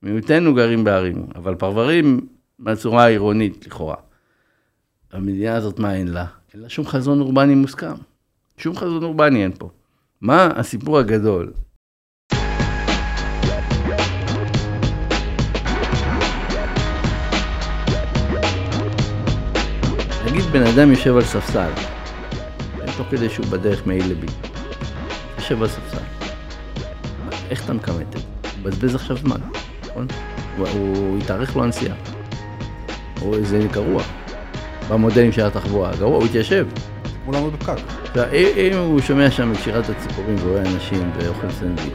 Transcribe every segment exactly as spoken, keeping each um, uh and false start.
מיעוטנו גרים בערים, אבל פרברים בצורה העירונית לכאורה. המדינה הזאת מה אין לה? אין לה שום חזון אורבני מוסכם. שום חזון אורבני אין פה. מה הסיפור הגדול? נגיד בן אדם יושב על ספסל, תוך כדי שהוא בדרך מעיל לבי. יושב על ספסל. איך אתה מקמת את זה? הוא בזבז עכשיו זמן, נכון? הוא, הוא יתארך לו הנסיעה. או זה גרוע. במודלים של התחבורה, גרוע, הוא יתיישב. הוא לעמוד בפקק. אם הוא שומע שם את שירת הציפורים ורואה אנשים ואוכל סנדוויץ'.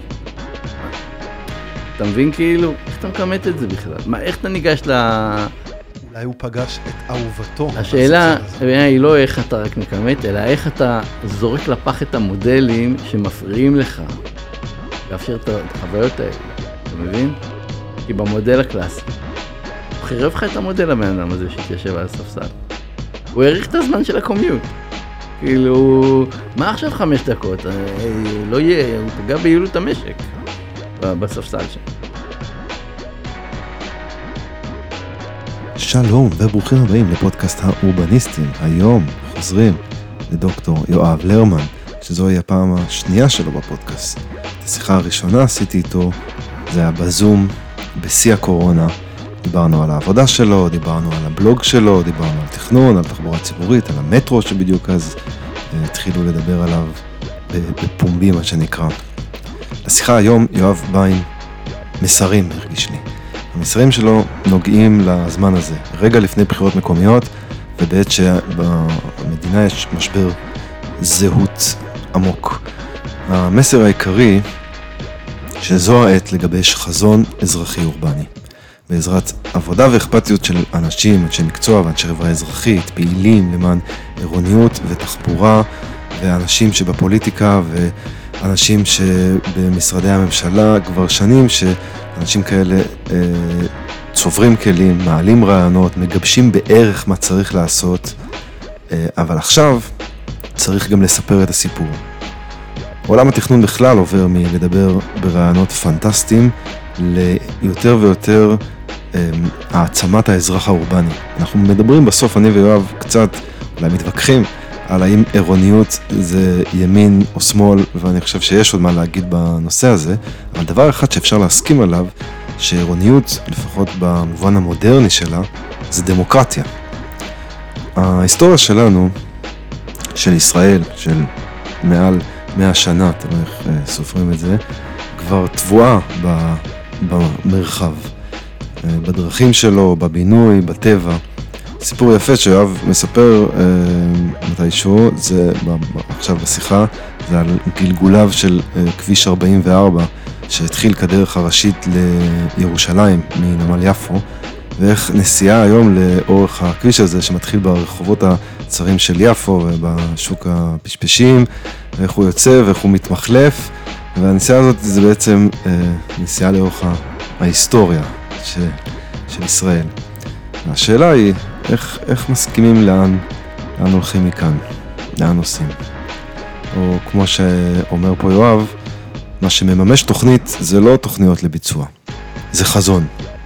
אתה מבין כאילו? איך אתה מקמת את זה בכלל? מה, איך אתה ניגש ל... אולי הוא פגש את אהובתו. השאלה היא לא איך אתה רק מקמת, אלא איך אתה זורק לפח את המודלים שמפריעים לך. לאפשר את החוויות האלה. אתה מבין? כי במודל הקלאסי, הוא חירב לך את המודל הבן אדם הזה שהתיישב על הספסל. הוא העריך את הזמן של הקומיוט. כאילו, מה עכשיו חמש דקות? לא יהיה, הוא פגע ביעילות המשק בספסל שם. שלום וברוכים הבאים לפודקאסט האורבניסטים. היום חוזרים לדוקטור יואב לרמן, שזוהי הפעם השנייה שלו בפודקאסט. את השיחה הראשונה עשיתי איתו, זה היה בזום, בשיא הקורונה. דיברנו על העבודה שלו, דיברנו על הבלוג שלו, דיברנו על תכנון, על תחבורה ציבורית, על המטרו שבדיוק אז התחילו לדבר עליו בפומבי, מה שנקרא. לשיחה היום יואב בא עם מסרים, הרגיש לי. המסרים שלו נוגעים לזמן הזה, רגע לפני בחירות מקומיות, ובעת שבמדינה יש משבר זהות עמוק. המסר העיקרי, שזו העת לגבש חזון אזרחי אורבני. בעזרת עבודה ואכפתיות של אנשים, אנשי מקצוע ואנשי חברה אזרחית, פעילים למען עירוניות ותחבורה, ואנשים שבפוליטיקה ואנשים שבמשרדי הממשלה כבר שנים, שאנשים כאלה אה, צוברים כלים, מעלים רעיונות, מגבשים בערך מה צריך לעשות, אה, אבל עכשיו צריך גם לספר את הסיפור. עולם התכנון בכלל עובר מלדבר ברעיונות פנטסטיים ליותר ויותר העצמת האזרח האורבני. אנחנו מדברים בסוף, אני ויואב קצת, אולי מתווכחים, על האם עירוניות זה ימין או שמאל, ואני חושב שיש עוד מה להגיד בנושא הזה, אבל דבר אחד שאפשר להסכים עליו, שעירוניות, לפחות במובן המודרני שלה, זה דמוקרטיה. ההיסטוריה שלנו, של ישראל, של מעל מאה שנה, תראו איך סופרים את זה, כבר טבועה במרחב, בדרכים שלו, בבינוי, בטבע. סיפור יפה שיואב מספר אה, מתישהו, זה עכשיו בשיחה, זה על גלגוליו של אה, כביש ארבעים וארבע, שהתחיל כדרך הראשית לירושלים מנמל יפו, ואיך נסיעה היום לאורך הכביש הזה שמתחיל ברחובות הצרים של יפו ובשוק הפשפשים, ואיך הוא יוצא ואיך הוא מתמחלף, והנסיעה הזאת זה בעצם אה, נסיעה לאורך ההיסטוריה של, של ישראל. השאלה היא, איך, איך מסכימים לאן, לאן הולכים מכאן, לאן עושים. או כמו שאומר פה יואב, מה שמממש תוכנית זה לא תוכניות לביצוע, זה חזון.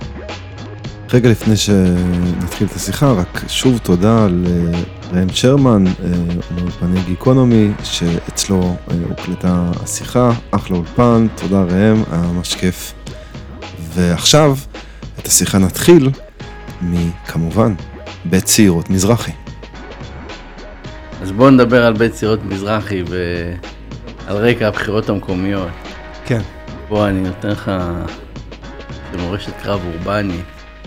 רגע לפני שנתחיל את השיחה, רק שוב תודה לראם שרמן, מאולפני גיקונומי, שאצלו הוקלטה השיחה, אחלה אולפן, תודה ראם, היה ממש כיף. ועכשיו את השיחה נתחיל מכמובן בית צעירות מזרחי. אז בואו נדבר על בית צעירות מזרחי ועל רקע הבחירות המקומיות. כן. בוא אני נותן לך שמורשת קרב אורבני,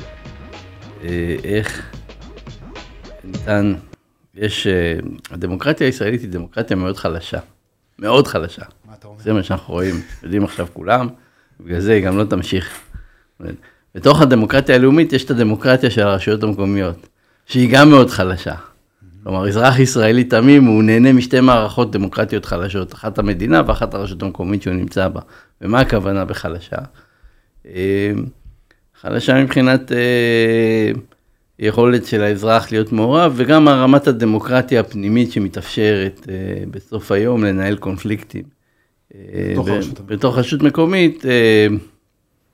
איך ניתן, יש, הדמוקרטיה הישראלית היא דמוקרטיה מאוד חלשה, מאוד חלשה. מה אתה אומר? זה מה שאנחנו רואים, יודעים עכשיו כולם, בגלל זה היא גם לא תמשיך. בתוך הדמוקרטיה הלאומית יש את הדמוקרטיה של הרשויות המקומיות, שהיא גם מאוד חלשה. כלומר, אזרח ישראלי תמים, הוא נהנה משתי מערכות דמוקרטיות חלשות, אחת המדינה ואחת הרשות המקומית שהוא נמצא בה. ומה הכוונה בחלשה? חלשה מבחינת יכולת של האזרח להיות מעורב, וגם הרמת הדמוקרטיה הפנימית שמתאפשרת בסוף היום לנהל קונפליקטים. בתוך רשות מקומית,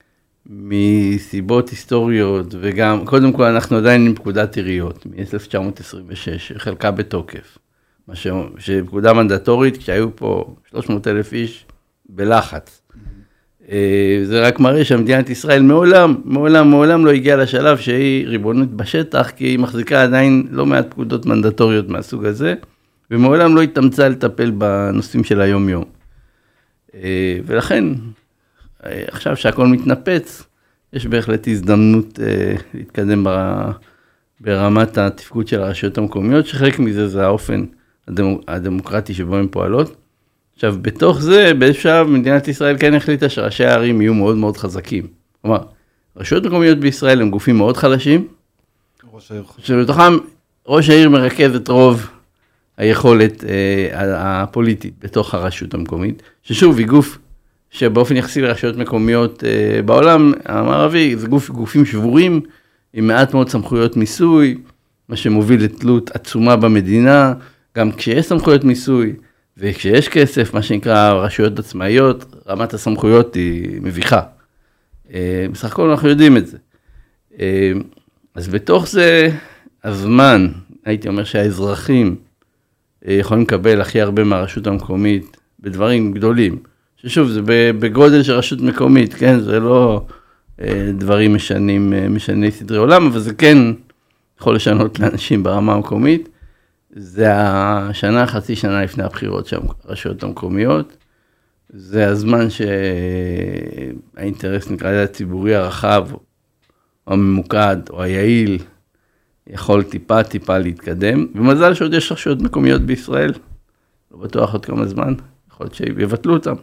מסיבות היסטוריות, וגם, קודם כל אנחנו עדיין עם פקודת עיריות, מ-אלף תשע מאות עשרים ושש, חלקה בתוקף, שפקודה מנדטורית, כשהיו פה שלוש מאות אלף איש בלחץ. זה רק מראה שמדינת ישראל מעולם, מעולם, מעולם לא הגיעה לשלב שהיא ריבונות בשטח, כי היא מחזיקה עדיין לא מעט פקודות מנדטוריות מהסוג הזה, ומעולם לא התאמצה לטפל בנושאים של היום-יום. ולכן, עכשיו שהכל מתנפץ, יש בהחלט הזדמנות להתקדם ברמת התפקוד של הרשויות המקומיות, שחלק מזה זה האופן הדמוקרטי שבו הן פועלות. עכשיו, בתוך זה, באיזשהו מדינת ישראל כן החליטה שראשי הערים יהיו מאוד מאוד חזקים. כלומר, רשויות מקומיות בישראל הם גופים מאוד חלשים, שבתוכם ראש העיר מרכז את רוב היכולת אה, הפוליטית בתוך הרשות המקומית, ששוב, היא גוף שבאופן יחסי לרשויות מקומיות אה, בעולם המערבי, זה גוף, גופים שבורים, עם מעט מאוד סמכויות מיסוי, מה שמוביל לתלות עצומה במדינה, גם כשיש סמכויות מיסוי, וכשיש כסף, מה שנקרא רשויות עצמאיות, רמת הסמכויות היא מביכה. בסך הכל אנחנו יודעים את זה. אז בתוך זה, הזמן, הייתי אומר שהאזרחים יכולים לקבל הכי הרבה מהרשות המקומית, בדברים גדולים. ששוב, זה בגודל של רשות מקומית, כן? זה לא דברים משנים, משני סדרי עולם, אבל זה כן יכול לשנות לאנשים ברמה המקומית. זה השנה, חצי שנה לפני הבחירות של הרשויות המקומיות. זה הזמן שהאינטרס, נקרא לזה הציבורי הרחב, או הממוקד, או היעיל, יכול טיפה טיפה להתקדם. ומזל שעוד יש רשויות מקומיות בישראל, לא בטוח עוד כמה זמן, יכול להיות שיבטלו אותם.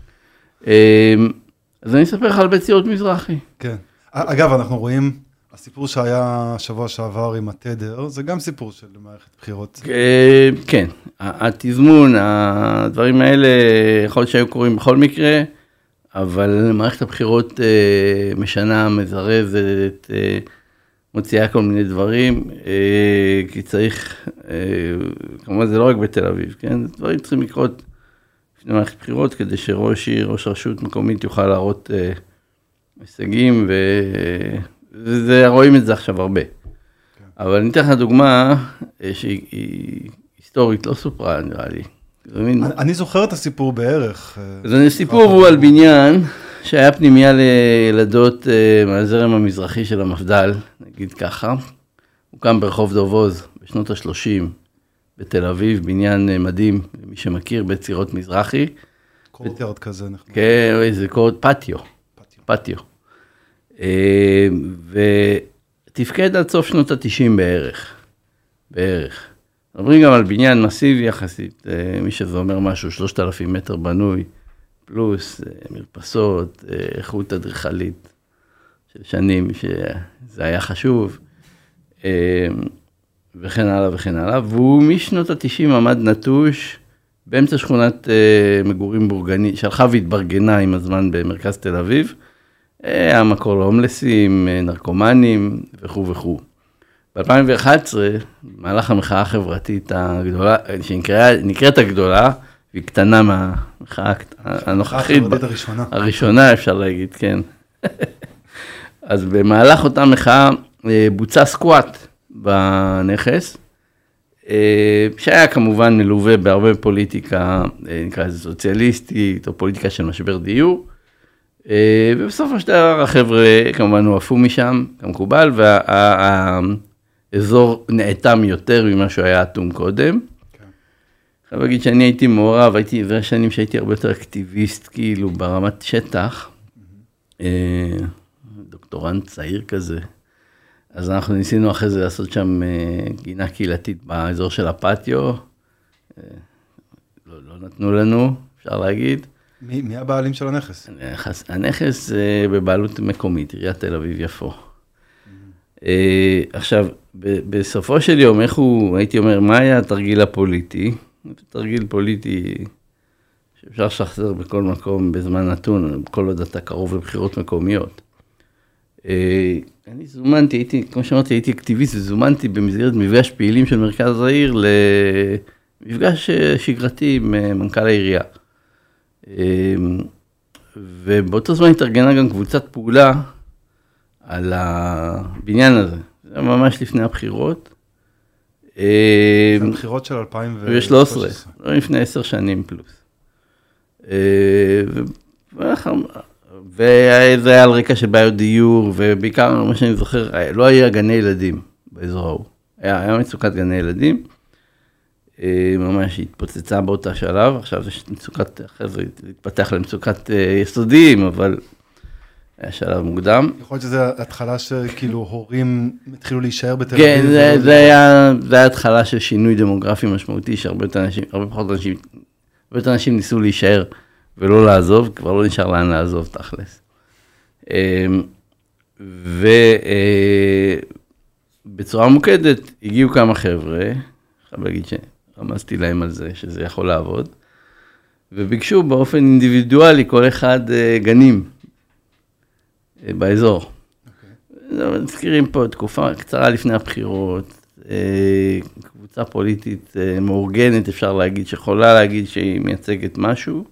אז אני אספר לך על בית ציון מזרחי. כן. אגב, אנחנו רואים... הסיפור שהיה שבוע שעבר עם התדר, זה גם סיפור של מערכת בחירות. כן, התזמון, הדברים האלה, יכול להיות שהיו קורים בכל מקרה, אבל מערכת הבחירות משנה, מזרזת, מוציאה כל מיני דברים, כי צריך, כמובן זה לא רק בתל אביב, כן? דברים צריכים לקרות לפני מערכת בחירות, כדי שראש עיר, ראש רשות מקומית יוכל להראות הישגים ו... וזה, רואים את זה עכשיו הרבה. Okay. אבל אני אתן לך דוגמה שהיא היסטורית, לא סופרה, נראה לי. אני, אני זוכר את הסיפור בערך. אז הסיפור הוא על בניין שהיה פנימיה לילדות מהזרם המזרחי של המפד"ל, נגיד ככה. הוא קם ברחוב דוב עוז בשנות ה-שלושים בתל אביב, בניין מדהים, למי שמכיר, בית צירות מזרחי. קורטיארד כזה. כן, זה קורט פטיו. פטיו. פטיו. ותפקד עד סוף שנות ה-תשעים בערך, בערך. מדברים גם על בניין מסיבי יחסית, מי שזה אומר משהו, שלושת אלפים מטר בנוי, פלוס מרפסות, איכות אדריכלית של שנים, שזה היה חשוב, וכן הלאה וכן הלאה, והוא משנות ה-תשעים עמד נטוש, באמצע שכונת מגורים בורגני, שהלכה והתברגנה עם הזמן במרכז תל אביב, היה מקור להומלסים, נרקומנים וכו' וכו'. ב-אלפיים ואחת עשרה, במהלך המחאה החברתית הגדולה, שנקראת הגדולה, והיא קטנה מהמחאה הנוכחית. הראשונה. הראשונה אפשר להגיד, כן. אז במהלך אותה מחאה בוצע סקואט בנכס, שהיה כמובן מלווה בהרבה פוליטיקה, נקרא לזה סוציאליסטית, או פוליטיקה של משבר דיור, ובסופו של דבר החבר'ה כמובן הועפו משם, כמקובל, והאזור נאטם יותר ממה שהוא היה אטום קודם. חייב להגיד שאני הייתי מעורב, הייתי, זה השנים שהייתי הרבה יותר אקטיביסט, כאילו ברמת שטח, דוקטורנט צעיר כזה, אז אנחנו ניסינו אחרי זה לעשות שם גינה קהילתית באזור של הפטיו, לא, לא נתנו לנו, אפשר להגיד. מי, מי הבעלים של הנכס? הנכס, הנכס בבעלות מקומית, עיריית תל אביב יפו. Mm-hmm. עכשיו, בסופו של יום, איך הוא, הייתי אומר, מה היה התרגיל הפוליטי? תרגיל פוליטי שאפשר לשחזר בכל מקום בזמן נתון, כל עוד אתה קרוב לבחירות מקומיות. אני זומנתי, הייתי, כמו שאמרתי, הייתי אקטיביסט, וזומנתי במסגרת מפגש פעילים של מרכז העיר, למפגש שגרתי עם מנכ"ל העירייה. ובאותו זמן התארגנה גם קבוצת פעולה על הבניין הזה. זה ממש לפני הבחירות. זה הבחירות של אלפיים ושלוש עשרה, לא לפני עשר שנים פלוס. וזה היה על רקע של בעיות דיור, ובעיקר, מה שאני זוכר, לא היה גני ילדים באזור ההוא. היה, היה מצוקת גני ילדים, ממש התפוצצה באותה שלב, עכשיו זה מצוקת, אחרי זה התפתח למצוקת יסודיים, אבל היה שלב מוקדם. יכול להיות שזה התחלה שכאילו הורים התחילו להישאר בתל אביב. כן, זה, זה היה, זה היה התחלה של שינוי דמוגרפי משמעותי, שהרבה אנשים, הרבה פחות אנשים, הרבה אנשים ניסו להישאר ולא לעזוב, כבר לא נשאר לאן לעזוב תכלס. ובצורה מוקדת הגיעו כמה חבר'ה, חייב להגיד שרמזתי להם על זה, שזה יכול לעבוד, וביקשו באופן אינדיבידואלי כל אחד גנים באזור. נזכירים פה תקופה קצרה לפני הבחירות, קבוצה פוליטית מאורגנת, אפשר להגיד, שיכולה להגיד שהיא מייצגת משהו.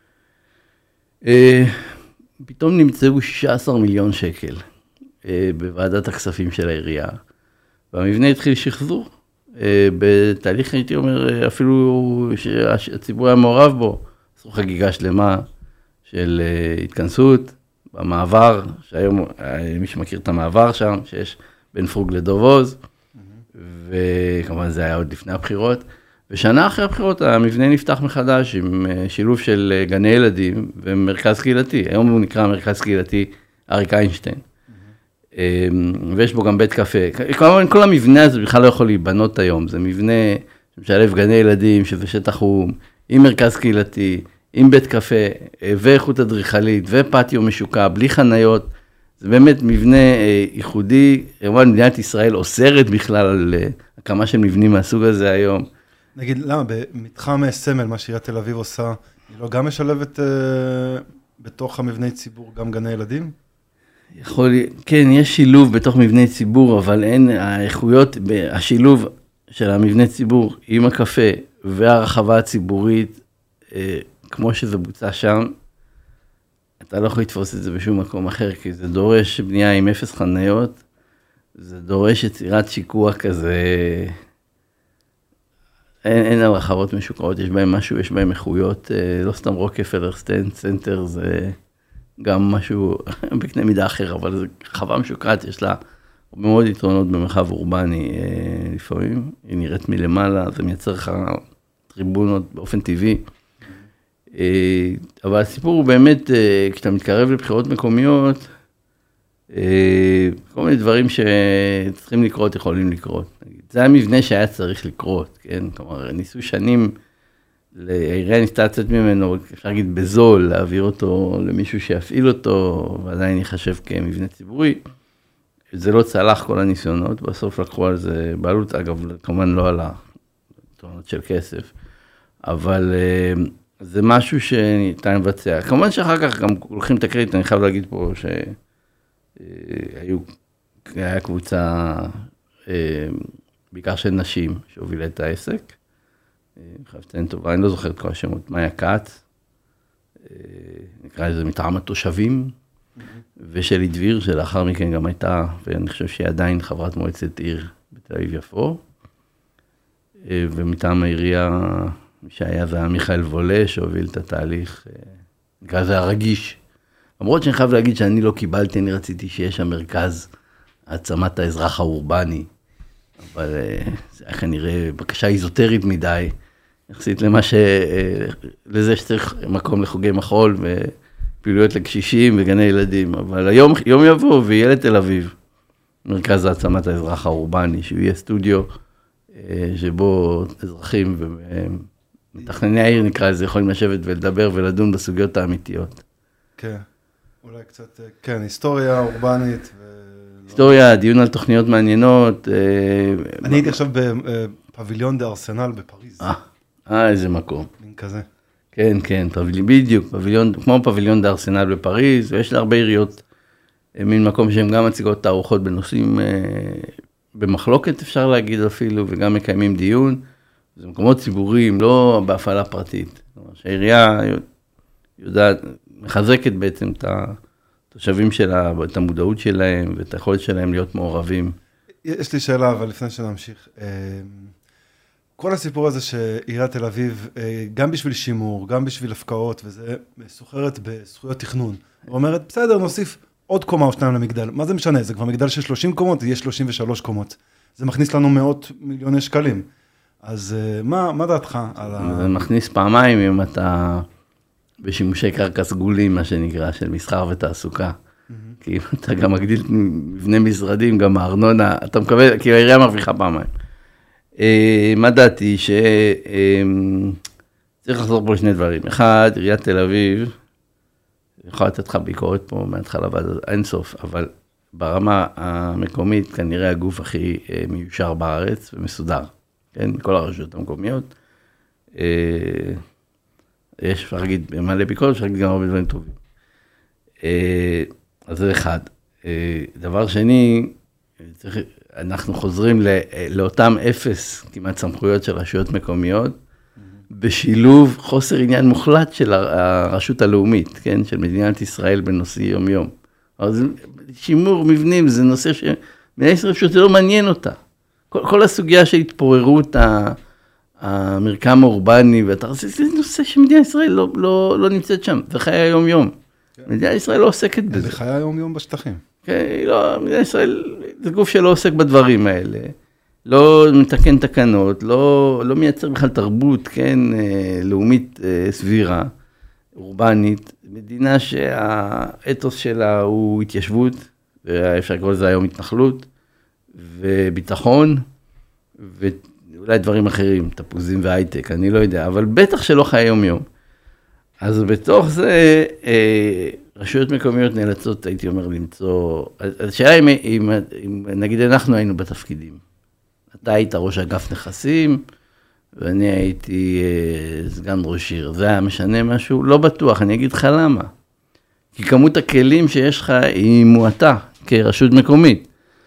פתאום נמצאו שישה עשר מיליון שקל בוועדת הכספים של העירייה, והמבנה התחיל שחזור, בתהליך הייתי אומר, אפילו שהציבור היה מעורב בו, עשו חגיגה שלמה של התכנסות, במעבר, שהיום מי שמכיר את המעבר שם, שיש בין פרוג לדוב עוז, וכמובן זה היה עוד לפני הבחירות, ושנה אחרי הבחירות המבנה נפתח מחדש עם שילוב של גני ילדים ומרכז קהילתי, היום הוא נקרא מרכז קהילתי אריק איינשטיין, ויש בו גם בית קפה, כמובן כל המבנה הזה בכלל לא יכול להיבנות היום, זה מבנה שמשלב גני ילדים, שזה שטח חום, עם מרכז קהילתי, עם בית קפה, ואיכות אדריכלית, ופטיו משוקע, בלי חניות, זה באמת מבנה ייחודי, כמובן מדינת ישראל אוסרת בכלל על הקמה של מבנים מהסוג הזה היום. נגיד, למה, במתחם סמל, מה שעיריית תל אביב עושה, היא לא גם משלבת בתוך המבני ציבור גם גני ילדים? יכול, כן, יש שילוב בתוך מבני ציבור, אבל אין האיכויות, השילוב של המבני ציבור עם הקפה והרחבה הציבורית, כמו שזה בוצע שם, אתה לא יכול לתפוס את זה בשום מקום אחר, כי זה דורש בנייה עם אפס חניות, זה דורש יצירת שיקוע כזה, אין, אין על רחבות משוקעות, יש בהם משהו, יש בהם איכויות, לא סתם רוקפלר סנטר, זה גם משהו בקנה מידה אחר, אבל זה רחבה משוקעת, יש לה הרבה מאוד יתרונות במרחב אורבני לפעמים, היא נראית מלמעלה, זה מייצר לך טריבונות באופן טבעי, אבל הסיפור הוא באמת, כשאתה מתקרב לבחירות מקומיות, כל מיני דברים שצריכים לקרות, יכולים לקרות. זה המבנה שהיה צריך לקרות, כן? כלומר, ניסו שנים, העירייה ניסתה לצאת ממנו, אפשר להגיד בזול, להעביר אותו למישהו שיפעיל אותו, ועדיין ייחשב כמבנה ציבורי. זה לא צלח כל הניסיונות, בסוף לקחו על זה בעלות, אגב, כמובן לא על התורנות של כסף, אבל זה משהו שניתן לבצע. כמובן שאחר כך גם הולכים את הקרדיט, אני חייב להגיד פה שהיה קבוצה, בעיקר של נשים, שהובילה את העסק. אני חייב לציין טובה, אני לא זוכר את כל השמות, מאיה כץ, נקרא לזה מטעם התושבים, ושלי דביר, שלאחר מכן גם הייתה, ואני חושב שהיא עדיין חברת מועצת עיר בתל אביב יפו, ומטעם העירייה, מי שהיה זה היה מיכאל וולה, שהוביל את התהליך, נקרא לזה הרגיש. למרות שאני חייב להגיד שאני לא קיבלתי, אני רציתי שיש שם מרכז העצמת האזרח האורבני, אבל זה היה כנראה בקשה איזוטרית מדי, יחסית למה ש... לזה שצריך מקום לחוגי מחול ופעילויות לקשישים וגני ילדים, אבל היום יום יבוא ויהיה לתל אביב, מרכז העצמת האזרח האורבני, שהוא יהיה סטודיו שבו אזרחים ומתכנני העיר נקרא לזה, יכולים לשבת ולדבר ולדון בסוגיות האמיתיות. כן, אולי קצת, כן, היסטוריה אורבנית. היסטוריה, דיון על תוכניות מעניינות. אני הייתי עכשיו בפביליון דה ארסנל בפריז. אה, איזה מקום. מין כזה. כן, כן, בדיוק, פביליון, כמו פביליון דה ארסנל בפריז, ויש לה הרבה עיריות, מין מקום שהן גם מציגות תערוכות בנושאים במחלוקת, אפשר להגיד אפילו, וגם מקיימים דיון. זה מקומות ציבוריים, לא בהפעלה פרטית. שהעירייה יודעת, מחזקת בעצם את התושבים שלה, את המודעות שלהם, ואת היכולת שלהם להיות מעורבים. יש לי שאלה, אבל לפני שנמשיך. כל הסיפור הזה שעיריית תל אביב, גם בשביל שימור, גם בשביל הפקעות, וזה סוחרת בזכויות תכנון. הוא אומרת, בסדר, נוסיף עוד קומה או שניים למגדל. מה זה משנה? זה כבר מגדל של שלושים קומות, יהיה שלושים ושלוש קומות. זה מכניס לנו מאות מיליוני שקלים. אז מה, מה דעתך על ה... זה מכניס פעמיים אם אתה בשימושי קרקע סגולים, מה שנקרא, של מסחר ותעסוקה. כי אם אתה גם מגדיל מבנה משרדים, גם הארנונה, אתה מקבל, כי העירייה מרוויחה פעמיים. מה דעתי? שצריך לחזור פה לשני דברים. אחד, עיריית תל אביב, יכולה לתת לך ביקורת פה מההתחלה ועד אין סוף, אבל ברמה המקומית, כנראה הגוף הכי מיושר בארץ ומסודר. כן, כל הרשויות המקומיות. יש, אפשר להגיד, מלא ביקורת, אפשר להגיד גם הרבה דברים טובים. אז זה אחד. דבר שני, צריך, אנחנו חוזרים לאותם אפס, כמעט סמכויות של רשויות מקומיות, בשילוב חוסר עניין מוחלט של הרשות הלאומית, כן, של מדינת ישראל בנושא יום-יום. אז שימור מבנים זה נושא שמדינת ישראל פשוט לא מעניין אותה. כל, כל הסוגיה של התפוררות המרקם האורבני, זה נושא שמדינת ישראל לא, לא, לא נמצאת שם, זה חיי היום-יום. מדינת ישראל לא עוסקת בזה. זה חיי היום-יום בשטחים. כן, לא, מדינת ישראל, זה גוף שלא עוסק בדברים האלה. לא מתקן תקנות, לא, לא מייצר בכלל תרבות, כן, לאומית סבירה, אורבנית. מדינה שהאתוס שלה הוא התיישבות, ואפשר לקרוא לזה היום התנחלות, וביטחון, ואולי דברים אחרים, תפוזים והייטק, אני לא יודע, אבל בטח שלא חיי יום-יום. אז בתוך זה, רשויות מקומיות נאלצות, הייתי אומר, למצוא, השאלה אם, אם, אם נגיד אנחנו היינו בתפקידים. אתה היית ראש אגף נכסים, ואני הייתי סגן ראש עיר. זה היה משנה משהו? לא בטוח, אני אגיד לך למה. כי כמות הכלים שיש לך היא מועטה, כרשות מקומית.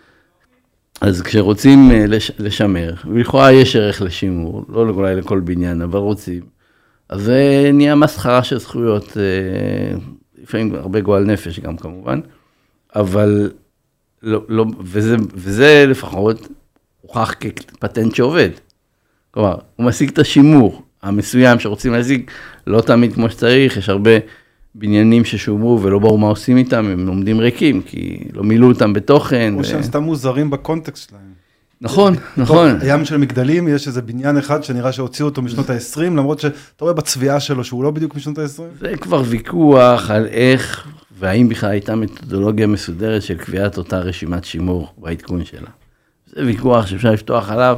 אז כשרוצים לשמר, ולכאורה יש ערך לשימור, לא אולי לכל בניין, אבל רוצים, אז זה נהיה מסחרה של זכויות, לפעמים הרבה גועל נפש גם כמובן, אבל לא, לא, וזה, וזה לפחות הוכח כפטנט שעובד. כלומר, הוא משיג את השימור המסוים שרוצים להשיג, לא תמיד כמו שצריך, יש הרבה בניינים ששומרו ולא ברור מה עושים איתם, הם עומדים ריקים, כי לא מילאו אותם בתוכן. או שהם סתם מוזרים בקונטקסט שלהם. נכון, נכון. הים של מגדלים, יש איזה בניין אחד שנראה שהוציאו אותו משנות ה-עשרים, למרות שאתה רואה בצביעה שלו שהוא לא בדיוק משנות ה-עשרים. זה כבר ויכוח על איך, והאם בכלל הייתה מתודולוגיה מסודרת של קביעת אותה רשימת שימור והעדכון שלה. זה ויכוח שאפשר לפתוח עליו.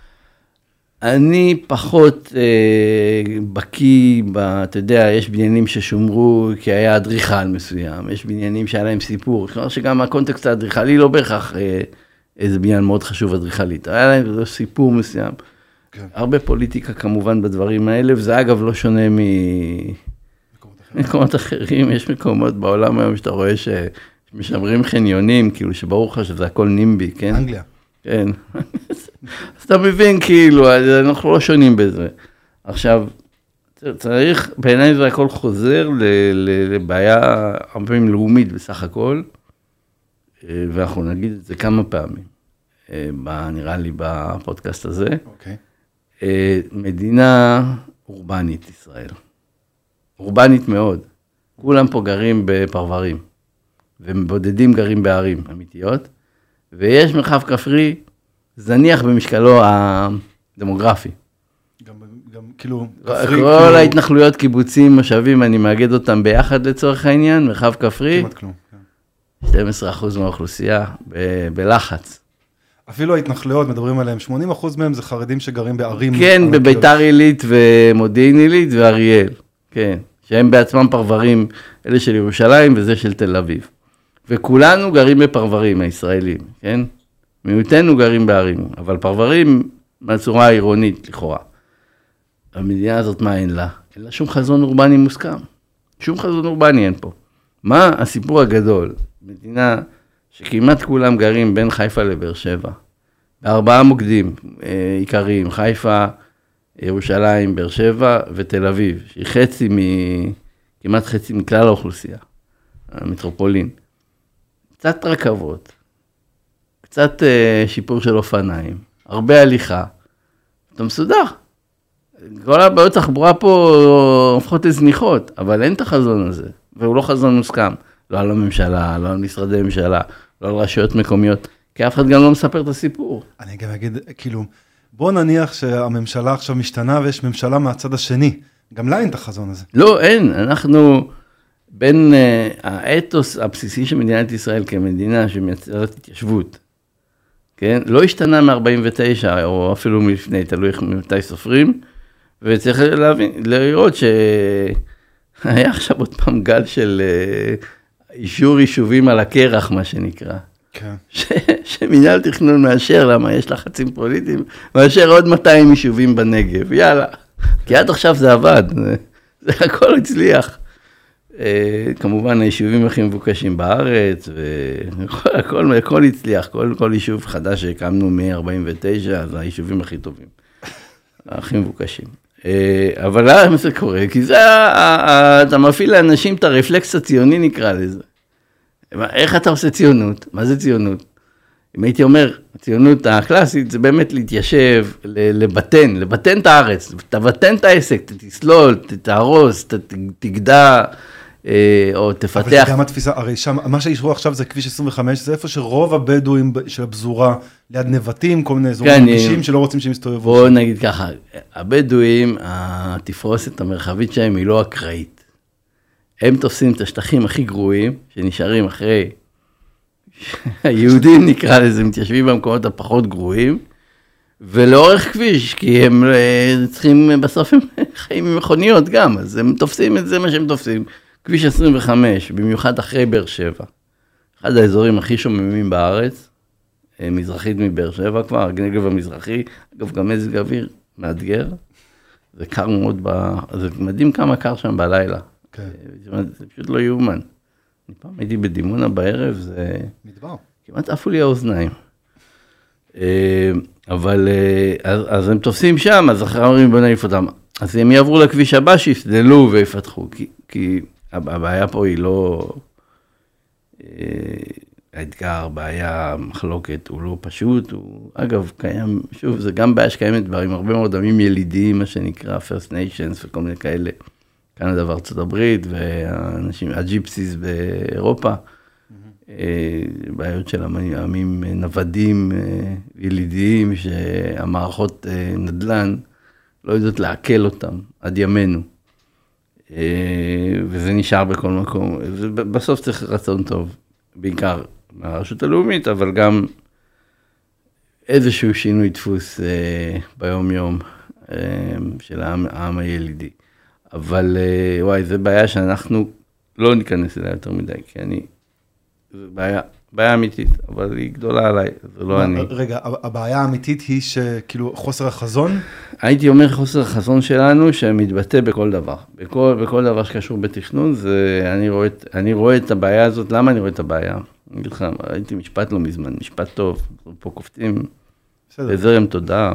אני פחות אה, בקיא, ב, אתה יודע, יש בניינים ששומרו כי היה אדריכל מסוים, יש בניינים שהיה להם סיפור, כלומר שגם הקונטקסט האדריכלי לא בהכרח אה, איזה בניין מאוד חשוב אדריכלית, היה להם סיפור מסוים. כן. הרבה פוליטיקה כמובן בדברים האלה, וזה אגב לא שונה ממקומות אחרים, יש מקומות בעולם היום שאתה רואה שמשמרים חניונים, כאילו שברור לך שזה הכל נימבי, כן? אנגליה. כן, אז אתה מבין כאילו, אנחנו לא שונים בזה. עכשיו, צריך, בעיניי זה הכל חוזר לבעיה הרבה פעמים לאומית בסך הכל, ואנחנו נגיד את זה כמה פעמים, נראה לי בפודקאסט הזה. אוקיי. מדינה אורבנית ישראל, אורבנית מאוד, כולם פה גרים בפרברים, ובודדים גרים בערים אמיתיות, ויש מרחב כפרי זניח במשקלו הדמוגרפי. גם, גם כאילו... כפרי, כל כאילו... ההתנחלויות, קיבוצים, משאבים, אני מאגד אותם ביחד לצורך העניין, מרחב כפרי. כמעט כלום. שנים עשר אחוז מהאוכלוסייה ב- בלחץ. אפילו ההתנחלויות, מדברים עליהם, שמונים אחוז מהם זה חרדים שגרים בערים. כן, בביתר עילית ומודיעין עילית ואריאל. כן, שהם בעצמם פרברים, אלה של ירושלים וזה של תל אביב. וכולנו גרים בפרברים, הישראלים, כן? מיעוטנו גרים בערים, אבל פרברים מהצורה העירונית, לכאורה. המדינה הזאת, מה אין לה? אין לה שום חזון אורבני מוסכם. שום חזון אורבני אין פה. מה הסיפור הגדול? מדינה שכמעט כולם גרים בין חיפה לבאר שבע. בארבעה מוקדים אה, עיקריים, חיפה, ירושלים, באר שבע ותל אביב, שהיא חצי מ... כמעט חצי מכלל האוכלוסייה. המטרופולין. קצת רכבות, קצת שיפור של אופניים, הרבה הליכה, אתה מסודר. כל הבעיות תחבורה פה הופכות לזניחות, אבל אין את החזון הזה, והוא לא חזון מוסכם, לא על הממשלה, לא על משרדי ממשלה, לא על רשויות מקומיות, כי אף אחד גם לא מספר את הסיפור. אני גם אגיד, כאילו, בוא נניח שהממשלה עכשיו משתנה ויש ממשלה מהצד השני, גם לה אין את החזון הזה. לא, אין, אנחנו בין uh, האתוס הבסיסי של מדינת ישראל כמדינה שמייצרת התיישבות, כן? לא השתנה מ-ארבעים ותשע או אפילו מלפני, תלוי מתי סופרים, וצריך להבין, לראות שהיה עכשיו עוד פעם גל של uh, אישור יישובים על הקרח, מה שנקרא. כן. ש, שמנהל תכנון מאשר, למה יש לחצים פוליטיים, מאשר עוד מאתיים יישובים בנגב, יאללה. כי עד עכשיו זה עבד, זה, זה הכל הצליח. אה, כמובן, היישובים הכי מבוקשים בארץ, וכל הכל, הכל הצליח, כל, כל יישוב חדש שהקמנו מ-ארבעים ותשע, זה היישובים הכי טובים, הכי מבוקשים. אה, אבל למה זה קורה? כי זה, אתה מפעיל לאנשים את הרפלקס הציוני, נקרא לזה. איך אתה עושה ציונות? מה זה ציונות? אם הייתי אומר, הציונות הקלאסית זה באמת להתיישב, לבטן, לבטן את הארץ, תבטן את העסק, תסלול, תהרוס, תגדע, או תפתח. אבל זה גם התפיסה, הרי שם, מה שישרו עכשיו זה כביש עשרים וחמש, זה איפה שרוב הבדואים של הפזורה, ליד נבטים, כל מיני אזורים נגישים שלא רוצים שהם יסתובבו. בואו נגיד ככה, הבדואים, התפרוסת המרחבית שלהם היא לא אקראית. הם תופסים את השטחים הכי גרועים, שנשארים אחרי היהודים נקרא לזה, מתיישבים במקומות הפחות גרועים, ולאורך כביש, כי הם צריכים, בסוף הם חיים עם מכוניות גם, אז הם תופסים את זה מה שהם תופסים. כביש עשרים וחמש, במיוחד אחרי באר שבע, אחד האזורים הכי שוממים בארץ, מזרחית מבאר שבע כבר, הנגב המזרחי, אגב גם מזג אוויר מאתגר, זה קר מאוד, ב... זה מדהים כמה קר שם בלילה. Okay. זה פשוט לא יאומן. אני פעם הייתי בדימונה בערב, זה... מדבר. כמעט עפו לי האוזניים. אבל, אז, אז הם תופסים שם, אז אחרי אומרים בוא נעיף אותם. אז הם יעברו לכביש הבא, שיסדלו ויפתחו, כי, כי הבעיה פה היא לא... האתגר, בעיה, מחלוקת, הוא לא פשוט, הוא, אגב, קיים, שוב, זה גם בעיה שקיימת עם הרבה מאוד עמים ילידיים, מה שנקרא First Nations וכל מיני כאלה. קנדה וארצות הברית, והאנשים, הג'יפסיס באירופה, בעיות של עמים נוודים, ילידיים, שהמערכות נדל"ן לא יודעות לעכל אותם עד ימינו. וזה נשאר בכל מקום. בסוף צריך רצון טוב, בעיקר מהרשות הלאומית, אבל גם איזשהו שינוי דפוס ביום יום של העם הילידי. אבל וואי, זו בעיה שאנחנו לא ניכנס אליה יותר מדי, כי אני, זו בעיה, בעיה אמיתית, אבל היא גדולה עליי, זה לא אני. רגע, הבעיה האמיתית היא שכאילו חוסר החזון? הייתי אומר חוסר החזון שלנו שמתבטא בכל דבר. בכל, בכל דבר שקשור בתכנון, זה, אני רואה, אני רואה את הבעיה הזאת, למה אני רואה את הבעיה? אני אגיד לך, ראיתי משפט לא מזמן, משפט טוב, פה קופטים, בזרם תודה.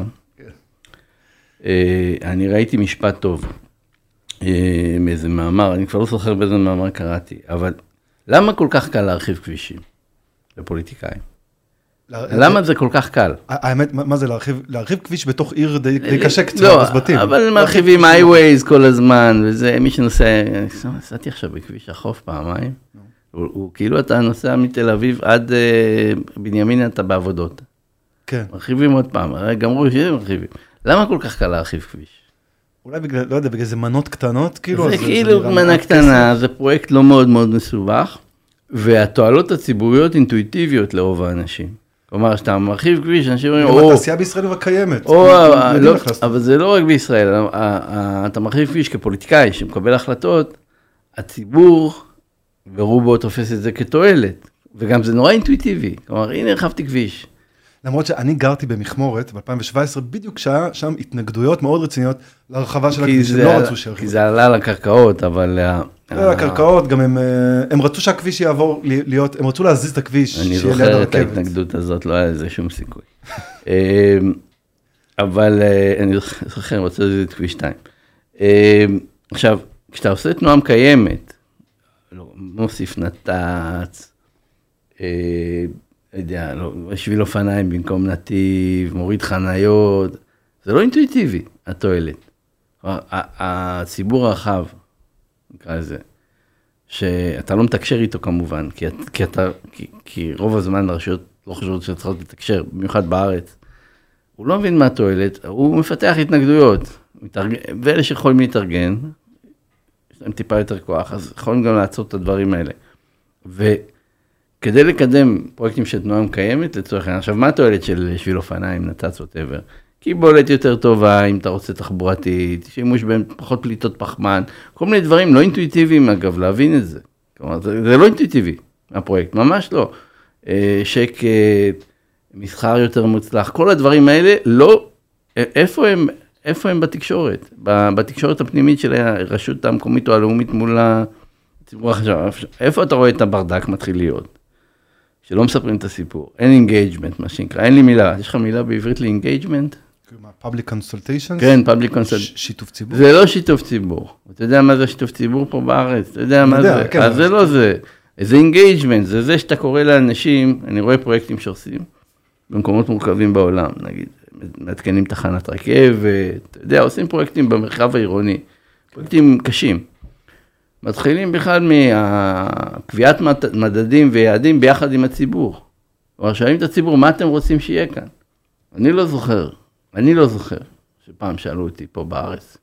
אני ראיתי משפט טוב. מאיזה מאמר, אני כבר לא זוכר באיזה מאמר קראתי, אבל למה כל כך קל להרחיב כבישים לפוליטיקאים? למה זה כל כך קל? האמת, מה זה להרחיב? להרחיב כביש בתוך עיר די קשה קצרה, בסבתים. אבל מרחיבים highways כל הזמן, וזה מי שנוסע, נסעתי עכשיו בכביש החוף פעמיים, הוא כאילו אתה נוסע מתל אביב עד בנימין, אתה בעבודות. כן. מרחיבים עוד פעם, גמרו שזה מרחיבים. למה כל כך קל להרחיב כביש? אולי בגלל, לא יודע, בגלל זה מנות קטנות, כאילו... זה כאילו מנה קטנה, זה פרויקט לא מאוד מאוד מסובך, והתועלות הציבוריות אינטואיטיביות לרוב האנשים. כלומר, שאתה מרחיב כביש, אנשים אומרים, או... התעשייה בישראל כבר קיימת. אבל זה לא רק בישראל, אתה מרחיב כביש כפוליטיקאי שמקבל החלטות, הציבור ברובו תופס את זה כתועלת, וגם זה נורא אינטואיטיבי. כלומר, הנה הרחבתי כביש. למרות שאני גרתי במכמורת, ב-אלפיים שבע עשרה, בדיוק שהיה שם התנגדויות מאוד רציניות להרחבה של הכביש, שלא רצו שירחיבו. כי זה עלה לקרקעות, אבל... לא, לקרקעות, גם הם, הם רצו שהכביש יעבור להיות, הם רצו להזיז את הכביש. אני זוכר את ההתנגדות הזאת, לא היה לזה שום סיכוי. אבל אני זוכר, אני רוצה להזיז את כביש שתיים. עכשיו, כשאתה עושה תנועה קיימת, לא, מוסיף נת"צ, אה, לא יודע, לא, שביל אופניים במקום נתיב, מוריד חניות, זה לא אינטואיטיבי, התועלת. הציבור הרחב, נקרא לזה, שאתה לא מתקשר איתו כמובן, כי, כי, אתה, כי, כי רוב הזמן הרשויות לא חושבות שצריכות לתקשר, במיוחד בארץ, הוא לא מבין מה התועלת, הוא מפתח התנגדויות, מתארג... ואלה שיכולים להתארגן, יש להם טיפה יותר כוח, אז יכולים גם לעצור את הדברים האלה. וכדי לקדם פרויקטים של תנועה מקיימת, לצורך העניין, עכשיו מה התועלת של שביל אופניים, נת"צ whatever? כי בולט יותר טובה, אם אתה רוצה תחבורתית, שימוש בין פחות פליטות פחמן, כל מיני דברים לא אינטואיטיביים אגב, להבין את זה. כלומר, זה, זה לא אינטואיטיבי, הפרויקט, ממש לא. שקט, מסחר יותר מוצלח, כל הדברים האלה לא, איפה הם, איפה הם בתקשורת? בתקשורת הפנימית של הרשות המקומית או הלאומית מול הציבור החשב, איפה אתה רואה את הברדק מתחיל להיות? שלא מספרים את הסיפור, אין אינגייג'מנט, מה שנקרא, אין לי מילה, יש לך מילה בעברית לאינגייג'מנט? public consultations? כן, public consultations. שיתוף ציבור? זה לא שיתוף ציבור. אתה יודע מה זה שיתוף ציבור פה בארץ? אתה יודע מה זה? אז זה לא זה. זה אינגייג'מנט, זה זה שאתה קורא לאנשים, אני רואה פרויקטים שעושים במקומות מורכבים בעולם, נגיד, מתקנים תחנת רכבת, אתה יודע, עושים פרויקטים במרחב העירוני, פרויקטים קשים. מתחילים בכלל מקביעת מדדים ויעדים ביחד עם הציבור. כלומר, שואלים את הציבור, מה אתם רוצים שיהיה כאן? אני לא זוכר, אני לא זוכר, שפעם שאלו אותי פה בארץ,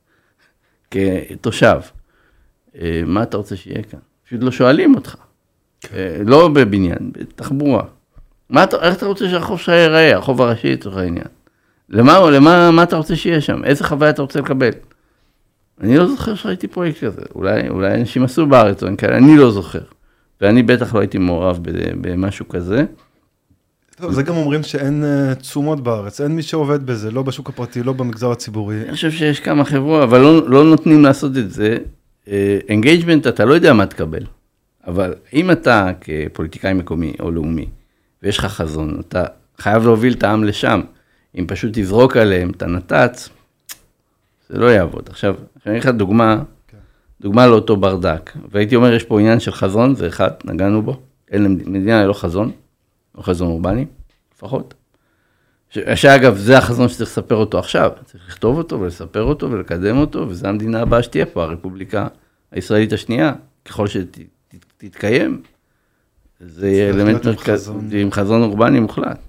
כתושב, מה אתה רוצה שיהיה כאן? פשוט לא שואלים אותך. לא בבניין, בתחבורה. מה אתה, איך אתה רוצה שהרחוב שלך ייראה, הרחוב הראשי לצורך העניין? למה, למה, מה אתה רוצה שיהיה שם? איזה חוויה אתה רוצה לקבל? אני לא זוכר שראיתי פרויקט כזה. אולי, אולי אנשים עשו בארץ, אני לא זוכר. ואני בטח לא הייתי מעורב במשהו כזה. טוב, זה גם אומרים שאין תשומות בארץ, אין מי שעובד בזה, לא בשוק הפרטי, לא במגזר הציבורי. אני חושב שיש כמה חברות, אבל לא, לא נותנים לעשות את זה. אנגייג'מנט, אתה לא יודע מה תקבל. אבל אם אתה כפוליטיקאי מקומי או לאומי, ויש לך חזון, אתה חייב להוביל את העם לשם. אם פשוט תזרוק עליהם את הנת"צ, זה לא יעבוד. עכשיו, אני אגיד לך דוגמה, דוגמה לאותו ברדק. והייתי אומר, יש פה עניין של חזון, זה אחד, נגענו בו. אין מדינה לא חזון, או חזון אורבני, לפחות. שאגב, זה החזון שצריך לספר אותו עכשיו. צריך לכתוב אותו ולספר אותו ולקדם אותו, וזו המדינה הבאה שתהיה פה, הרפובליקה הישראלית השנייה, ככל שתתקיים. זה יהיה אלמנט עם חזון אורבני מוחלט.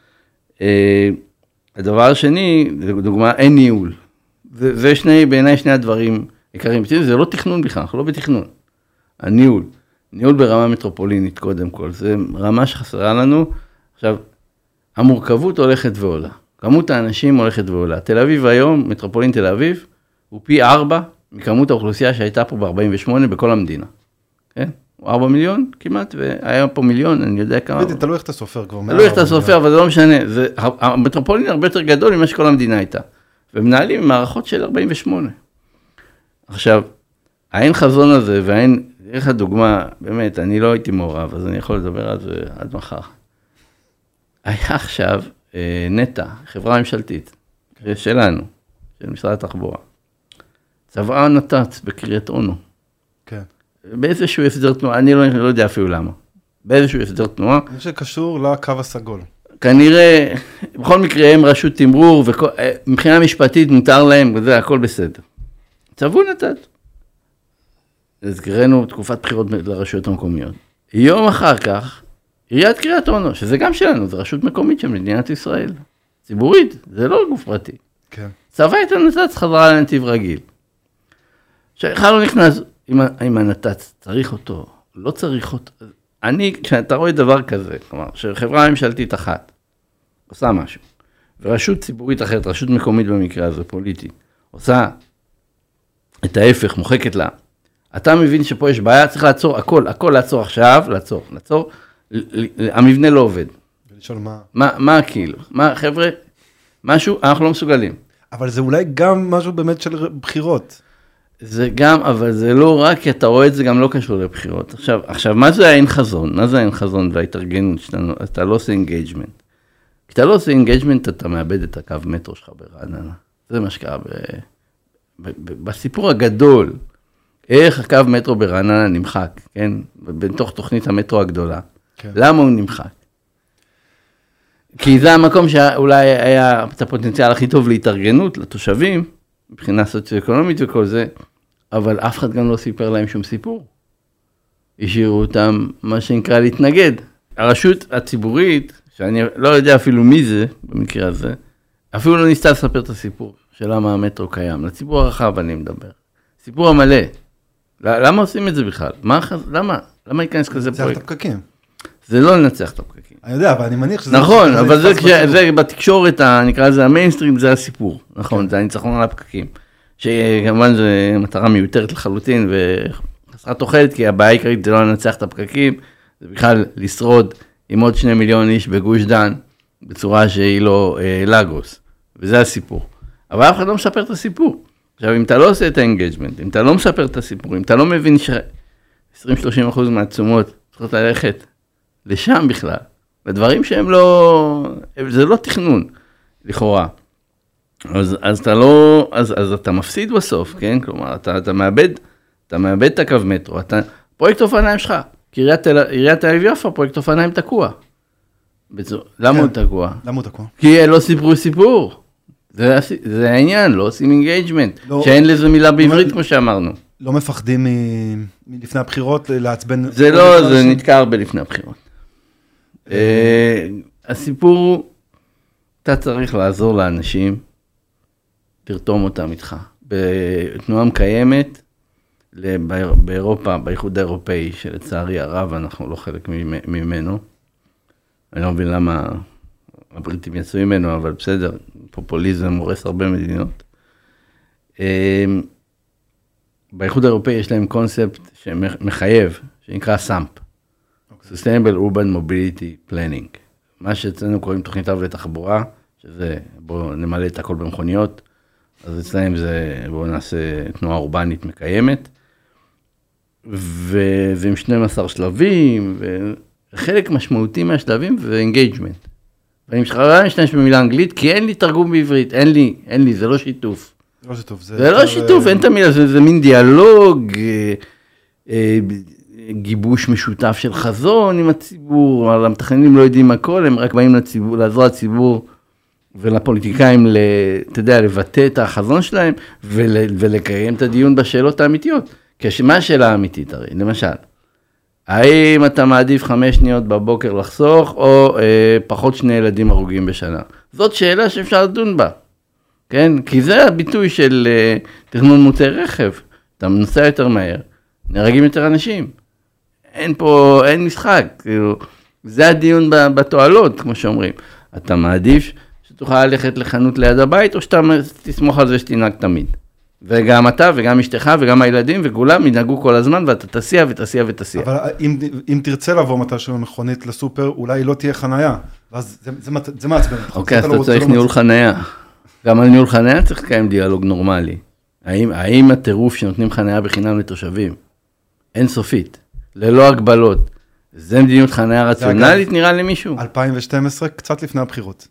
הדבר השני, דוגמה, אין ניהול. זה שני, בעיניי שני הדברים עיקריים. זה לא תכנון בכלל, אנחנו לא בתכנון. הניהול, ניהול ברמה מטרופולינית קודם כל, זה רמה שחסרה לנו. עכשיו, המורכבות הולכת ועולה. כמות האנשים הולכת ועולה. תל אביב היום, מטרופולין תל אביב, הוא פי ארבע מכמות האוכלוסייה שהייתה פה ב-ארבעים ושמונה בכל המדינה. כן? הוא ארבע מיליון כמעט, והיה פה מיליון, אני יודע כמה. תלוי איך אתה סופר כבר. תלוי איך אתה סופר, אבל זה לא משנה. המטרופולין הרבה יותר גדול ממה שכל המדינה הייתה. ומנהלים מערכות של ארבעים ושמונה. עכשיו, האין חזון הזה, והאין, איך הדוגמה, באמת, אני לא הייתי מעורב, אז אני יכול לדבר על זה עד מחר. היה עכשיו נטע, חברה ממשלתית, שלנו, של משרד התחבורה. צבעה נת"צ בקריית אונו. כן. באיזשהו הסדר תנועה, אני לא, לא יודע אפילו למה. באיזשהו הסדר תנועה. זה שקשור לקו הסגול. כנראה, בכל מקרה הם רשות תמרור, ומבחינה משפטית מותר להם, וזה הכל בסדר. צבעו נת"צ. הזכרנו תקופת בחירות לרשויות המקומיות. יום אחר כך, עיריית קריית אונו, שזה גם שלנו, זה רשות מקומית של מדינת ישראל. ציבורית, זה לא גוף פרטי. כן. צבע את הנת"צ חזרה לנתיב רגיל. שאחד לא נכנס, אם הנת"צ צריך אותו, לא צריך אותו. אני, כשאתה רואה דבר כזה, כלומר, שחברה ממשלתית אחת עושה משהו, ורשות ציבורית אחרת, רשות מקומית במקרה הזה, פוליטית, עושה את ההפך, מוחקת לה, אתה מבין שפה יש בעיה, צריך לעצור הכל, הכל לעצור עכשיו, לעצור, לעצור, המבנה לא עובד. ולשאול מה? מה, מה כאילו? מה, חבר'ה, משהו, אנחנו לא מסוגלים. אבל זה אולי גם משהו באמת של בחירות. זה גם, אבל זה לא רק, כי אתה רואה את זה גם לא קשור לבחירות. עכשיו, עכשיו, מה זה האין חזון? מה זה האין חזון וההתארגנות שלנו? אתה לא עושה אינגייג'מנט. כשאתה לא עושה אינגייג'מנט, אתה מאבד את הקו מטרו שלך ברעננה. זה מה שקרה ב... ב... ב... בסיפור הגדול. איך הקו מטרו ברעננה נמחק, כן? בתוך תוכנית המטרו הגדולה. כן. למה הוא נמחק? כי זה המקום שאולי היה את הפוטנציאל הכי טוב להתארגנות לתושבים, מבחינה סוציו-אקונומית וכל זה, אבל אף אחד גם לא סיפר להם שום סיפור. השאירו אותם, מה שנקרא, להתנגד. הרשות הציבורית, שאני לא יודע אפילו מי זה, במקרה הזה, אפילו לא ניסתה לספר את הסיפור של למה המטרו קיים. לציבור הרחב אני מדבר. סיפור המלא. למה עושים את זה בכלל? מה, למה? למה ייכנס כזה פרויקט? לנצח את הפקקים. זה לא לנצח את הפקקים. אני יודע, אבל אני מניח שזה... נכון, אבל זה, כש, זה בתקשורת, נקרא לזה המיינסטרים, זה הסיפור. נכון, זה הניצחון על הפקקים. שכמובן זו מטרה מיותרת לחלוטין וחסרת תוחלת, כי הבעיה העיקרית זה לא לנצח את הפקקים, זה בכלל לשרוד עם עוד שני מיליון איש בגוש דן, בצורה שהיא לא אה, לגוס. וזה הסיפור. אבל אף אחד לא מספר את הסיפור. עכשיו, אם אתה לא עושה את האנגייג'מנט, אם אתה לא מספר את הסיפור, אם אתה לא מבין ש-עשרים עד שלושים אחוז מהתשומות צריכות ללכת לשם בכלל, בדברים שהם לא, זה לא תכנון, לכאורה. אז, אז אתה לא, אז, אז אתה מפסיד בסוף, כן? כלומר, אתה, אתה מאבד, אתה מאבד את הקו מטרו, אתה, פרויקט אופניים שלך, כי עיריית תל אביב יפו, פרויקט אופניים תקוע. בצור, למה כן. הוא תקוע? למה הוא תקוע? כי לא סיפרו סיפור. זה, זה העניין, לא עושים אינגייג'מנט, לא, שאין לזה מילה בעברית, לא, כמו שאמרנו. לא מפחדים מ- מלפני הבחירות לעצבן... זה לא, זה נתקע הרבה לפני הבחירות. הסיפור, אתה צריך לעזור לאנשים, לרתום אותם איתך. בתנועה מקיימת, באירופה, באיחוד האירופאי, שלצערי הרב אנחנו לא חלק ממנו. אני לא מבין למה הבריטים יצאו ממנו, אבל בסדר, פופוליזם הורס הרבה מדינות. באיחוד האירופאי יש להם קונספט שמחייב, שנקרא סאמפ. Sustainable Urban Mobility Planning. מה שאצלנו קוראים תוכנית אב לתחבורה, שזה בואו נמלא את הכל במכוניות, אז אצלנו זה בואו נעשה תנועה אורבנית מקיימת, וזה עם שנים עשר שלבים, וחלק משמעותי מהשלבים זה engagement. ואני משחרר להשתמש במילה אנגלית, כי אין לי תרגום בעברית, אין לי, אין לי, זה לא שיתוף. לא שיתוף, זה... זה לא שיתוף, אין את המילה, זה, זה מין דיאלוג, אה, אה, גיבוש משותף של חזון עם הציבור, המתכננים לא יודעים הכל, הם רק באים לציבור, לעזור לציבור ולפוליטיקאים, אתה יודע, לבטא את החזון שלהם, ול, ולקיים את הדיון בשאלות האמיתיות. מה השאלה האמיתית הרי? למשל, האם אתה מעדיף חמש שניות בבוקר לחסוך, או אה, פחות שני ילדים הרוגים בשנה? זאת שאלה שאפשר לדון בה, כן? כי זה הביטוי של אה, תכנון מוטה רכב. אתה נוסע יותר מהר, נהרגים יותר אנשים. אין פה, אין משחק, כאילו, זה הדיון בתועלות, כמו שאומרים. אתה מעדיף שתוכל ללכת לחנות ליד הבית, או שאתה תסמוך על זה שתנהג תמיד. וגם אתה, וגם אשתך, וגם הילדים, וכולם ינהגו כל הזמן, ואתה תסיע ותסיע ותסיע. אבל אם, אם תרצה לבוא מתישהו מכונית לסופר, אולי לא תהיה חנייה, ואז זה, זה, זה, זה מעצבן. אוקיי, אז אתה צריך ניהול חנייה. גם על ניהול חנייה צריך לקיים דיאלוג נורמלי. האם, האם הטירוף שנותנים חנייה בחינם לתושבים, אין סופית, ללא הגבלות, זה מדיניות חנייה רציונלית נראה למישהו? אלפיים ושתים עשרה, קצת לפני הבחירות.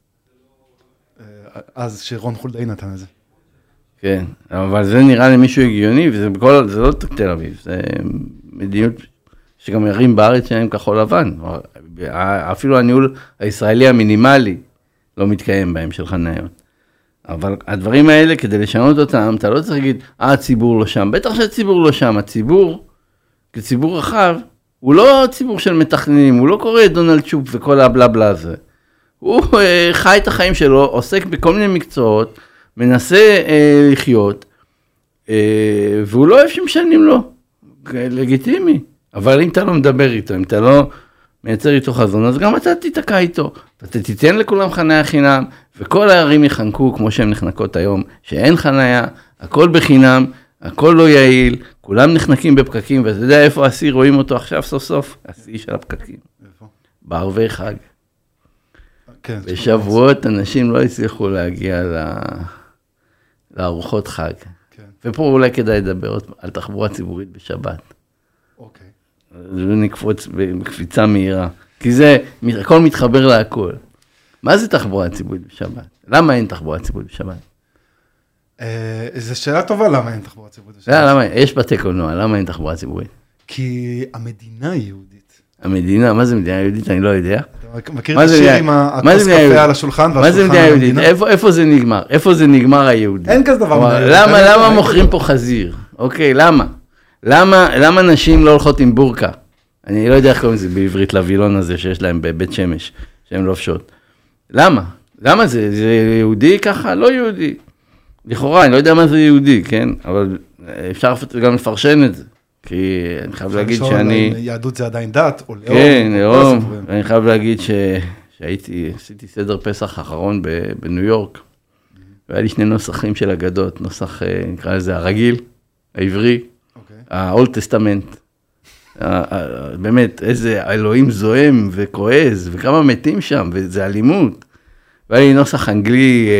אז שרון חולדאי נתן את זה. כן, אבל זה נראה למישהו הגיוני, וזה בכל, זה לא תל אביב, זה מדיניות שגם ירים בארץ שלהם כחול לבן. אפילו הניהול הישראלי המינימלי לא מתקיים בהם של חניות. אבל הדברים האלה, כדי לשנות אותם, אתה לא צריך להגיד, אה, הציבור לא שם. בטח שהציבור לא שם. הציבור, כציבור רחב, הוא לא ציבור של מתכננים, הוא לא קורא את דונלד צ'ופ וכל הבלה בלה הזה. הוא אה, חי את החיים שלו, עוסק בכל מיני מקצועות, מנסה אה, לחיות, אה, והוא לא אוהב שמשנים לו. לגיטימי. אבל אם אתה לא מדבר איתו, אם אתה לא מייצר איתו חזון, אז גם אתה תתקע איתו. אתה תיתן לכולם חניה חינם, וכל הערים יחנקו כמו שהן נחנקות היום, שאין חניה, הכל בחינם, הכל לא יעיל, כולם נחנקים בפקקים, ואתה יודע איפה הסי, רואים אותו עכשיו סוף סוף, הסי של הפקקים. איפה? בערבי חג. כן, בשבועות אנשים לא הצליחו להגיע לארוחות חג. כן. ופה אולי כדאי לדבר על תחבורה ציבורית בשבת. אוקיי. זה נקפוץ בקפיצה מהירה, כי זה, הכל מתחבר להכל. מה זה תחבורה ציבורית בשבת? למה אין תחבורה ציבורית בשבת? זו שאלה טובה, למה אין תחבורה ציבורית? לא, למה? יש בתי קולנוע, למה אין תחבורה ציבורית? כי המדינה היא יהודית. המדינה, מה זה מדינה יהודית? אני לא יודע. אתה מכיר את השיר עם הכוס קפה על השולחן, מה זה מדינה יהודית? איפה זה נגמר? איפה זה נגמר היהודי? אין כזה דבר. למה, למה מוכרים פה חזיר? אוקיי, למה? למה, למה נשים לא הולכות עם בורקה? אני לא יודע איך קוראים לזה בעברית לווילון הזה שיש להם בבית שמש, שהן לובשות. למה? למה זה? זה יהודי ככה? לא יהודי. לכאורה, אני לא יודע מה זה יהודי, כן? אבל אפשר גם לפרשן את זה. כי אני חייב להגיד שאני... יהדות זה עדיין דת, או לאום. כן, לאום. אני חייב להגיד שהייתי, עשיתי סדר פסח האחרון בניו יורק, והיה לי שני נוסחים של אגדות, נוסח, נקרא לזה הרגיל, העברי, האולד טסטמנט. באמת, איזה אלוהים זוהם וכועז, וכמה מתים שם, וזה אלימות. והיה לי נוסח אנגלי,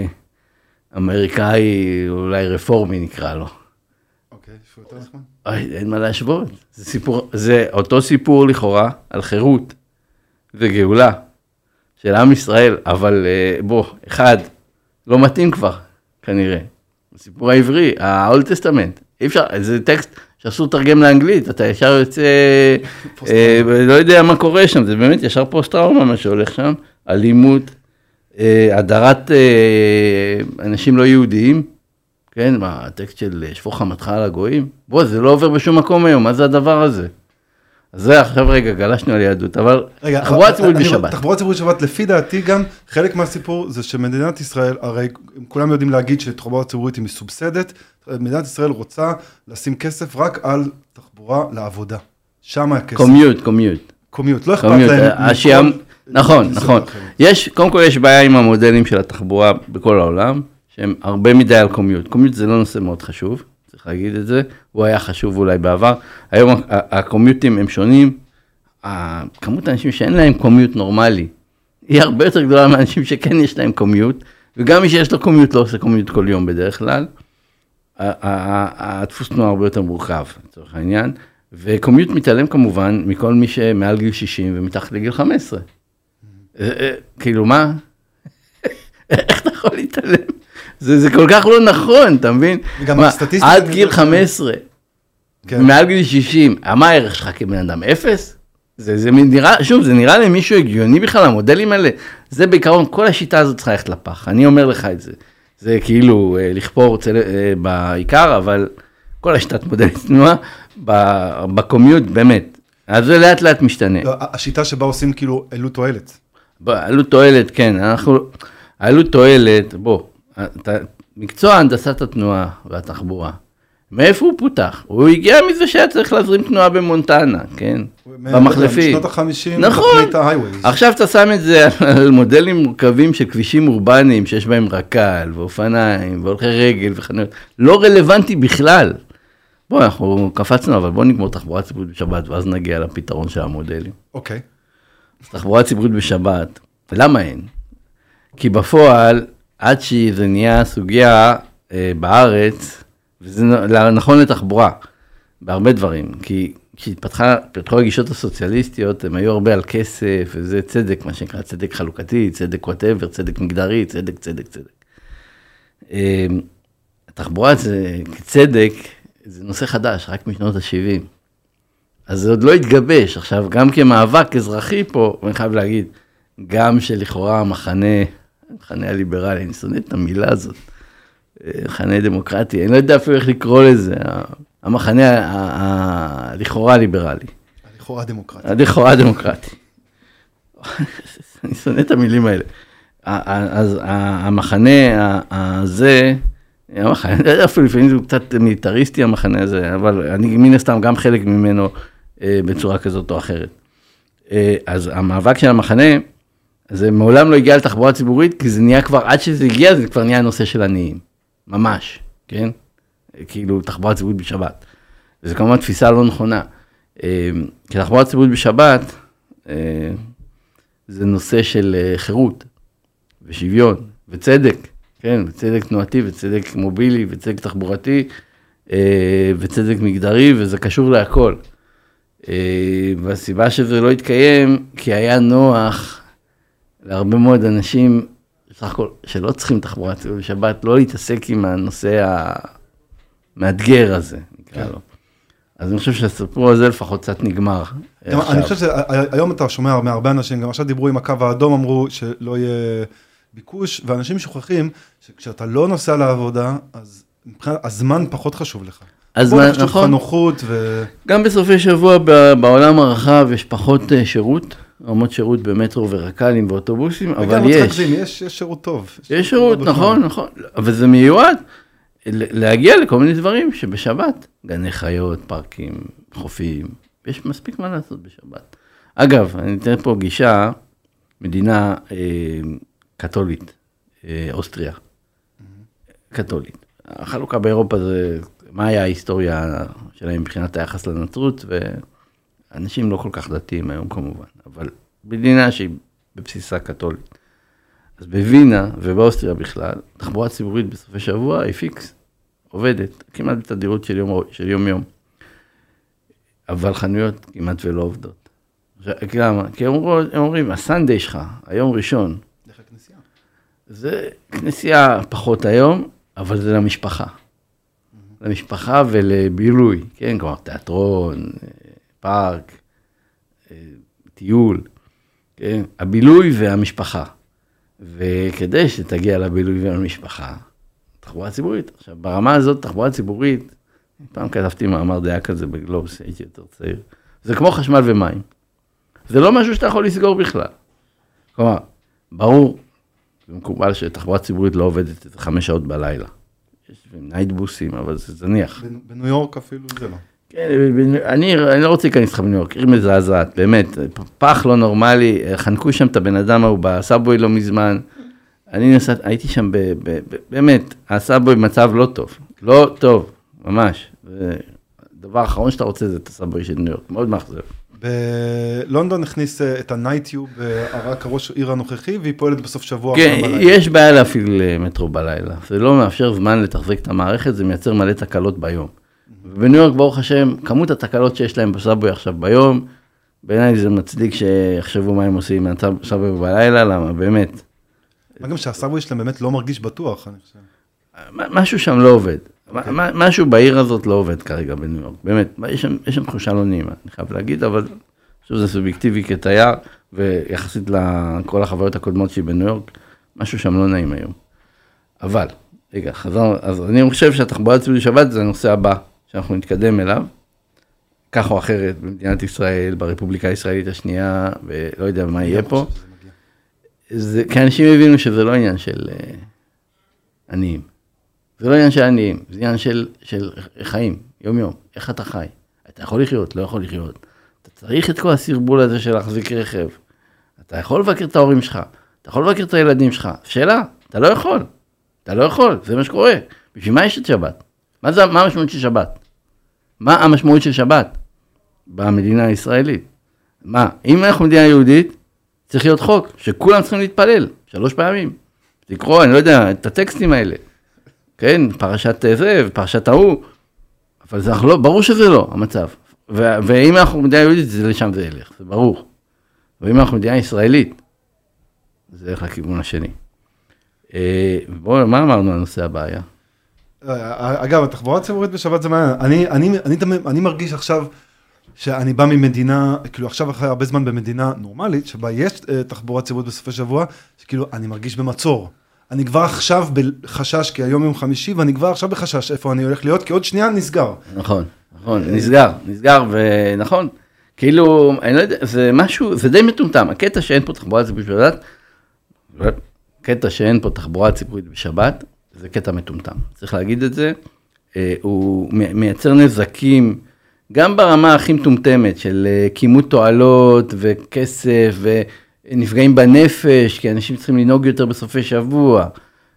אמריקאי, אולי רפורמי נקרא לו. אוקיי, שהוא יותר נחמד. אוי, אין מה להשוות. זה סיפור, זה אותו סיפור לכאורה על חירות וגאולה של עם ישראל, אבל בוא, אחד, לא מתאים כבר, כנראה. הסיפור העברי, האולד טסטמנט. אי אפשר, זה טקסט שאסור לתרגם לאנגלית, אתה ישר יוצא, לא יודע מה קורה שם, זה באמת ישר פוסט-טראומה מה שהולך שם, אלימות, הדרת אנשים לא יהודיים, כן, מה, הטקסט של שפוך חמתך על הגויים, בוא, זה לא עובר בשום מקום היום, מה זה הדבר הזה? אז זה עכשיו רגע, גלשנו על יהדות, אבל תחבורה ציבורית בשבת. תחבורה ציבורית בשבת, לפי דעתי גם, חלק מהסיפור זה שמדינת ישראל, הרי כולם יודעים להגיד שתחבורה ציבורית היא מסובסדת, מדינת ישראל רוצה לשים כסף רק על תחבורה לעבודה. שם הכסף. קומיוט, קומיוט. קומיוט, לא אכפת להם. נכון, נכון. יש, קודם כל יש בעיה עם המודלים של התחבורה בכל העולם, שהם הרבה מדי על קומיוט. קומיוט זה לא נושא מאוד חשוב, צריך להגיד את זה. הוא היה חשוב אולי בעבר. היום הקומיוטים הם שונים. כמות האנשים שאין להם קומיוט נורמלי, היא הרבה יותר גדולה מאנשים שכן יש להם קומיוט, וגם מי שיש לו קומיוט לא עושה קומיוט כל יום בדרך כלל. הדפוס תנועה הרבה יותר מורכב, לצורך העניין. וקומיוט מתעלם כמובן מכל מי שמעל גיל שישים ומתחת לגיל חמש עשרה. כאילו מה? איך אתה יכול להתעלם? זה כל כך לא נכון, אתה מבין? עד גיל חמש עשרה, מעל גיל שישים, מה הערך שלך כבן אדם? אפס? זה נראה, שוב, זה נראה לי מישהו הגיוני בכלל, המודלים האלה, זה בעיקרון, כל השיטה הזאת צריכה ללכת לפח, אני אומר לך את זה. זה כאילו לכפור בעיקר, אבל כל השיטת מודלית תנועה, בקומיוט באמת, אז זה לאט לאט משתנה. השיטה שבה עושים כאילו עלות תועלת. עלות תועלת, כן, אנחנו, עלות תועלת, בוא, מקצוע הנדסת התנועה והתחבורה, מאיפה הוא פותח? הוא הגיע מזה שהיה צריך להזרים תנועה במונטנה, כן? במחלפים. בשנות החמישים, נכון. עכשיו אתה שם את זה על מודלים מורכבים של כבישים אורבניים, שיש בהם רקל ואופניים והולכי רגל וחנויות. לא רלוונטי בכלל. בוא, אנחנו קפצנו, אבל בוא נגמור תחבורה ציבורית בשבת, ואז נגיע לפתרון של המודלים. אוקיי. תחבורה ציבורית בשבת, למה אין? כי בפועל, עד שזה נהיה סוגיה אה, בארץ, וזה נכון לתחבורה, בהרבה דברים, כי כשהתפתחו הגישות הסוציאליסטיות, הם היו הרבה על כסף, וזה צדק, מה שנקרא, צדק חלוקתי, צדק whatever, צדק מגדרי, צדק, צדק, צדק. אה, התחבורה זה כצדק, זה נושא חדש, רק משנות ה-שבעים. אז זה עוד לא התגבש. עכשיו, גם כמאבק אזרחי פה, אני חייב להגיד, גם שלכאורה המחנה, המחנה הליברלי, אני שונא את המילה הזאת, המחנה דמוקרטי, אני לא יודע אפילו איך לקרוא לזה, המחנה הלכאורה הליברלי. הלכאורה דמוקרטי. הלכאורה דמוקרטי. אני שונא את המילים האלה. אז המחנה הזה, המחנה, אפילו לפעמים זה קצת מיליטריסטי המחנה הזה, אבל אני מן הסתם גם חלק ממנו בצורה כזאת או אחרת. אז המאבק של המחנה, זה מעולם לא הגיע לתחבורה ציבורית, כי זה נהיה כבר, עד שזה הגיע, זה כבר נהיה נושא של עניים. ממש, כן? כאילו תחבורה ציבורית בשבת. וזה כמובן תפיסה לא נכונה. כי תחבורה ציבורית בשבת, זה נושא של חירות, ושוויון, וצדק. כן, וצדק תנועתי, וצדק מובילי, וצדק תחבורתי, וצדק מגדרי, וזה קשור להכל. והסיבה שזה לא התקיים, כי היה נוח להרבה מאוד אנשים בסך הכל, שלא צריכים תחבורה ציבורית בשבת, לא להתעסק עם הנושא המאתגר הזה, נקרא לו. אז אני חושב שהסיפור הזה לפחות קצת נגמר. אני חושב שהיום אתה שומע מהרבה אנשים, גם עכשיו דיברו עם הקו האדום, אמרו שלא יהיה ביקוש, ואנשים שוכחים שכשאתה לא נוסע לעבודה, אז הזמן פחות חשוב לך. הזמן, נכון. חנוחות ו... גם בסופי שבוע בעולם הרחב יש פחות שירות, רמות שירות במטרו ורקלים ואוטובוסים, אבל יש. יש שירות טוב. יש שירות, נכון, נכון. אבל זה מיועד להגיע לכל מיני דברים שבשבת, גני חיות, פארקים, חופים, יש מספיק מה לעשות בשבת. אגב, אני אתן פה גישה, מדינה אה, קתולית, אה, אוסטריה, קתולית. החלוקה באירופה זה, מה היה ההיסטוריה שלהם מבחינת היחס לנצרות, ואנשים לא כל כך דתיים היום כמובן, אבל מדינה שהיא בבסיסה קתולית. אז בווינה ובאוסטריה בכלל, תחבורה ציבורית בסופי שבוע היא פיקס, עובדת, כמעט בתדירות של יום, של יום יום. אבל חנויות כמעט ולא עובדות. למה? כי הם אומרים, הסנדיי שלך, היום ראשון. דרך הכנסייה. זה כנסייה פחות היום, אבל זה למשפחה. Mm-hmm. למשפחה ולבילוי, כן? כלומר, תיאטרון, פארק, טיול, כן? הבילוי והמשפחה. וכדי שתגיע לבילוי ולמשפחה, תחבורה ציבורית. עכשיו, ברמה הזאת, תחבורה ציבורית, פעם כתבתי מאמר דעה כזה בגלובס, הייתי יותר צעיר. זה כמו חשמל ומים. זה לא משהו שאתה יכול לסגור בכלל. כלומר, ברור, זה מקובל שתחבורה ציבורית לא עובדת את חמש שעות בלילה. יש נייטבוסים, אבל זה זניח. בניו יורק אפילו זה לא. כן, אני, אני לא רוצה להיכנס לך בניו יורק, עיר מזעזעת, באמת, פח לא נורמלי, חנקו שם את הבן אדם ההוא בסאבווי לא מזמן. אני נסעת, הייתי שם ב, ב, ב, באמת, הסאבווי מצב לא טוב, לא טוב, ממש. הדבר האחרון שאתה רוצה זה את הסאבווי של ניו יורק, מאוד מאכזב. בלונדון הכניס את הנייטיוב, רק הראש עיר הנוכחי, והיא פועלת בסוף שבוע. כן, יש בעיה להפעיל מטרו בלילה. זה לא מאפשר זמן לתחזק את המערכת, זה מייצר מלא תקלות ביום. ובניו יורק, ברוך השם, כמות התקלות שיש להם בסאבווי עכשיו ביום, בעיניי זה מצדיק שיחשבו מה הם עושים מהסאבווי בלילה, למה באמת. מה גם שהסאבווי שלהם באמת לא מרגיש בטוח, אני חושב. משהו שם לא עובד. משהו בעיר הזאת לא עובד כרגע בניו יורק. באמת, יש שם תחושה לא נעימה, אני חייב להגיד, אבל שוב זה סובייקטיבי כתייר, ויחסית לכל החוויות הקודמות שהיא בניו יורק, משהו שם לא נעים היום. אבל, רגע, חזרנו, אז אני חושב שהתחבורה הציבורית שבת זה הנושא הבא שאנחנו נתקדם אליו, כך או אחרת במדינת ישראל, ברפובליקה הישראלית השנייה, ולא יודע מה יהיה פה. זה, כי אנשים הבינו שזה לא עניין של uh, עניים. זה לא עניין של עניים, זה עניין של, של חיים, יום יום. איך אתה חי? אתה יכול לחיות, לא יכול לחיות. אתה צריך את כל הסרבול הזה של להחזיק רכב. אתה יכול לבקר את ההורים שלך, אתה יכול לבקר את הילדים שלך. שאלה, אתה לא יכול. אתה לא יכול, זה מה שקורה. בשביל מה יש את שבת? מה זה, מה המשמעות של שבת? מה המשמעות של שבת במדינה הישראלית? מה, אם אנחנו מדינה יהודית, צריך להיות חוק שכולם צריכים להתפלל שלוש פעמים. לקרוא, אני לא יודע, את הטקסטים האלה. כן, פרשת זה ופרשת ההוא. אבל זה לא, ברור שזה לא המצב. ו- ואם אנחנו מדינה יהודית, זה לשם זה ילך, זה ברור. ואם אנחנו מדינה ישראלית, זה ילך לכיוון השני. בואו, מה אמרנו על נושא הבעיה? אגב, התחבורה הציבורית בשבת זה מעניין. אני, אני, אני, אני מרגיש עכשיו שאני בא ממדינה, כאילו עכשיו אחרי הרבה זמן במדינה נורמלית, שבה יש תחבורה ציבורית בסופי שבוע, שכאילו אני מרגיש במצור. אני כבר עכשיו בחשש, כי היום יום חמישי, ואני כבר עכשיו בחשש איפה אני הולך להיות, כי עוד שנייה נסגר. נכון, נכון, נסגר, נסגר, ונכון. כאילו, אני לא יודע, זה משהו, זה די מטומטם. הקטע שאין פה תחבורה ציבורית בשבת, קטע שאין פה תחבורה ציבורית בשבת, זה קטע מטומטם. צריך להגיד את זה. הוא מייצר נזקים, גם ברמה הכי מטומטמת של כימות תועלות וכסף ונפגעים בנפש, כי אנשים צריכים לנהוג יותר בסופי שבוע,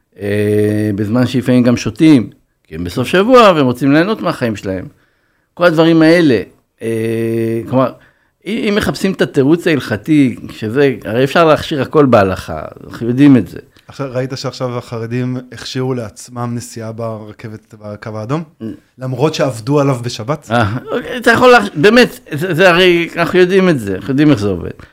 בזמן שלפעמים גם שותים, כי הם בסוף שבוע והם רוצים ליהנות מהחיים שלהם. כל הדברים האלה, כלומר, אם מחפשים את התירוץ ההלכתי, שזה, הרי אפשר להכשיר הכל בהלכה, אנחנו יודעים את זה. עכשיו, ראית שעכשיו החרדים הכשירו לעצמם נסיעה ברכבת בקו האדום? למרות שעבדו עליו בשבת? אתה יכול, באמת, זה הרי, אנחנו יודעים את זה, אנחנו יודעים איך זה עובד.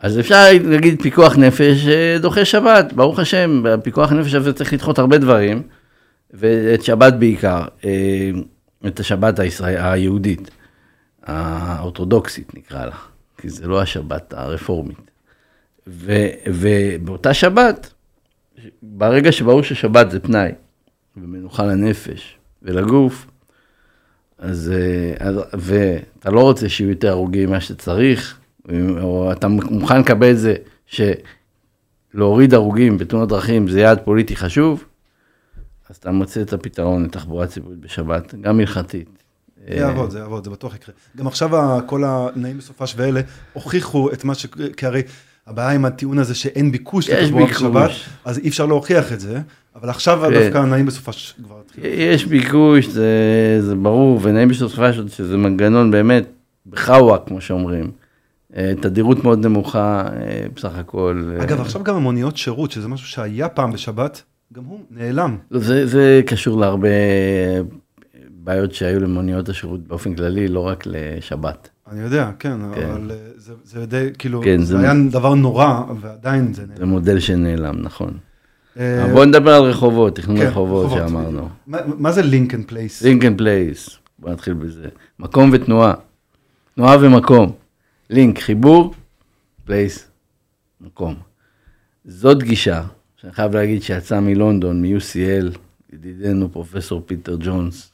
אז אפשר להגיד פיקוח נפש דוחה שבת, ברוך השם, בפיקוח נפש הזה צריך לדחות הרבה דברים, ואת שבת בעיקר, את השבת הישראל, היהודית, האורתודוקסית נקרא לה, כי זה לא השבת הרפורמית. ו, ובאותה שבת, ברגע שברור ששבת זה פנאי, ומנוחה לנפש ולגוף, אז, אז, ואתה לא רוצה שיהיו יותר הרוגים מה שצריך, או אתה מוכן לקבל את זה, שלהוריד הרוגים בתאונות דרכים זה יעד פוליטי חשוב, אז אתה מוצא את הפתרון לתחבורה ציבורית בשבת, גם מלכתית. זה יעבוד, זה יעבוד, זה בטוח יקרה. גם עכשיו כל הנעים בסופש ואלה הוכיחו את מה ש... כי הרי הבעיה עם הטיעון הזה שאין ביקוש לתחבורה בשבת, אז אי אפשר להוכיח את זה, אבל עכשיו דווקא הנעים בסופש כבר התחיל. יש ביקוש, זה, זה ברור, ונעים בסופש שזה מנגנון באמת בחווה, כמו שאומרים. תדירות מאוד נמוכה, בסך הכל. אגב, עכשיו גם המוניות שירות, שזה משהו שהיה פעם בשבת, גם הוא נעלם. זה, זה קשור להרבה בעיות שהיו למוניות השירות באופן כללי, לא רק לשבת. אני יודע, כן, כן. אבל זה, זה די, כאילו, כן, זה, זה היה דבר נורא, ועדיין זה נעלם. זה מודל שנעלם, נכון. אבל בואו נדבר על רחובות, תכנון כן, רחובות, רחובות שאמרנו. מה, מה זה לינקן פלייס? לינקן פלייס, בואו נתחיל בזה. מקום ותנועה, תנועה ומקום. לינק, חיבור, פלייס, מקום. זאת גישה, שאני חייב להגיד שיצא מלונדון, מ-יו סי אל, ידידנו פרופסור פיטר ג'ונס,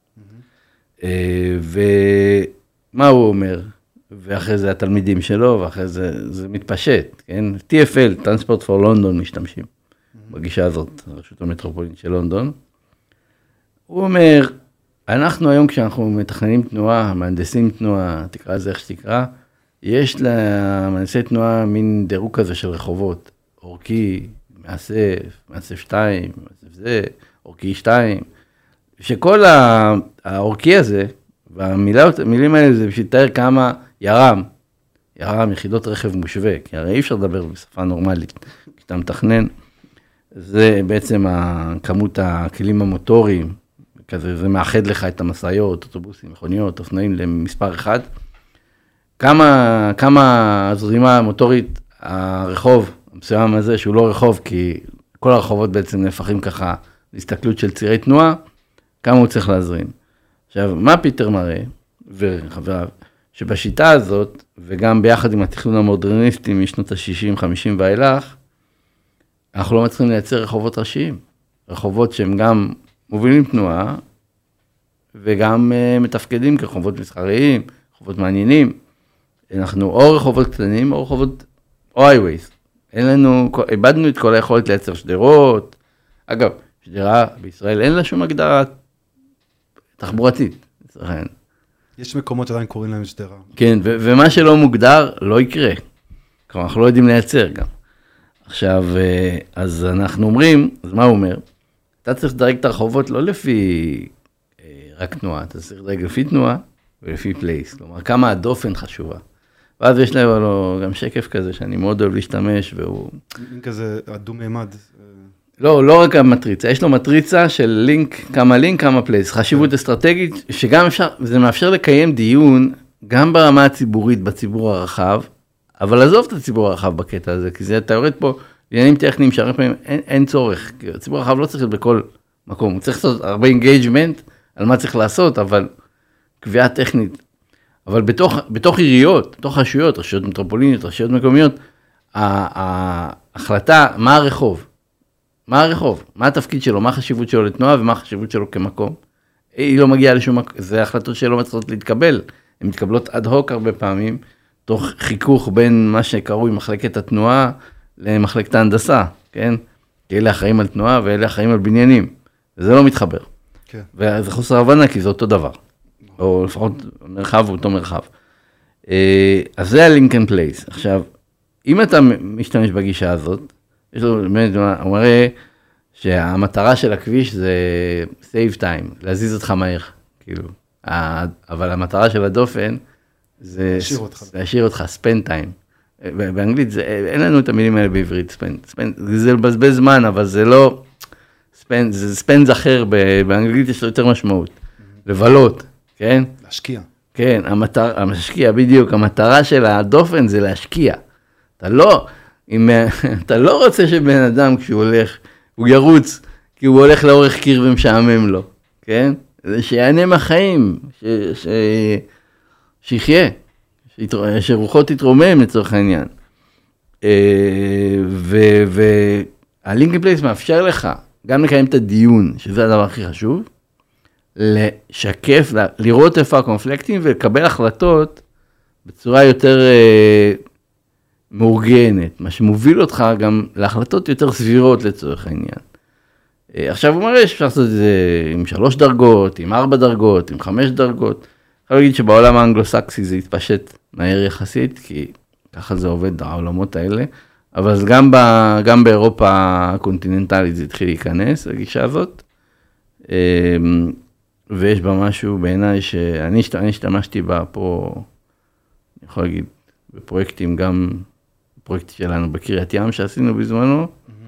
ומה הוא אומר? ואחרי זה התלמידים שלו, ואחרי זה זה מתפשט, כן? טי אף אל, Transport for London, משתמשים בגישה הזאת, הרשות המטרופולינית של לונדון. הוא אומר, אנחנו היום כשאנחנו מתכננים תנועה, מהנדסים תנועה, תקרא זה איך שתקרא, יש למהנדסי תנועה מין דירוג כזה של רחובות, אורכי, מאסף, מאסף שתיים, מאסף זה, אורכי שתיים, שכל האורכי הזה, והמילים האלה זה בשביל לתאר כמה ירם, ירם, יחידות רכב מושווה, כי הרי אי אפשר לדבר בשפה נורמלית, כשאתה מתכנן, זה בעצם כמות הכלים המוטוריים, כזה, זה מאחד לך את המסעיות, אוטובוסים, מכוניות, אופנועים למספר אחד, כמה, כמה זרימה מוטורית הרחוב המסוים הזה, שהוא לא רחוב, כי כל הרחובות בעצם נהפכים ככה להסתכלות של צירי תנועה, כמה הוא צריך להזרים. עכשיו, מה פיטר מראה, וחבריו, שבשיטה הזאת, וגם ביחד עם התכנון המודרניסטי משנות ה-שישים חמישים ואילך, אנחנו לא מצליחים לייצר רחובות ראשיים. רחובות שהם גם מובילים תנועה, וגם uh, מתפקדים כרחובות מסחריים, רחובות מעניינים. אנחנו או רחובות קטנים, או רחובות, או הייווייז. אין לנו, איבדנו את כל היכולת לייצר שדרות. אגב, שדרה בישראל אין לה שום הגדרה תחבורתית. יש מקומות שעדיין קוראים להם שדרה. כן, ו- ומה שלא מוגדר לא יקרה. כלומר, אנחנו לא יודעים לייצר גם. עכשיו, אז אנחנו אומרים, אז מה הוא אומר? אתה צריך לדרג את הרחובות לא לפי אה, רק תנועה, אתה צריך לדרג לפי תנועה ולפי פלייס. כלומר, כמה הדופן חשובה. ואז יש להם לו גם שקף כזה שאני מאוד אוהב להשתמש, והוא... כזה הדו-מימד. לא, לא רק המטריצה, יש לו מטריצה של לינק, כמה לינק, כמה פלייס. חשיבות אסטרטגית, שגם אפשר, זה מאפשר לקיים דיון, גם ברמה הציבורית, בציבור הרחב, אבל עזוב את הציבור הרחב בקטע הזה, כי זה, אתה יורד פה עניינים טכניים שהרבה פעמים אין, אין צורך, כי הציבור הרחב לא צריך להיות בכל מקום, הוא צריך לעשות הרבה אינגייג'מנט על מה צריך לעשות, אבל קביעה טכנית. אבל בתוך, בתוך עיריות, בתוך רשויות, רשויות מטרופוליניות, רשויות מקומיות, ההחלטה, מה הרחוב? מה הרחוב? מה התפקיד שלו? מה החשיבות שלו לתנועה ומה החשיבות שלו כמקום? היא לא מגיעה לשום מקום, זה החלטות שלא מצליחות להתקבל, הן מתקבלות אד הוק הרבה פעמים, תוך חיכוך בין מה שקרוי מחלקת התנועה למחלקת ההנדסה, כן? כי אלה אחראים על תנועה ואלה אחראים על בניינים, וזה לא מתחבר. כן. וזה חוסר הבנה, כי זה אותו דבר, או לפחות מרחב הוא אותו מרחב. אז זה הלינקן פלייס. עכשיו, אם אתה משתמש בגישה הזאת, יש לו, באמת, הוא מראה שהמטרה של הכביש זה save time, להזיז אותך מהר, כאילו. אבל המטרה של הדופן זה להשאיר אותך, spend time. באנגלית, זה, אין לנו את המילים האלה בעברית, spend, spend, זה לבזבז זמן, אבל זה לא, spend, זה spend אחר, באנגלית יש לו יותר משמעות. לבלות, כן? להשקיע. כן, המטרה, המשקיע, בדיוק, המטרה של הדופן זה להשקיע. אתה לא, אם, אתה לא רוצה שבן אדם כשהוא הולך, הוא ירוץ, כי הוא הולך לאורך קיר ומשעמם לו, כן? זה שיענה מהחיים, ש, ש, שיחיה, שיתר, שרוחות יתרומם לצורך העניין. והלינקינג פלייס מאפשר לך גם לקיים את הדיון, שזה הדבר הכי חשוב, לשקף, לראות איפה הקונפלקטים ולקבל החלטות בצורה יותר מאורגנת, מה שמוביל אותך גם להחלטות יותר סבירות לצורך העניין. עכשיו הוא מראה שאפשר לעשות את זה עם שלוש דרגות, עם ארבע דרגות, עם חמש דרגות. אני להגיד שבעולם האנגלו-סקסי זה התפשט מהר יחסית, כי ככה זה עובד העולמות האלה, אבל גם, ב, גם באירופה הקונטיננטלית זה התחיל להיכנס, הגישה הזאת, ויש בה משהו בעיניי שאני השתמשתי בה פה, אני יכול להגיד, בפרויקטים, גם פרויקט שלנו בקריית ים שעשינו בזמנו,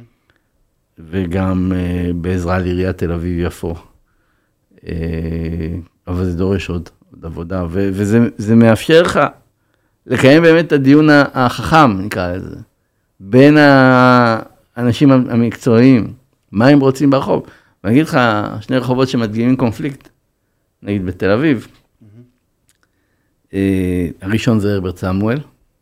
וגם uh, בעזרה לעיריית תל אביב יפו. Uh, אבל זה דורש עוד, עוד עבודה, ו- וזה זה מאפשר לך לקיים באמת את הדיון החכם, נקרא לזה, בין האנשים המקצועיים, מה הם רוצים ברחוב. ואני אגיד לך, שני רחובות שמדגימים קונפליקט, נגיד בתל אביב, uh, הראשון זה הרברט סמואל,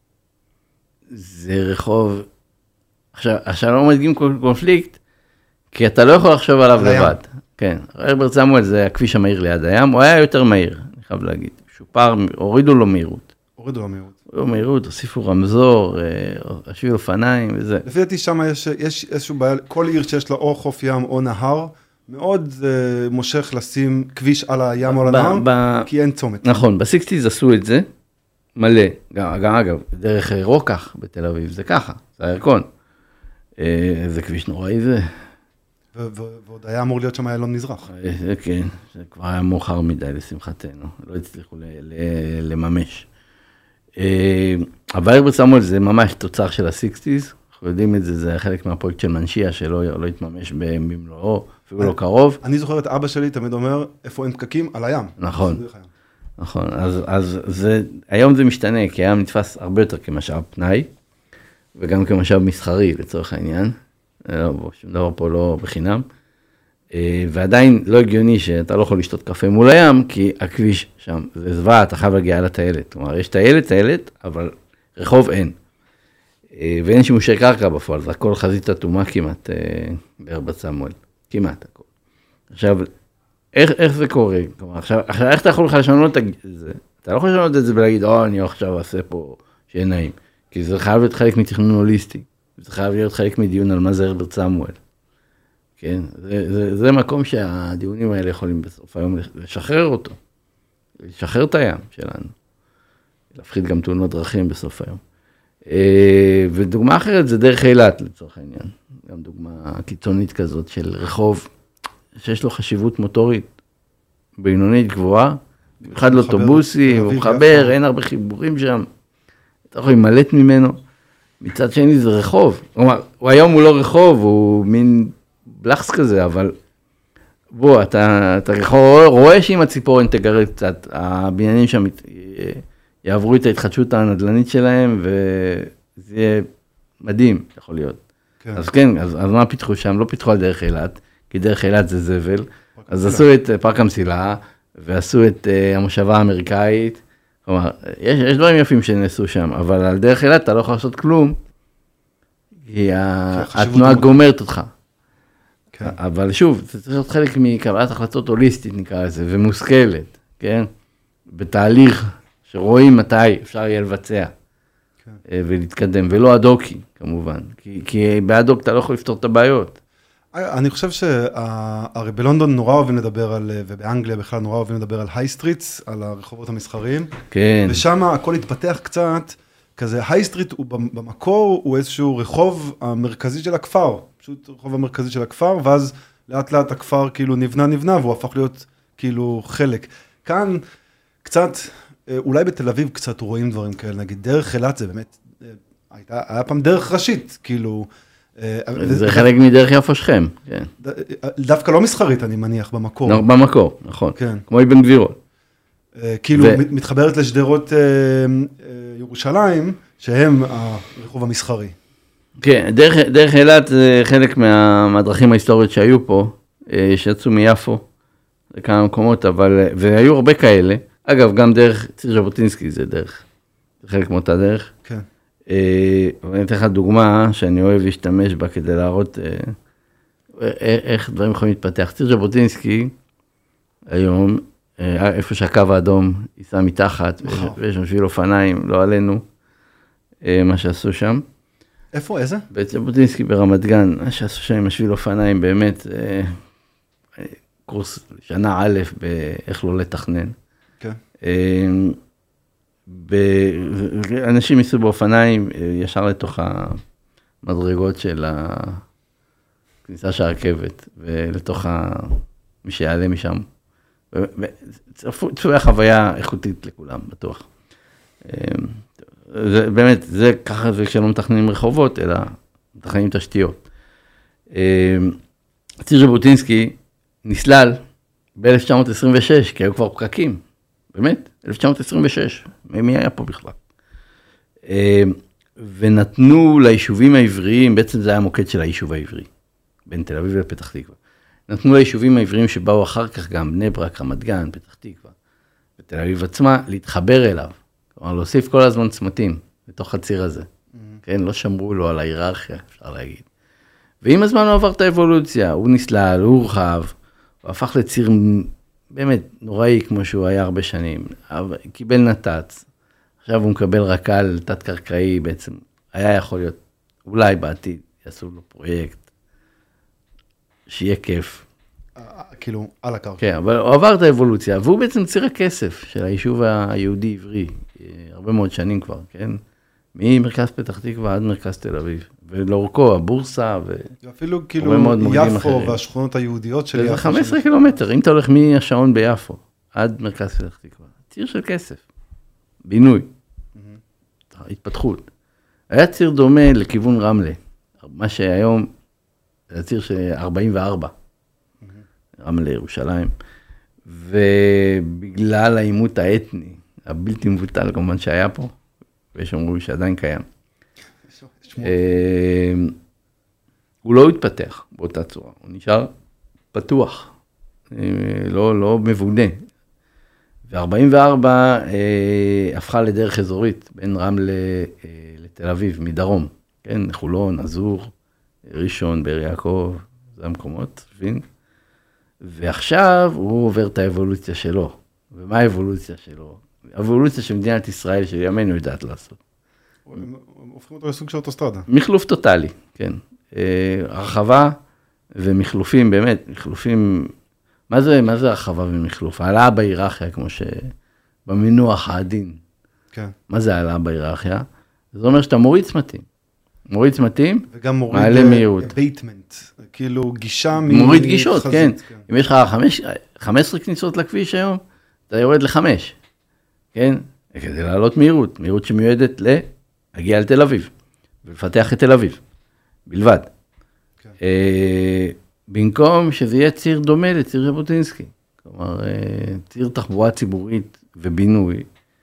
זה רחוב, עכשיו, עכשיו לא מדגים קונפליקט, כי אתה לא יכול לחשוב עליו לבד. כן, הרברט סמואל זה הכביש המהיר ליד הים, הוא היה יותר מהיר, אני חייב להגיד. שופר, הורידו לו מהירות. הורידו לו מהירות. הורידו מהירות, הוסיפו רמזור, השביל אופניים וזה. לפי דעתי שם יש, יש איזשהו בעיה, כל עיר שיש לה או חוף ים או נהר, מאוד uh, מושך לשים כביש על הים או על הנהר, ב- כי אין צומת. נכון, ב-שישים עשו את זה, מלא. גם, גם אגב, דרך רוקח בתל אביב, זה ככה, זה הירקון. זה כביש נוראי זה. ועוד היה אמור להיות שם איילון מזרח. כן, זה כבר היה מאוחר מדי לשמחתנו, לא הצליחו לממש. אבל הרברט סמואל זה ממש תוצר של ה-שישים, אנחנו יודעים את זה, זה חלק מהפרויקט של מנשיה, שלא התממש במלואו, אפילו לא קרוב. אני זוכר את אבא שלי תמיד אומר, איפה אין פקקים? על הים. נכון, נכון, אז היום זה משתנה, כי הים נתפס הרבה יותר כמשאב פנאי, וגם כמשאב מסחרי לצורך העניין, שום דבר פה לא בחינם, ועדיין לא הגיוני שאתה לא יכול לשתות קפה מול הים, כי הכביש שם זה זוועה, אתה חייב להגיע לטיילת, כלומר יש טיילת, טיילת, אבל רחוב אין, ואין שימושי קרקע בפועל, זה הכל חזית אטומה כמעט בהרברט סמואל, כמעט הכל. עכשיו, איך, איך זה קורה? כלומר, עכשיו, עכשיו, איך אתה יכול לשנות את זה? אתה לא יכול לשנות את זה ולהגיד, או, אני עכשיו אעשה פה שיהיה נעים. כי זה חייב להיות חלק מתכנון הוליסטי, זה חייב להיות חלק מדיון על מה זה הרברט סמואל. כן, זה, זה, זה מקום שהדיונים האלה יכולים בסוף היום לשחרר אותו, לשחרר את הים שלנו, להפחית גם תאונות דרכים בסוף היום. ודוגמה אחרת זה דרך אילת לצורך העניין, גם דוגמה קיצונית כזאת של רחוב שיש לו חשיבות מוטורית, בינונית גבוהה, במיוחד לאוטובוסי, הוא מחבר, אין הרבה חיבורים שם, אתה יכול להימלט ממנו, מצד שני זה רחוב, כלומר, היום הוא לא רחוב, הוא מין בלחס כזה, אבל בוא, אתה, אתה רואה שאם הציפורן תגרד קצת, הבניינים שם יעברו את ההתחדשות הנדלנית שלהם, וזה יהיה מדהים, יכול להיות. כן. אז כן, אז, אז מה פיתחו שם? לא פיתחו על דרך אילת, כי דרך אילת זה זבל, אז עשו את פארק המסילה, ועשו את uh, המושבה האמריקאית, כלומר, יש, יש דברים יפים שנעשו שם, אבל על דרך אילת אתה לא יכול לעשות כלום, כי התנועה גומרת אותך. כן. אבל שוב, זה צריך להיות חלק מקבלת החלטות הוליסטית, נקרא לזה, ומושכלת, כן? בתהליך שרואים מתי אפשר יהיה לבצע, כן. ולהתקדם, ולא אדוקי, כמובן, כי, כי באדוק אתה לא יכול לפתור את הבעיות. אני חושב שהרי בלונדון נורא אוהבים לדבר על, ובאנגליה בכלל נורא אוהבים לדבר על היי סטריטס, על הרחובות המסחריים. כן. ושם הכל התפתח קצת, כזה היי סטריט הוא במקור, הוא איזשהו רחוב המרכזי של הכפר, פשוט רחוב המרכזי של הכפר, ואז לאט לאט הכפר כאילו נבנה נבנה, והוא הפך להיות כאילו חלק. כאן קצת, אולי בתל אביב קצת רואים דברים כאלה, נגיד דרך אילת זה באמת, הייתה, היה פעם דרך ראשית, כאילו, זה חלק מדרך יפו שכם, כן. דווקא לא מסחרית, אני מניח, במקור. במקור, נכון. כן. כמו אבן גבירות. כאילו, מתחברת לשדרות ירושלים, שהם הרחוב המסחרי. כן, דרך, דרך אילת זה חלק מה, מהדרכים ההיסטוריות שהיו פה, שיצאו מיפו, לכמה מקומות, אבל, והיו הרבה כאלה. אגב, גם דרך ציר ז'בוטינסקי זה דרך, זה חלק מאותה דרך. כן. אבל אני אתן לך דוגמה שאני אוהב להשתמש בה כדי להראות איך דברים יכולים להתפתח. ציר ז'בוטינסקי, היום, איפה שהקו האדום ייסע מתחת, ויש שם שביל אופניים, לא עלינו, מה שעשו שם. איפה, איזה? בז'בוטינסקי ברמת גן, מה שעשו שם עם השביל אופניים, באמת, קורס שנה א' באיך לא לתכנן. כן. אנשים ייסעו באופניים ישר לתוך המדרגות של הכניסה של הרכבת, ולתוך מי שיעלה משם. צפוי חוויה איכותית לכולם, בטוח. זה, באמת, זה ככה זה כשלא מתכננים רחובות, אלא מתכננים תשתיות. ציר ז'בוטינסקי נסלל ב-אלף תשע מאות עשרים ושש, כי היו כבר פקקים, באמת, אלף תשע מאות עשרים ושש, מי היה פה בכלל? ונתנו ליישובים העבריים, בעצם זה היה המוקד של היישוב העברי, בין תל אביב לפתח תקווה. נתנו ליישובים העבריים שבאו אחר כך גם בני ברק, רמת גן, פתח תקווה, ותל אביב עצמה, להתחבר אליו. כלומר, להוסיף כל הזמן צמתים בתוך הציר הזה. כן, לא שמרו לו על ההיררכיה, אפשר להגיד. ועם הזמן הוא עבר את האבולוציה, הוא נסלל, הוא הורחב, הוא הפך לציר באמת נוראי כמו שהוא היה הרבה שנים. קיבל נת"צ, עכשיו הוא מקבל רק"ל תת-קרקעי, בעצם היה יכול להיות, אולי בעתיד יעשו לו פרויקט, שיהיה כיף. כאילו, על הקרקע. כן, אבל הוא עבר את האבולוציה, והוא בעצם ציר הכסף של היישוב היהודי-עברי, הרבה מאוד שנים כבר, כן? ממרכז פתח תקווה עד מרכז תל אביב, ולאורכו, הבורסה, ו... אפילו כאילו יפו והשכונות היהודיות של יפו. זה חמישה עשר קילומטר, אם אתה הולך מהשעון ביפו, עד מרכז פתח תקווה, ציר של כסף, בינוי, התפתחות. היה ציר דומה לכיוון רמלה, מה שהיום, זה הציר של ארבעים וארבע, רמלה ירושלים, ובגלל העימות האתני, הבלתי מבוטל כמובן שהיה פה, ויש אומרים שעדיין קיים. הוא לא התפתח באותה צורה, הוא נשאר פתוח, לא, לא מבונה. ו-ארבעים וארבע הפכה לדרך אזורית בין רמלה לתל אביב, מדרום, כן, חולון, אזור, ראשון, באר יעקב, זה המקומות, שבין. ועכשיו הוא עובר את האבולוציה שלו. ומה האבולוציה שלו? האבולוציה של מדינת ישראל, שימינו יודעת לעשות. הם הופכים אותו לסוג של אוטוסטרדה. מחלוף טוטלי, כן. הרחבה ומחלופים, באמת, מחלופים, מה זה, מה זה הרחבה ומחלוף? העלאה בהיררכיה, כמו שבמינוח העדין. כן. מה זה העלאה בהיררכיה? זה אומר שאתה מוריד צמתים. מוריד צמתים, וגם מוריד אבייטמנט, כאילו גישה מחזית. מוריד גישות, כן. כן. אם יש לך חמש עשרה כניסות לכביש היום, אתה יורד לחמש. כן? כדי לעלות מהירות, מהירות שמיועדת להגיע לתל אביב, ולפתח את תל אביב, בלבד. כן. אה, במקום שזה יהיה ציר דומה לציר ז'בוטינסקי, כלומר, אה, ציר תחבורה ציבורית ובינוי,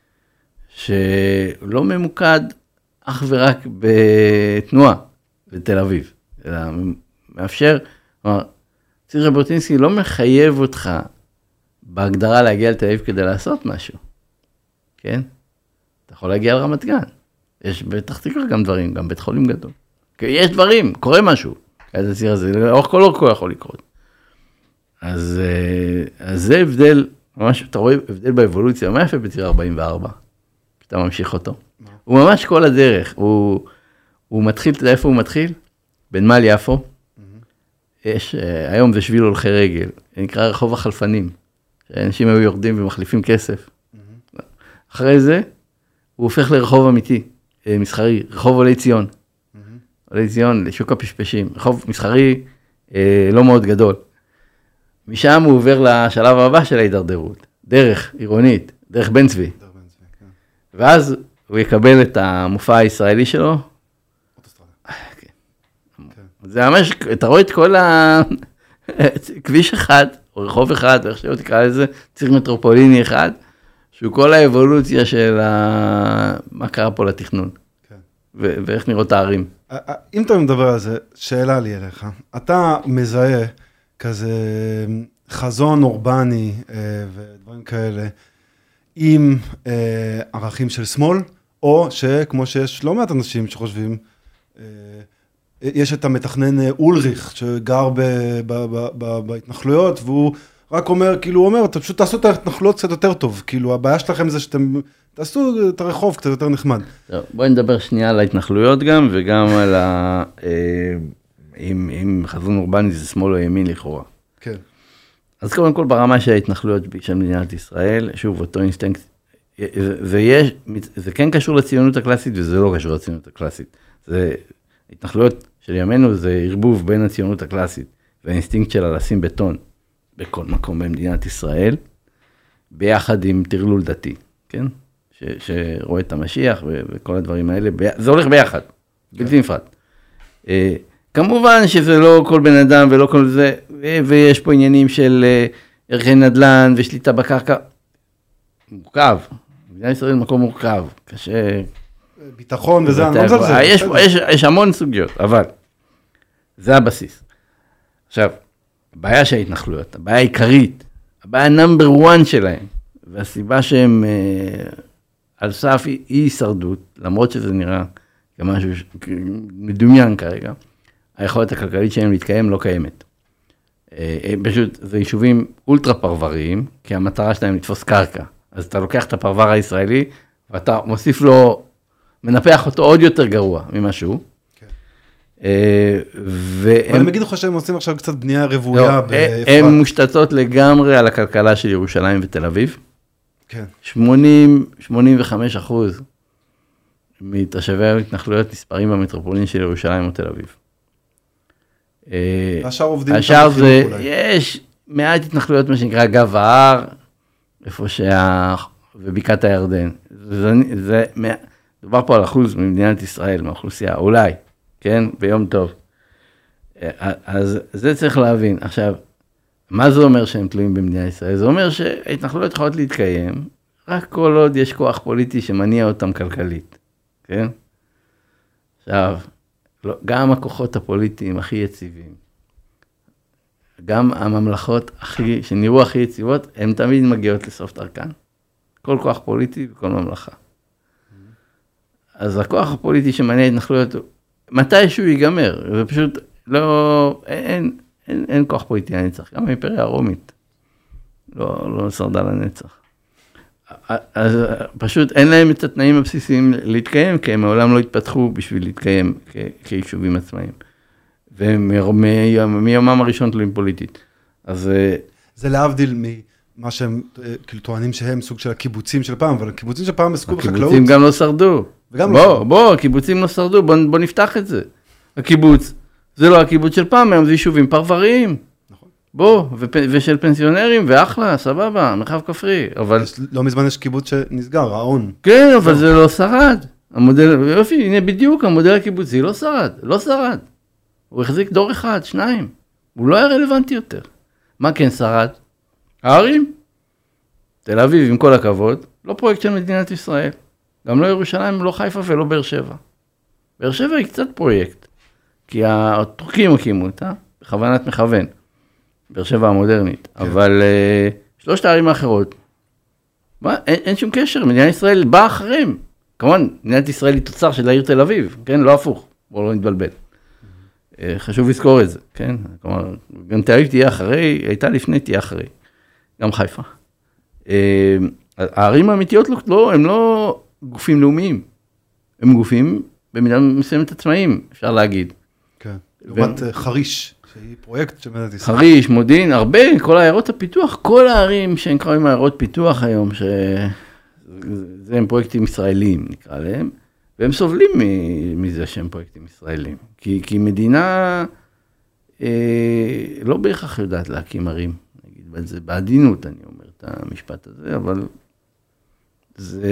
שלא ממוקד אך ורק בתנועה לתל אביב, אלא מאפשר, כלומר, ציר ז'בוטינסקי לא מחייב אותך בהגדרה להגיע לתל אביב כדי לעשות משהו. כן? אתה יכול להגיע לרמת גן. יש בטח תקווה גם דברים, גם בית חולים גדול. יש דברים, קורה משהו. אז הציר הזה, אורך כל אורכו יכול לקרות. אז, אז זה הבדל, ממש, אתה רואה הבדל באבולוציה, מה יפה בציר ארבעים וארבע? שאתה ממשיך אותו. הוא ממש כל הדרך, הוא, הוא מתחיל, אתה יודע איפה הוא מתחיל? בנמל יפו. יש, היום זה שביל הולכי רגל, נקרא רחוב החלפנים. אנשים היו יורדים ומחליפים כסף. אחרי זה, הוא הופך לרחוב אמיתי, מסחרי, רחוב עולי ציון. עולי ציון, לשוק הפשפשים, רחוב מסחרי לא מאוד גדול. משם הוא עובר לשלב הבא של ההידרדרות, דרך עירונית, דרך בן צבי. ואז הוא יקבל את המופע הישראלי שלו. זה ממש, אתה רואה את כל ה... כביש אחד, או רחוב אחד, ואיך שלא תקרא לזה, ציר מטרופוליני אחד, שהוא כל האבולוציה של ה... מה קרה פה לתכנון. כן. ו- ואיך נראות הערים. אם אתה מדבר על זה, שאלה לי אליך. אתה מזהה כזה חזון אורבני ודברים כאלה, עם ערכים של שמאל, או שכמו שיש לא מעט אנשים שחושבים, יש את המתכנן אולריך, שגר ב- ב- ב- ב- בהתנחלויות, והוא רק אומר, כאילו, הוא אומר, אתה פשוט תעשו את ההתנחלויות קצת יותר טוב, כאילו, הבעיה שלכם זה שאתם תעשו את הרחוב קצת יותר נחמד. בואי נדבר שנייה על ההתנחלויות גם, וגם על ה... אם חזון אורבני זה שמאל או ימין לכאורה. כן. אז קודם כל, ברמה של ההתנחלויות של מדינת ישראל, שוב, אותו אינסטינקט, זה יש, זה כן קשור לציונות הקלאסית, וזה לא קשור לציונות הקלאסית. זה, ההתנחלויות של ימינו זה ערבוב בין הציונות הקלאסית, והאינסטינקט שלה לשים בטון בכל מקום במדינת ישראל, ביחד עם תרלול דתי, כן? ש, שרואה את המשיח ו, וכל הדברים האלה, זה הולך ביחד, בלתי נפרד. אה, כמובן שזה לא כל בן אדם ולא כל זה, ויש פה עניינים של ערכי נדל"ן ושליטה בקרקע, מורכב, מדינת ישראל מקום מורכב, קשה. ביטחון וזה, אני לא מזלזל. יש, יש, יש המון סוגיות, אבל זה הבסיס. עכשיו, הבעיה של ההתנחלויות, הבעיה העיקרית, הבעיה נאמבר וואן שלהם, והסיבה שהם אה, על סף אי הישרדות, למרות שזה נראה כמשהו מדומיין כרגע, היכולת הכלכלית שלהם להתקיים לא קיימת. אה, פשוט, זה יישובים אולטרה פרבריים, כי המטרה שלהם לתפוס קרקע. אז אתה לוקח את הפרבר הישראלי, ואתה מוסיף לו, מנפח אותו עוד יותר גרוע ממשהו. אבל הם יגידו לך שהם עושים עכשיו קצת בנייה רבויה באפרת. הן מושתתות לגמרי על הכלכלה של ירושלים ותל אביב. כן. שמונים, שמונים וחמישה אחוז מתושבי ההתנחלויות נספרים במטרופולין של ירושלים ותל אביב. השאר עובדים. השאר זה, יש מעט התנחלויות, מה שנקרא גב ההר, איפה שה... ובקעת הירדן. זה, זה, דובר פה על אחוז ממדינת ישראל, מהאוכלוסייה, אולי. כן, ביום טוב. אז זה צריך להבין. עכשיו, מה זה אומר שהם תלויים במדינת ישראל? זה אומר שההתנחלויות יכולות להתקיים, רק כל עוד יש כוח פוליטי שמניע אותם כלכלית. כן? עכשיו, לא, גם הכוחות הפוליטיים הכי יציבים, גם הממלכות הכי, שנראו הכי יציבות, הן תמיד מגיעות לסוף דרכן. כל כוח פוליטי וכל ממלכה. אז הכוח הפוליטי שמניע התנחלויות, מתי שהוא ייגמר, זה פשוט לא, אין, אין, אין כוח פוליטי לנצח, גם האימפריה הרומית, לא, לא שרדה לנצח. אז פשוט אין להם את התנאים הבסיסיים להתקיים, כי הם מעולם לא התפתחו בשביל להתקיים כ- כיישובים עצמאיים. ומיומם הראשון תלויים פוליטית. אז... זה להבדיל ממה שהם כאילו טוענים שהם סוג של הקיבוצים של פעם, אבל הקיבוצים של פעם עסקו בחקלאות. הקיבוצים גם לא שרדו. בוא, בוא, הקיבוצים לא שרדו, בוא, בוא נפתח את זה. הקיבוץ, זה לא הקיבוץ של פעם, היום זה יישובים פרבריים. נכון. בוא, ופ, ושל פנסיונרים, ואחלה, סבבה, מרחב כפרי, אבל... לא מזמן יש קיבוץ שנסגר, העון. כן, אבל זה לא שרד. המודל, יופי, הנה בדיוק, המודל הקיבוצי לא שרד, לא שרד. הוא החזיק דור אחד, שניים. הוא לא היה רלוונטי יותר. מה כן שרד? הערים. תל אביב, עם כל הכבוד, לא פרויקט של מדינת ישראל. גם לא ירושלים, לא חיפה ולא באר שבע. באר שבע היא קצת פרויקט, כי הטורקים הקימו אותה, בכוונת מכוון, באר שבע המודרנית, כן. אבל uh, שלושת הערים האחרות, מה, אין, אין שום קשר, מדינת ישראל באה אחריהם. כמובן, מדינת ישראל היא תוצר של העיר תל אביב, כן? לא הפוך, בואו לא נתבלבל. Mm-hmm. Uh, חשוב לזכור את זה, כן? כלומר, גם תל אביב תהיה אחרי, הייתה לפני, תהיה אחרי. גם חיפה. Uh, הערים האמיתיות לא, הם לא... גופים לאומיים, הם גופים במידה מסוימת עצמאיים, אפשר להגיד. כן, לעומת חריש, שהיא פרויקט של מדינת ישראל. חריש, מודיעין, הרבה, כל העיירות הפיתוח, כל הערים שהם קוראים העיירות פיתוח היום, שזה הם פרויקטים ישראלים, נקרא להם, והם סובלים מזה שהם פרויקטים ישראלים. כי, כי מדינה אה, לא בהכרח יודעת להקים ערים, נגיד, זה בעדינות, אני אומר את המשפט הזה, אבל... זה,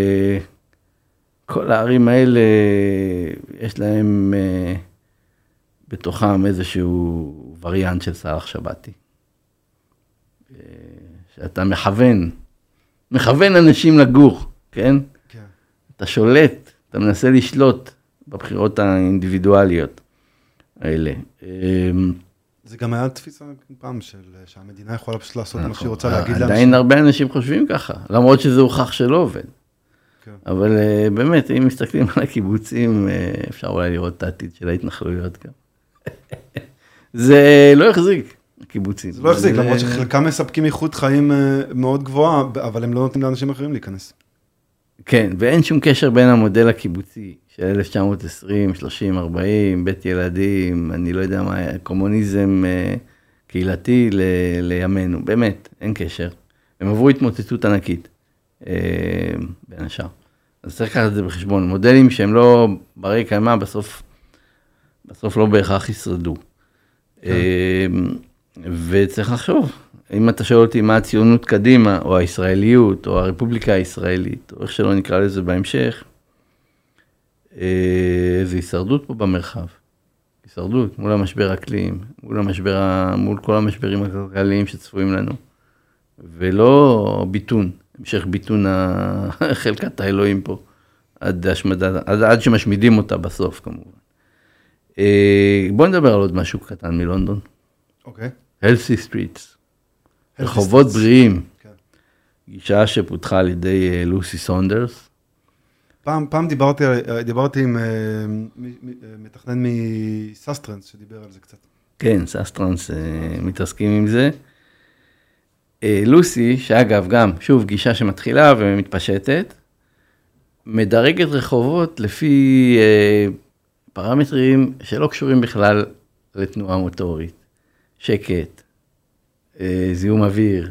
כל הערים האלה, יש להם uh, בתוכם איזשהו וריאנט של סאלח שבתי. Uh, שאתה מכוון, מכוון אנשים לגור, כן? כן. אתה שולט, אתה מנסה לשלוט בבחירות האינדיבידואליות האלה. זה גם היה תפיסה פעם של שהמדינה יכולה פשוט לעשות מה שהיא רוצה להגיד לאנשים. עדיין הרבה אנשים חושבים ככה, למרות שזה הוכח שלא עובד. אבל באמת, אם מסתכלים על הקיבוצים, אפשר אולי לראות את העתיד של ההתנחלויות גם. זה לא יחזיק, הקיבוצים. זה לא יחזיק, למרות שחלקם מספקים איכות חיים מאוד גבוהה, אבל הם לא נותנים לאנשים אחרים להיכנס. כן, ואין שום קשר בין המודל הקיבוצי של אלף תשע מאות עשרים, שלושים, ארבעים, בית ילדים, אני לא יודע מה, קומוניזם קהילתי לימינו, באמת, אין קשר. הם עברו התמוטטות ענקית. בין השאר. אז צריך לקחת את זה בחשבון. מודלים שהם לא ברי קיימא, בסוף, בסוף לא בהכרח ישרדו. וצריך לחשוב, אם אתה שואל אותי מה הציונות קדימה, או הישראליות, או הרפובליקה הישראלית, או איך שלא נקרא לזה בהמשך, זה הישרדות פה במרחב. הישרדות מול המשבר אקלים, מול המשבר, מול כל המשברים הכלכליים שצפויים לנו. ולא ביטון. המשך ביטון חלקת האלוהים פה, עד, השמדה, עד, עד שמשמידים אותה בסוף כמובן. בואו נדבר על עוד משהו קטן מלונדון. אוקיי. Healthy Streets. רחובות בריאים. כן. גישה שפותחה על ידי לוסי סונדרס. פעם, פעם דיברתי, דיברתי עם מתכנן מססטרנס שדיבר על זה קצת. כן, ססטרנס מתעסקים עם זה. לוסי, שאגב גם, שוב, גישה שמתחילה ומתפשטת, מדרגת רחובות לפי אה, פרמטרים שלא קשורים בכלל לתנועה מוטורית. שקט, אה, זיהום אוויר,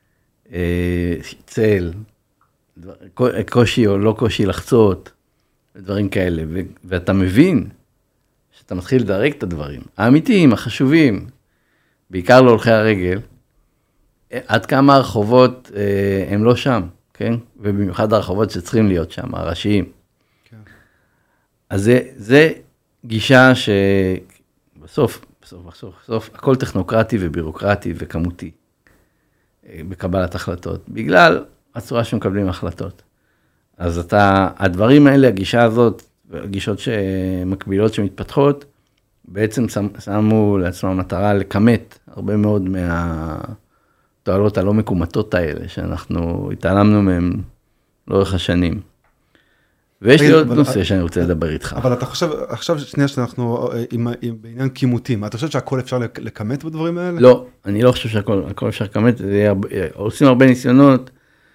אה, צל, דבר, קושי או לא קושי לחצות, דברים כאלה. ו- ואתה מבין שאתה מתחיל לדרג את הדברים. האמיתיים, החשובים, בעיקר להולכי הרגל, עד כמה הרחובות אה, הם לא שם, כן? ובמיוחד הרחובות שצריכים להיות שם, הראשיים. כן. אז זה, זה גישה שבסוף, בסוף, בסוף, בסוף, הכל טכנוקרטי ובירוקרטי וכמותי, אה, בקבלת החלטות, בגלל הצורה שמקבלים החלטות. אז אתה, הדברים האלה, הגישה הזאת, הגישות שמקבילות שמתפתחות, בעצם שמו לעצמם מטרה לקמת הרבה מאוד מה... תועלות הלא מקומתות האלה, שאנחנו התעלמנו מהם לאורך השנים. ויש לי עוד נושא שאני רוצה לדבר איתך. אבל אתה חושב, עכשיו שנייה שאנחנו בעניין כימותים, אתה חושב שהכל אפשר לקמת בדברים האלה? לא, אני לא חושב שהכל אפשר לקמת, עושים הרבה ניסיונות,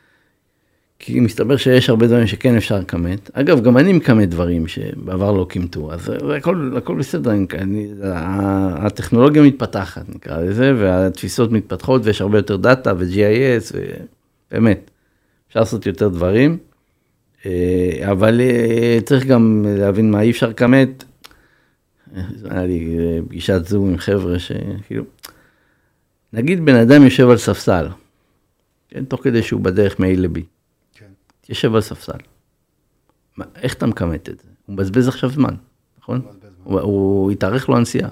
כי מסתבר שיש הרבה דברים שכן אפשר לקמת. אגב, גם אני מקמת דברים שבעבר לא קימתו, אז הכל בסדר, הטכנולוגיה מתפתחת, נקרא לזה, והתפיסות מתפתחות, ויש הרבה יותר דאטה ו-ג'י איי אס, ובאמת, אפשר לעשות יותר דברים, אבל צריך גם להבין מה אי אפשר לקמת. היה לי פגישת זום עם חבר'ה שכאילו, נגיד בן אדם יושב על ספסל, תוך כדי שהוא בדרך מ-A ל-B. יושב על ספסל. מה, איך אתה מקמת את זה? הוא מבזבז עכשיו זמן, נכון? הוא, הוא יתארך לו הנסיעה.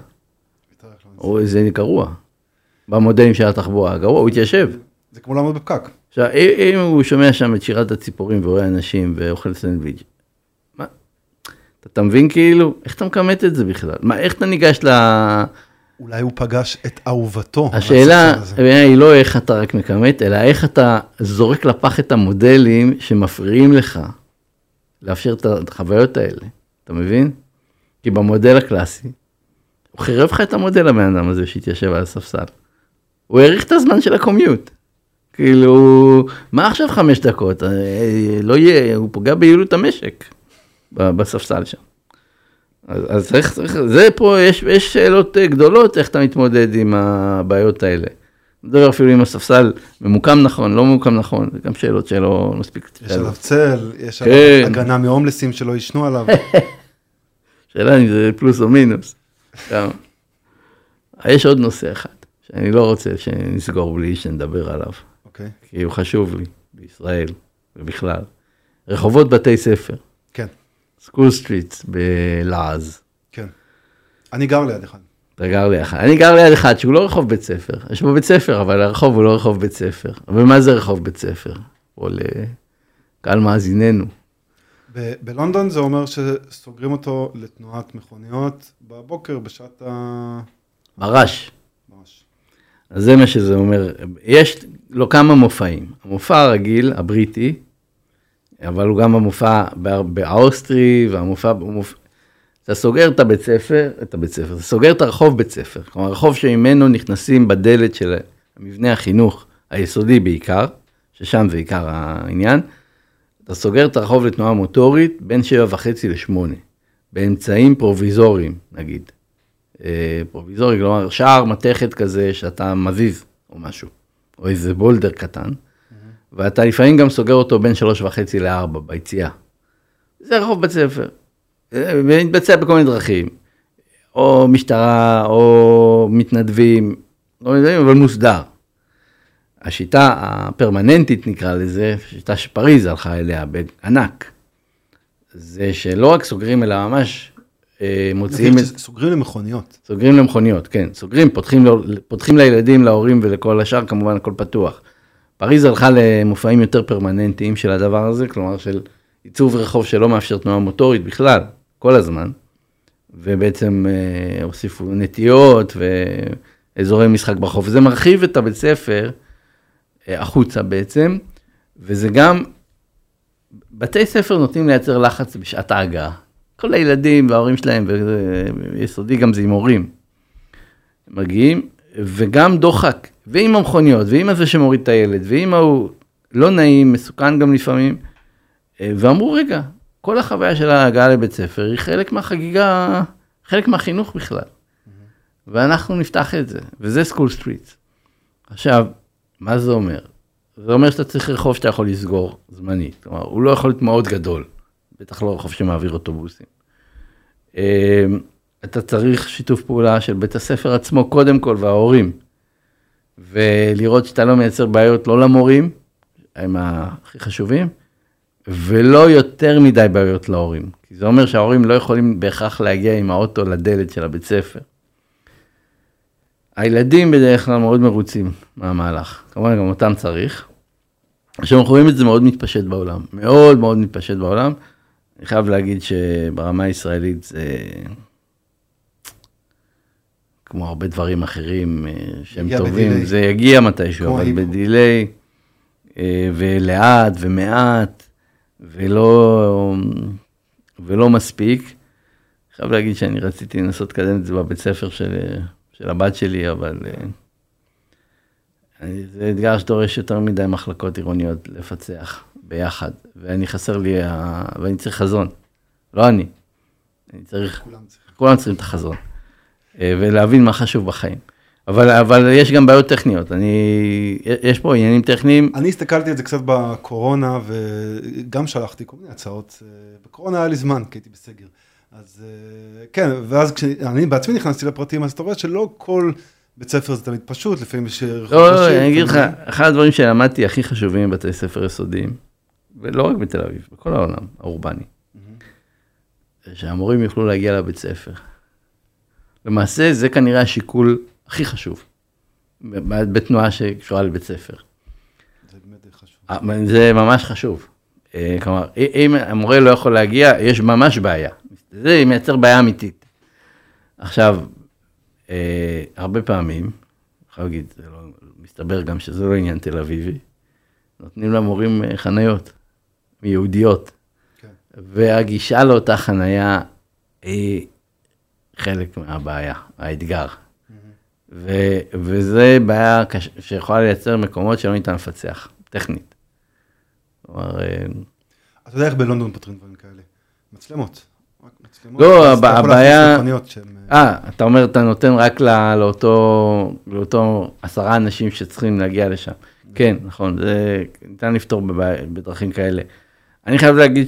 או זה גרוע. במודלים של התחבורה, גרוע, הוא יתיישב. זה כמו לעמוד בפקק. עכשיו, אם הוא שומע שם את שירת הציפורים ורואה אנשים ואוכל סנדוויץ', מה? אתה מבין כאילו, איך אתה מקמת את זה בכלל? מה, איך אתה ניגש ל... אולי הוא פגש את אהובתו. השאלה היא לא איך אתה רק מקמת, אלא איך אתה זורק לפח את המודלים שמפריעים לך לאפשר את החוויות האלה. אתה מבין? כי במודל הקלאסי, הוא חירב לך את המודל הבן אדם הזה שהתיישב על הספסל. הוא העריך את הזמן של הקומיוט. כאילו, מה עכשיו חמש דקות? לא יהיה, הוא פוגע ביעילות המשק בספסל שם. אז, אז צריך, צריך, זה פה, יש, יש שאלות גדולות, איך אתה מתמודד עם הבעיות האלה. מדבר אפילו עם הספסל, ממוקם נכון, לא ממוקם נכון, זה גם שאלות שלא מספיק. יש עליו צל, יש עליו הגנה מהומלסים שלא ישנו עליו. שאלה אם זה פלוס או מינוס. יש עוד נושא אחד, שאני לא רוצה שנסגור בלי שנדבר עליו. אוקיי. כי הוא חשוב לי, בישראל ובכלל. רחובות בתי ספר. כן. סקול סטריטס בלעז. כן. אני גר ליד אחד. אתה גר ליד אחד. אני גר ליד אחד שהוא לא רחוב בית ספר. יש בו בית ספר, אבל הרחוב הוא לא רחוב בית ספר. אבל מה זה רחוב בית ספר? או לקהל מאזיננו. בלונדון זה אומר שסוגרים אותו לתנועת מכוניות בבוקר בשעת ה... ברש. ממש. אז זה מה שזה אומר. יש לו כמה מופעים. המופע הרגיל, הבריטי, אבל הוא גם המופע באוסטרי, והמופע... אתה סוגר את הבית ספר, את הבית ספר, אתה סוגר את הרחוב בית ספר. כלומר, הרחוב שממנו נכנסים בדלת של המבנה החינוך היסודי בעיקר, ששם זה עיקר העניין, אתה סוגר את הרחוב לתנועה מוטורית בין שבע וחצי לשמונה, באמצעים פרוביזוריים, נגיד. פרוביזורי, כלומר, שער מתכת כזה שאתה מזיז או משהו, או איזה בולדר קטן, ואתה לפעמים גם סוגר אותו בין שלוש וחצי לארבע ביציאה. זה רחוב בית ספר. ומתבצע בכל מיני דרכים, או משטרה, או מתנדבים, אבל מוסדר. השיטה הפרמננטית נקרא לזה, שיטה שפריז הלכה אליה בענק, זה שלא רק סוגרים, אלא ממש מוציאים... סוגרים למכוניות. סוגרים למכוניות, כן. סוגרים, פותחים, פותחים לילדים, להורים ולכל השאר, כמובן הכל פתוח. פריז הלכה למופעים יותר פרמננטיים של הדבר הזה, כלומר של עיצוב רחוב שלא מאפשר תנועה מוטורית בכלל, כל הזמן, ובעצם אה, הוסיפו נטיות ואזורי משחק ברחוב. זה מרחיב את הבית ספר אה, החוצה בעצם, וזה גם, בתי ספר נותנים לייצר לחץ בשעת ההגעה. כל הילדים וההורים שלהם, ויסודי גם זה עם הורים, מגיעים, וגם דוחק, ועם המכוניות, ועם הזה שמוריד את הילד, ועם ההוא לא נעים, מסוכן גם לפעמים, ואמרו, רגע, כל החוויה של ההגעה לבית ספר היא חלק מהחגיגה, חלק מהחינוך בכלל. Mm-hmm. ואנחנו נפתח את זה, וזה סקול סטריט. עכשיו, מה זה אומר? זה אומר שאתה צריך רחוב שאתה יכול לסגור זמנית. כלומר, הוא לא יכול להיות מאוד גדול, בטח לא רחוב שמעביר אוטובוסים. אתה צריך שיתוף פעולה של בית הספר עצמו, קודם כל, וההורים, ולראות שאתה לא מייצר בעיות, לא למורים, הם הכי חשובים, ולא יותר מדי בעיות להורים. כי זה אומר שההורים לא יכולים בהכרח להגיע עם האוטו לדלת של הבית ספר. הילדים בדרך כלל מאוד מרוצים מהמהלך. כמובן גם אותם צריך. כשאנחנו רואים את זה מאוד מתפשט בעולם. מאוד מאוד מתפשט בעולם. אני חייב להגיד שברמה הישראלית זה כמו הרבה דברים אחרים שהם טובים. בדילי. זה יגיע מתישהו, אבל בדילי ולאט ומעט. ולא, ולא מספיק. אני חייב להגיד שאני רציתי לנסות לקדם את זה בבית ספר של, של הבת שלי, אבל זה אתגר שדורש יותר מדי מחלקות עירוניות לפצח ביחד, ואני חסר לי, ואני צריך חזון. לא אני. אני צריך, כולם צריכים. כולם צריכים את החזון. ולהבין מה חשוב בחיים. אבל, אבל יש גם בעיות טכניות, אני, יש פה עניינים טכניים. אני הסתכלתי את זה קצת בקורונה, וגם שלחתי כל מיני הצעות. בקורונה היה לי זמן, כי הייתי בסגר. אז כן, ואז כשאני בעצמי נכנסתי לפרטים, אז אתה רואה שלא כל בית ספר זה תמיד פשוט, לפעמים יש רחוב לא, לא, אני אגיד לך, אחד הדברים שלמדתי הכי חשובים בבתי ספר יסודיים, ולא רק בתל אביב, בכל העולם, האורבני, שהמורים יוכלו להגיע לבית ספר. למעשה, זה כנראה השיקול הכי חשוב, בתנועה שקשורה לבית ספר. זה באמת חשוב. זה ממש חשוב. כלומר, אם המורה לא יכול להגיע, יש ממש בעיה. זה מייצר בעיה אמיתית. עכשיו, הרבה פעמים, יכול להגיד, זה לא, מסתבר גם שזה לא עניין תל אביבי, נותנים למורים חניות, מיהודיות. כן. והגישה לאותה חניה היא חלק מהבעיה, האתגר. ו- וזה בעיה קש- שיכולה לייצר מקומות שלא ניתן לפצח, טכנית. כלומר... אתה יודע איך בלונדון פותרים דברים כאלה? מצלמות. מצלמות. לא, הבעיה... אה, אתה אומר, אתה נותן רק לא- לאותו, לאותו עשרה אנשים שצריכים להגיע לשם. כן, נכון, זה ניתן לפתור בבעיה, בדרכים כאלה. אני חייב להגיד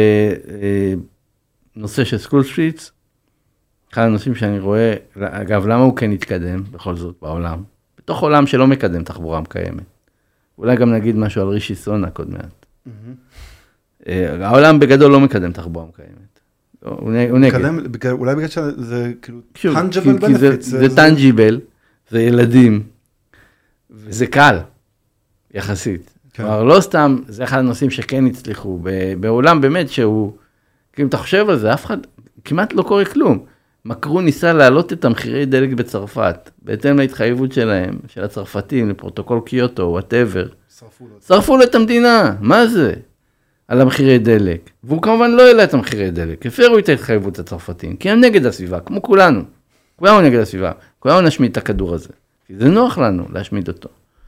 שנושא של סקול סטריטס, אחד הנושאים שאני רואה, אגב, למה הוא כן יתקדם בכל זאת בעולם? בתוך עולם שלא מקדם תחבורה מקיימת. אולי גם נגיד משהו על רישי סונאק עוד מעט. העולם בגדול לא מקדם תחבורה מקיימת. הוא נגד. אולי בגלל שזה כאילו טנג'יבל בנפיט. זה טנג'יבל, זה ילדים, וזה קל, יחסית. כלומר, לא סתם, זה אחד הנושאים שכן הצליחו, בעולם באמת שהוא, אם אתה חושב על זה, אף אחד, כמעט לא קורה כלום. מקרון ניסה להעלות את המחירי דלק בצרפת, בהתאם להתחייבות שלהם, של הצרפתים, לפרוטוקול קיוטו, whatever. שרפו לו. שרפו לו את המדינה, מה זה? על המחירי דלק. והוא כמובן לא העלה את המחירי דלק, הפרו את ההתחייבות הצרפתים, כי הם נגד הסביבה, כמו כולנו. כולנו נגד הסביבה, כולנו נשמיד את הכדור הזה. כי זה נוח לנו להשמיד אותו.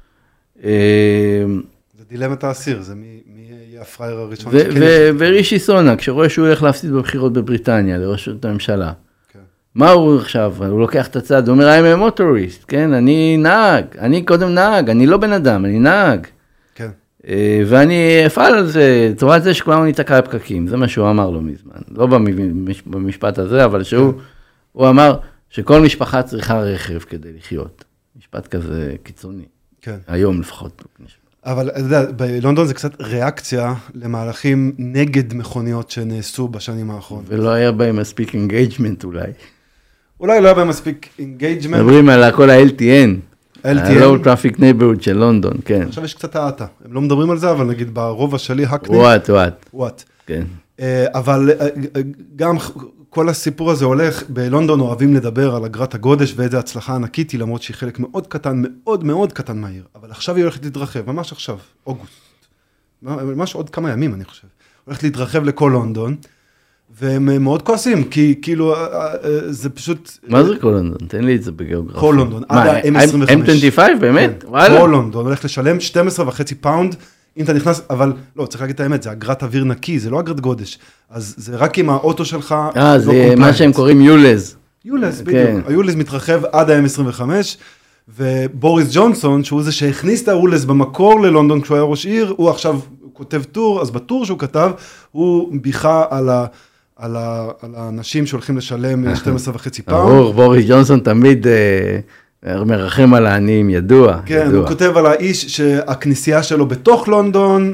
זה דילמת האסיר, זה מי יהיה הפרייר הראשון. ורישי סונאק, שרואה שהוא הולך להפסיד בבחירות בבריטניה, לראשות הממשלה. מה הוא עכשיו? הוא לוקח את הצד, הוא אומר, I'm a motorist, כן? אני נהג, אני קודם נהג, אני לא בן אדם, אני נהג. כן. ואני אפעל על זה, תורת זה שכולנו ניתקע בפקקים, זה מה שהוא אמר לו מזמן. לא במשפט הזה, אבל שהוא אמר שכל משפחה צריכה רכב כדי לחיות. משפט כזה קיצוני. כן. היום לפחות. אבל אתה יודע, בלונדון זה קצת ריאקציה למהלכים נגד מכוניות שנעשו בשנים האחרונות. ולא היה בהם מספיק אינגייג'מנט אולי. אולי לא היה בהם מספיק אינגייג'מנט. מדברים על הכל ה-אל טי אן. אל טי אן. ה-Low Traffic Neighborhood של לונדון, כן. עכשיו יש קצת האטה. הם לא מדברים על זה, אבל נגיד ברוב השלי הקני. וואט, וואט. וואט. כן. אבל גם כל הסיפור הזה הולך, בלונדון אוהבים לדבר על אגרת הגודש ואיזה הצלחה ענקית היא, למרות שהיא חלק מאוד קטן, מאוד מאוד קטן מהעיר. אבל עכשיו היא הולכת להתרחב, ממש עכשיו, אוגוסט. ממש עוד כמה ימים, אני חושב. הולכת להתרחב לכל לונדון, והם מאוד כועסים, כי כאילו זה פשוט... מה זה כל לונדון? תן לי את זה בגיאוגרפיה. כל לונדון, עד ה-אם עשרים וחמש. אם עשרים וחמש באמת? כן, כל לונדון, הולך לשלם שתים עשרה וחצי פאונד, אם אתה נכנס, אבל לא, צריך להגיד את האמת, זה אגרת אוויר נקי, זה לא אגרת גודש, אז זה רק אם האוטו שלך... אה, זה מה שהם קוראים יולז. יולז, בדיוק. היולז מתרחב עד ה-אם עשרים וחמש, ובוריס ג'ונסון, שהוא זה שהכניס את היולז במקור ללונדון כשהוא היה ראש עיר, הוא עכשיו כותב טור, אז בטור שהוא כתב, הוא ביחה על ה... על האנשים שהולכים לשלם שתים עשרה וחצי פאונד. ברור, בוריס ג'ונסון תמיד מרחם על העניים, ידוע. כן, הוא כותב על האיש שהכנסייה שלו בתוך לונדון,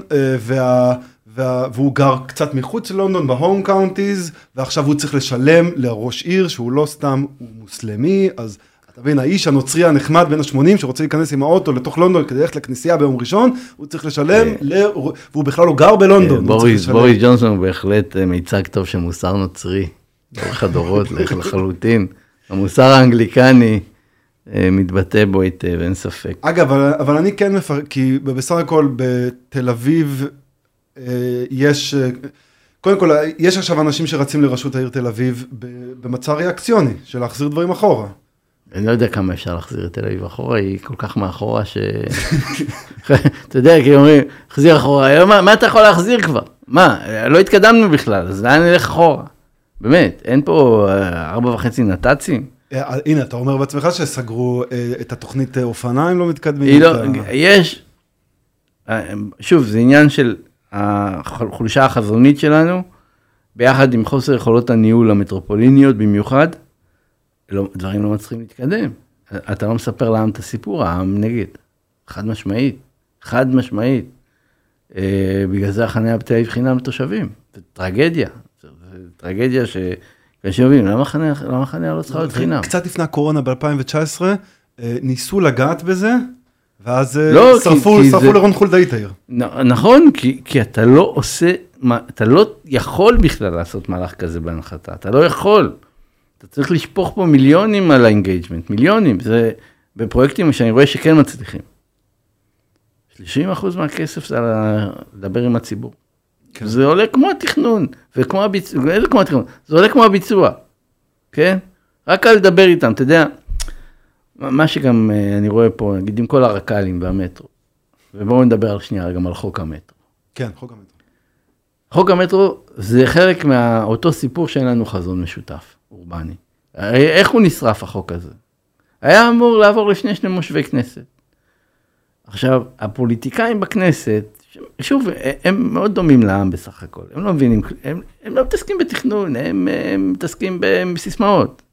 והוא גר קצת מחוץ ללונדון, בהום קאונטיז, ועכשיו הוא צריך לשלם לראש עיר, שהוא לא סתם, הוא מוסלמי, אז אתה מבין, האיש הנוצרי הנחמד בין ה-שמונים, שרוצה להיכנס עם האוטו לתוך לונדון, כדי ללכת לכנסייה ביום ראשון, הוא צריך לשלם, והוא בכלל לא גר בלונדון. בוריס ג'ונסון הוא בהחלט מיצג טוב של מוסר נוצרי, לאורך הדורות, לחלוטין. המוסר האנגליקני מתבטא בו היטב, אין ספק. אגב, אבל אני כן מפרק, כי בסך הכל בתל אביב יש... קודם כל, יש עכשיו אנשים שרצים לרשות העיר תל אביב במצע ריאקציוני, של להחזיר דברים אחורה. אני לא יודע כמה אפשר להחזיר את תל אביב אחורה, היא כל כך מאחורה ש... אתה יודע, כי אומרים, חזיר אחורה, מה, מה אתה יכול להחזיר כבר? מה, לא התקדמנו בכלל, אז לאן נלך אחורה? באמת, אין פה ארבע וחצי נת"צים? הנה, אתה אומר בעצמך שסגרו את התוכנית אופניים, לא מתקדמים? היא לא, יש, שוב, זה עניין של החולשה החזונית שלנו, ביחד עם חוסר יכולות הניהול המטרופוליניות במיוחד, לא, דברים לא מצליחים להתקדם. אתה לא מספר לעם את הסיפור, העם נגד. חד משמעית. חד משמעית. אה, בגלל זה החניה בתל אביב חינם לתושבים. זה טרגדיה. זה, זה טרגדיה ש... כשאומרים, למה החניה, למה החניה לא צריכה להיות חינם? קצת לפני הקורונה ב-אלפיים תשע עשרה, אה, ניסו לגעת בזה, ואז לא, שרפו, כי, כי שרפו זה... לרון חולדאי את העיר. נכון, כי, כי אתה לא עושה, אתה לא יכול בכלל לעשות מהלך כזה בהנחתה. אתה לא יכול. אתה צריך לשפוך פה מיליונים על האינגייג'מנט, מיליונים, זה בפרויקטים שאני רואה שכן מצליחים. שלושים אחוז מהכסף זה לדבר עם הציבור. כן. זה עולה כמו התכנון, וכמו הביצוע, זה כמו התכנון, זה עולה כמו הביצוע, כן? רק על לדבר איתם, אתה יודע, מה שגם אני רואה פה, נגיד עם כל הרקלים והמטרו, ובואו נדבר על שנייה גם על חוק המטרו. כן, חוק המטרו. חוק המטרו זה חלק מאותו סיפור שאין לנו חזון משותף. אורבני. איך הוא נשרף החוק הזה? היה אמור לעבור לפני שני מושבי כנסת. עכשיו, הפוליטיקאים בכנסת, שוב, הם מאוד דומים לעם בסך הכל. הם לא מבינים, הם, הם לא מתעסקים בתכנון, הם, הם מתעסקים בסיסמאות.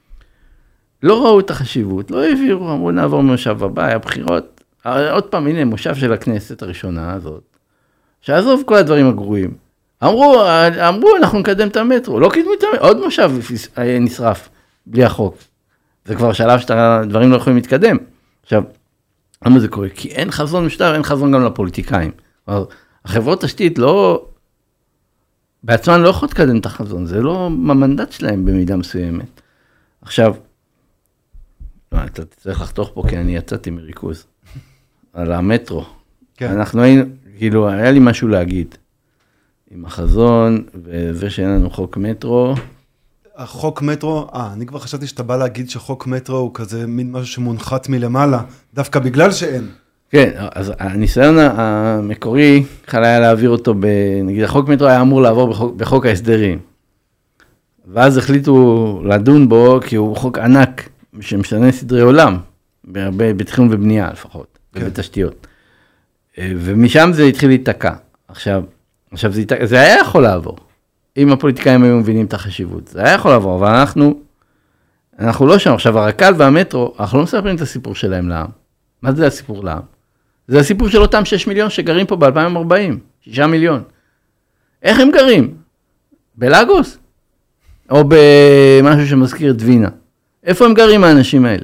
לא ראו את החשיבות, לא העבירו, אמרו נעבור מושב הבא, היה בחירות. עוד פעם, הנה, מושב של הכנסת הראשונה הזאת. שעזוב כל הדברים הגרועים. אמרו, אמרו, אנחנו נקדם את המטרו, לא קדמו את המטרו, עוד מושב נשרף, בלי החוק. זה כבר שלב שהדברים לא יכולים להתקדם. עכשיו, למה זה קורה? כי אין חזון משותף, אין חזון גם לפוליטיקאים. כלומר, החברות תשתית לא, בעצמן לא יכולות לקדם את החזון, זה לא המנדט שלהם במידה מסוימת. עכשיו, אתה צריך לחתוך פה, כי אני יצאתי מריכוז, על המטרו. כן. אנחנו היינו, כאילו, היה לי משהו להגיד, עם החזון, וזה שאין לנו חוק מטרו. החוק מטרו, אה, אני כבר חשבתי שאתה בא להגיד שחוק מטרו הוא כזה מין משהו שמונחת מלמעלה, דווקא בגלל שאין. כן, אז הניסיון המקורי, חל היה להעביר אותו, נגיד, החוק מטרו היה אמור לעבור בחוק, בחוק ההסדרים. ואז החליטו לדון בו, כי הוא חוק ענק, שמשנה סדרי עולם, בתכנון ובנייה לפחות, כן. ובתשתיות. ומשם זה התחיל להתקע. עכשיו, עכשיו זה, זה היה יכול לעבור, אם הפוליטיקאים היו מבינים את החשיבות, זה היה יכול לעבור, אבל אנחנו, אנחנו לא שם. עכשיו, הרק"ל והמטרו, אנחנו לא מספרים את הסיפור שלהם לעם. מה זה הסיפור לעם? זה הסיפור של אותם שישה מיליון שגרים פה ב-אלפיים וארבעים, שישה מיליון. איך הם גרים? בלאגוס? או במשהו שמזכיר את וינה? איפה הם גרים האנשים האלה?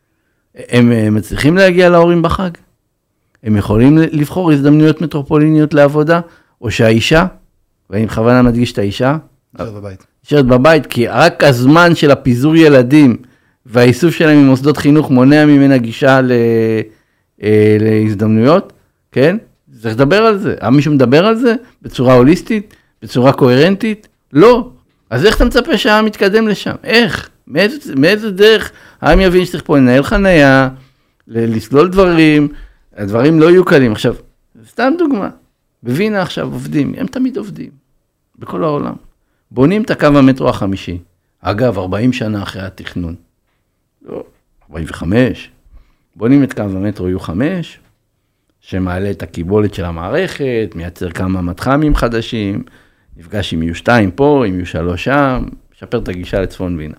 הם מצליחים להגיע להורים בחג? הם יכולים לבחור הזדמנויות מטרופוליניות לעבודה? או שהאישה, ואני בכוונה מדגיש את האישה, נשארת בבית. נשארת בבית, כי רק הזמן של הפיזור ילדים, והאיסוף שלהם ממוסדות חינוך, מונע ממנה גישה ל, אה, להזדמנויות, כן? צריך לדבר על זה. מישהו מדבר על זה? בצורה הוליסטית? בצורה קוהרנטית? לא. אז איך אתה מצפה שהעם מתקדם לשם? איך? מאיזה, מאיזה דרך העם יבין שצריך פה לנהל חנייה, לסלול דברים, הדברים לא יהיו קלים. עכשיו, סתם דוגמה. בווינה עכשיו עובדים, הם תמיד עובדים, בכל העולם. בונים את הקו המטרו החמישי, אגב, ארבעים שנה אחרי התכנון, לא, ארבעים וחמש, בונים את קו המטרו יו חמש, שמעלה את הקיבולת של המערכת, מייצר כמה מתחמים חדשים, נפגש עם יו שתיים פה, עם יו שלוש שם, משפר את הגישה לצפון וינה.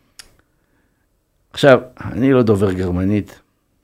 עכשיו, אני לא דובר גרמנית,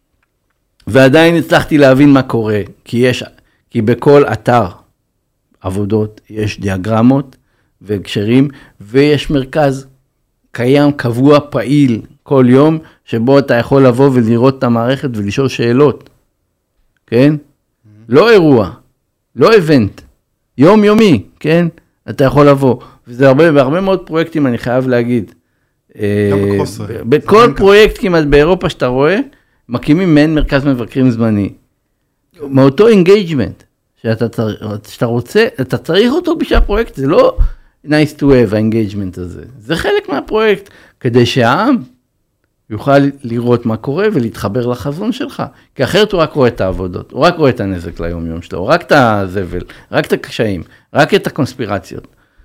ועדיין הצלחתי להבין מה קורה, כי יש... כי בכל אתר עבודות יש דיאגרמות והקשרים, ויש מרכז קיים, קבוע, פעיל, כל יום, שבו אתה יכול לבוא ולראות את המערכת ולשאול שאלות. כן? Mm-hmm. לא אירוע, לא איבנט, יום יומי, כן? אתה יכול לבוא. וזה הרבה, בהרבה מאוד פרויקטים, אני חייב להגיד. גם בקוסר. בכל פרויקט כמעט באירופה שאתה רואה, מקימים מעין מרכז מבקרים זמני. מאותו אינגייג'מנט, שאתה, שאתה רוצה, אתה צריך אותו בשביל הפרויקט, זה לא nice to have, האינגייג'מנט הזה. זה חלק מהפרויקט, כדי שהעם יוכל לראות מה קורה ולהתחבר לחזון שלך. כי אחרת הוא רק רואה את העבודות, הוא רק רואה את הנזק ליום יום שלו, הוא רק את הזבל, רק את הקשיים, רק את הקונספירציות.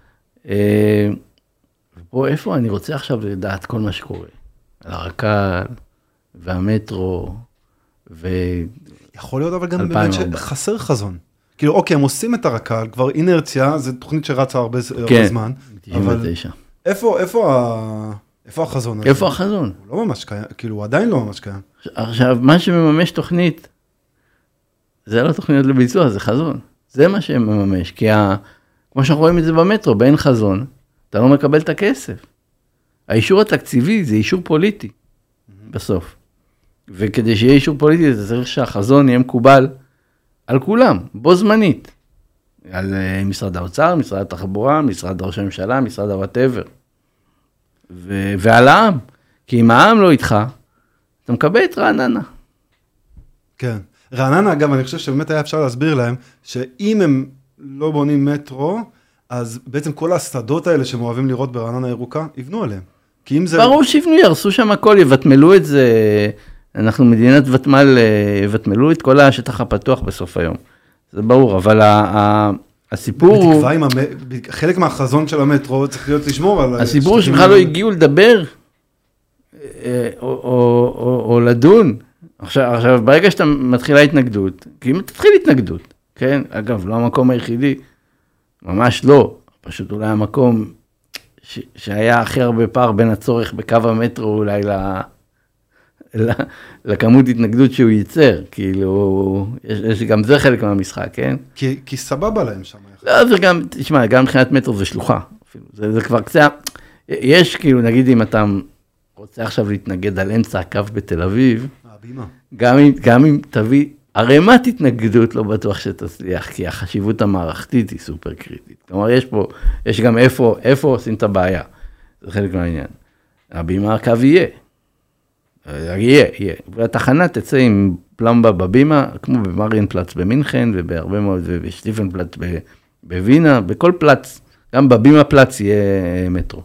ופה איפה אני רוצה עכשיו לדעת כל מה שקורה. על הרק"ל והמטרו ו... יכול להיות אבל גם באמת שחסר חזון. כאילו, אוקיי, הם עושים את הרק"ל, כבר אינרציה, זו תוכנית שרצה הרבה זמן. אבל איפה, איפה, איפה החזון הזה? איפה החזון? הוא לא ממש קיים, כאילו, הוא עדיין לא ממש קיים. עכשיו, מה שמממש תוכנית, זה לא תוכניות לביצוע, זה חזון. זה מה שמממש, כי כמו שאנחנו רואים את זה במטרו, באין חזון, אתה לא מקבל את הכסף. האישור התקציבי זה אישור פוליטי, בסוף. וכדי שיהיה אישור פוליטי, זה צריך שהחזון יהיה מקובל על כולם, בו זמנית. על משרד האוצר, משרד התחבורה, משרד ראש הממשלה, משרד הווטאבר. ו- ועל העם. כי אם העם לא איתך, אתה מקבל את רעננה. כן. רעננה, אגב, אני חושב שבאמת היה אפשר להסביר להם, שאם הם לא בונים מטרו, אז בעצם כל השדות האלה שהם אוהבים לראות ברעננה ירוקה, יבנו עליהם. כי אם זה... ברור שיבנו, ירסו שם הכל, יבטמלו את זה... אנחנו מדינת ותמל, ותמלו את כל השטח הפתוח בסוף היום. זה ברור, אבל הסיפור הוא... בתקווה עם חלק מהחזון של המטרו צריך להיות לשמור על... הסיפור שבכלל לא הגיעו לדבר, או לדון. עכשיו, ברגע שאתה מתחילה התנגדות, כי אם תתחיל התנגדות, כן? אגב, לא המקום היחידי, ממש לא. פשוט אולי המקום שהיה הכי הרבה פער בין הצורך בקו המטרו אולי ל... לכמות התנגדות שהוא ייצר, כאילו, יש, יש גם זה חלק מהמשחק, כן? כי, כי סבבה להם שם. לא, זה גם, תשמע, גם מבחינת מטרו זה שלוחה, אפילו, זה, זה כבר קצה, יש כאילו, נגיד אם אתה רוצה עכשיו להתנגד על אמצע הקו בתל אביב, הבימה. גם אם, גם אם תביא ערימת התנגדות, לא בטוח שתצליח, כי החשיבות המערכתית היא סופר קריטית. כלומר, יש פה, יש גם איפה, איפה עושים את הבעיה. זה חלק מהעניין. הבימה הקו יהיה. יהיה, יהיה. והתחנה תצא עם פלמבה בבימה, כמו במריינפלץ במינכן, ובהרבה מאוד, ובשטיפנפלץ בווינה, בכל פלץ, גם בבימה פלץ יהיה מטרו.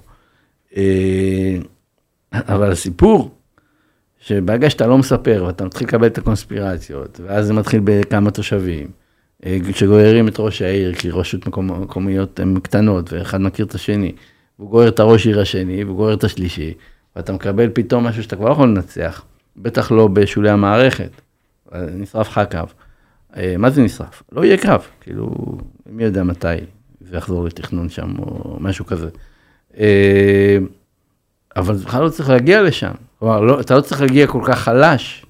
אבל הסיפור, שברגע שאתה לא מספר, ואתה מתחיל לקבל את הקונספירציות, ואז זה מתחיל בכמה תושבים, שגוררים את ראש העיר, כי רשות מקומיות הן קטנות, ואחד מכיר את השני, והוא גורר את הראש עיר השני, והוא גורר את השלישי, ואתה מקבל פתאום משהו שאתה כבר יכול לנצח, בטח לא בשולי המערכת, נשרף לך קו. מה זה נשרף? לא יהיה קו, כאילו, מי יודע מתי זה יחזור לתכנון שם, או משהו כזה. אבל בכלל לא צריך להגיע לשם, כלומר, לא, אתה לא צריך להגיע כל כך חלש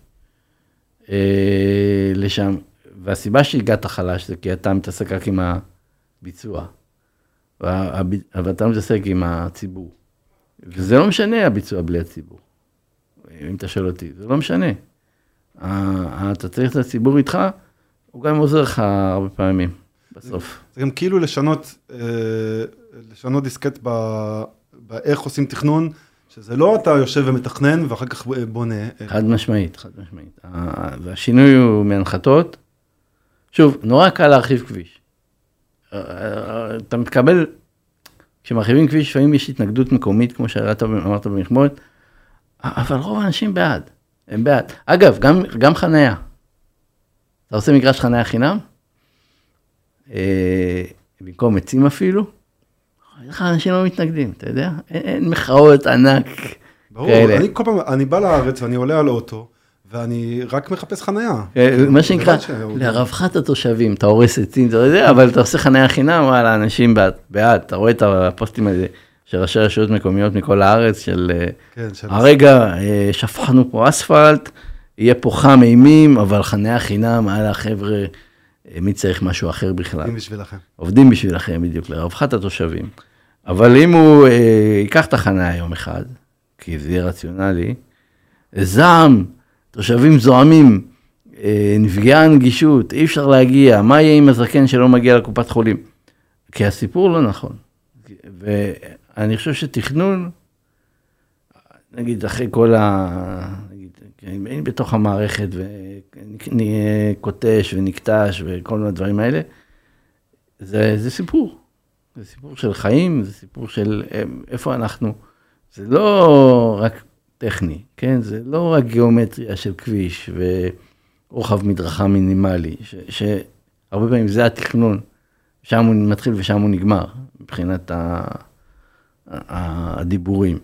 אה, לשם, והסיבה שהגעת חלש זה כי אתה מתעסק רק עם הביצוע, אבל אתה מתעסק עם הציבור, וזה לא משנה הביצוע בלי הציבור, אם אתה שואל אותי, זה לא משנה, אתה צריך את הציבור איתך, הוא גם עוזר לך הרבה פעמים, בסוף. זה גם כאילו לשנות, לשנות דיסקט באיך עושים תכנון, שזה לא אתה יושב ומתכנן ואחר כך בונה. חד משמעית, חד משמעית. והשינוי הוא מהנחתות. שוב, נורא קל להרחיב כביש. אתה מתקבל, כשמרחיבים כביש, לפעמים יש התנגדות מקומית, כמו שאמרת במחמוד, אבל רוב האנשים בעד. הם בעד. אגב, גם, גם חניה. אתה עושה מגרש חניה חינם, במקום עצים אפילו, איך האנשים לא מתנגדים, אתה יודע? אין, אין מחאות ענק ברור, כאלה. אני כל פעם, אני בא לארץ ואני עולה על אוטו, ואני רק מחפש חניה. מה שנקרא, לרווחת התושבים, אתה הורס עצים, אתה יודע, אבל אתה עושה חניה חינם, אבל האנשים בעד, אתה רואה את הפוסטים האלה, של ראשי רשויות מקומיות מכל הארץ, של הרגע, שפכנו פה אספלט, יהיה פה חם אימים, אבל חניה חינם, על החבר'ה, מי צריך משהו אחר בכלל. עובדים בשבילכם. עובדים בשבילכם, בדיוק, לרווחת התושבים. אבל אם הוא אה, ייקח את החניה יום אחד, כי זה יהיה רציונלי, זעם, תושבים זועמים, אה, נפגעה הנגישות, אי אפשר להגיע, מה יהיה עם הזקן שלא מגיע לקופת חולים? כי הסיפור לא נכון. ואני חושב שתכנון, נגיד, אחרי כל ה... נגיד, אין בתוך המערכת, וקוטש ונקטש וכל הדברים האלה, זה, זה סיפור. זה סיפור של חיים, זה סיפור של איפה אנחנו. זה לא רק טכני, כן? זה לא רק גיאומטריה של כביש ורוחב מדרכה מינימלי, ש, שהרבה פעמים זה התכנון, שם הוא מתחיל ושם הוא נגמר, מבחינת ה, הדיבורים.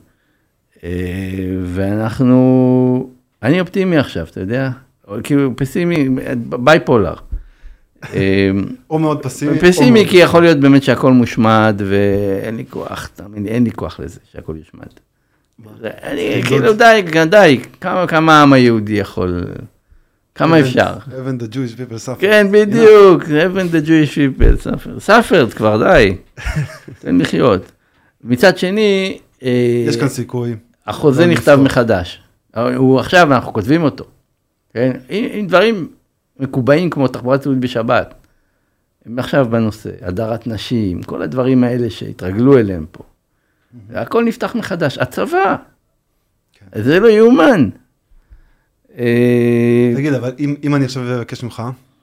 ואנחנו, אני אופטימי עכשיו, אתה יודע? כאילו פסימי, בייפולר. או מאוד פסימי. פסימי, כי יכול להיות באמת שהכל מושמד, ואין לי כוח, תאמין לי, אין לי כוח לזה, שהכל יושמד. אני, כאילו, די, די, כמה העם היהודי יכול, כמה אפשר. Even the Jewish people suffer. כן, בדיוק, Even the Jewish people suffer. ספרד כבר, די. תן לחיות. מצד שני, יש כאן סיכוי. החוזה נכתב מחדש. הוא עכשיו, אנחנו כותבים אותו. כן? עם דברים מקובעים כמו תחבורה ציבורית בשבת. הם עכשיו בנושא, הדרת נשים, כל הדברים האלה שהתרגלו אליהם פה. הכל נפתח מחדש. הצבא, זה לא יאומן. תגיד, אבל אם אני עכשיו אבקש ממך,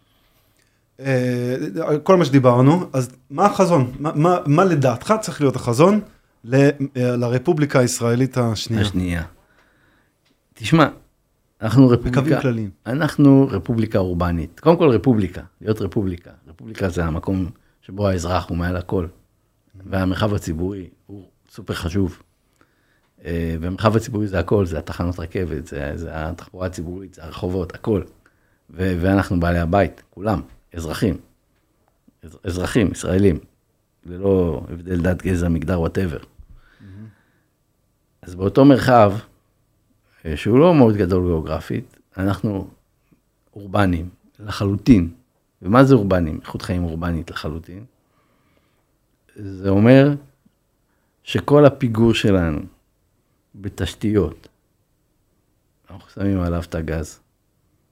כל מה שדיברנו, אז מה החזון? מה לדעתך צריך להיות החזון לרפובליקה הישראלית השנייה? השנייה. תשמע, אנחנו רפובליקה, אנחנו רפובליקה אורבנית. קודם כל רפובליקה, להיות רפובליקה. רפובליקה זה המקום שבו האזרח הוא מעל הכל. והמרחב הציבורי הוא סופר חשוב. והמרחב הציבורי זה הכל, זה התחנות רכבת, זה, זה התחבורה הציבורית, זה הרחובות, הכל. ו- ואנחנו בעלי הבית, כולם, אזרחים. אזרחים, ישראלים. ללא הבדל דת, גזע, מגדר, whatever. אז באותו מרחב, שהוא לא מאוד גדול גיאוגרפית, אנחנו אורבנים, לחלוטין. ומה זה אורבנים? איכות חיים אורבנית לחלוטין. זה אומר שכל הפיגור שלנו בתשתיות, אנחנו שמים עליו את הגז.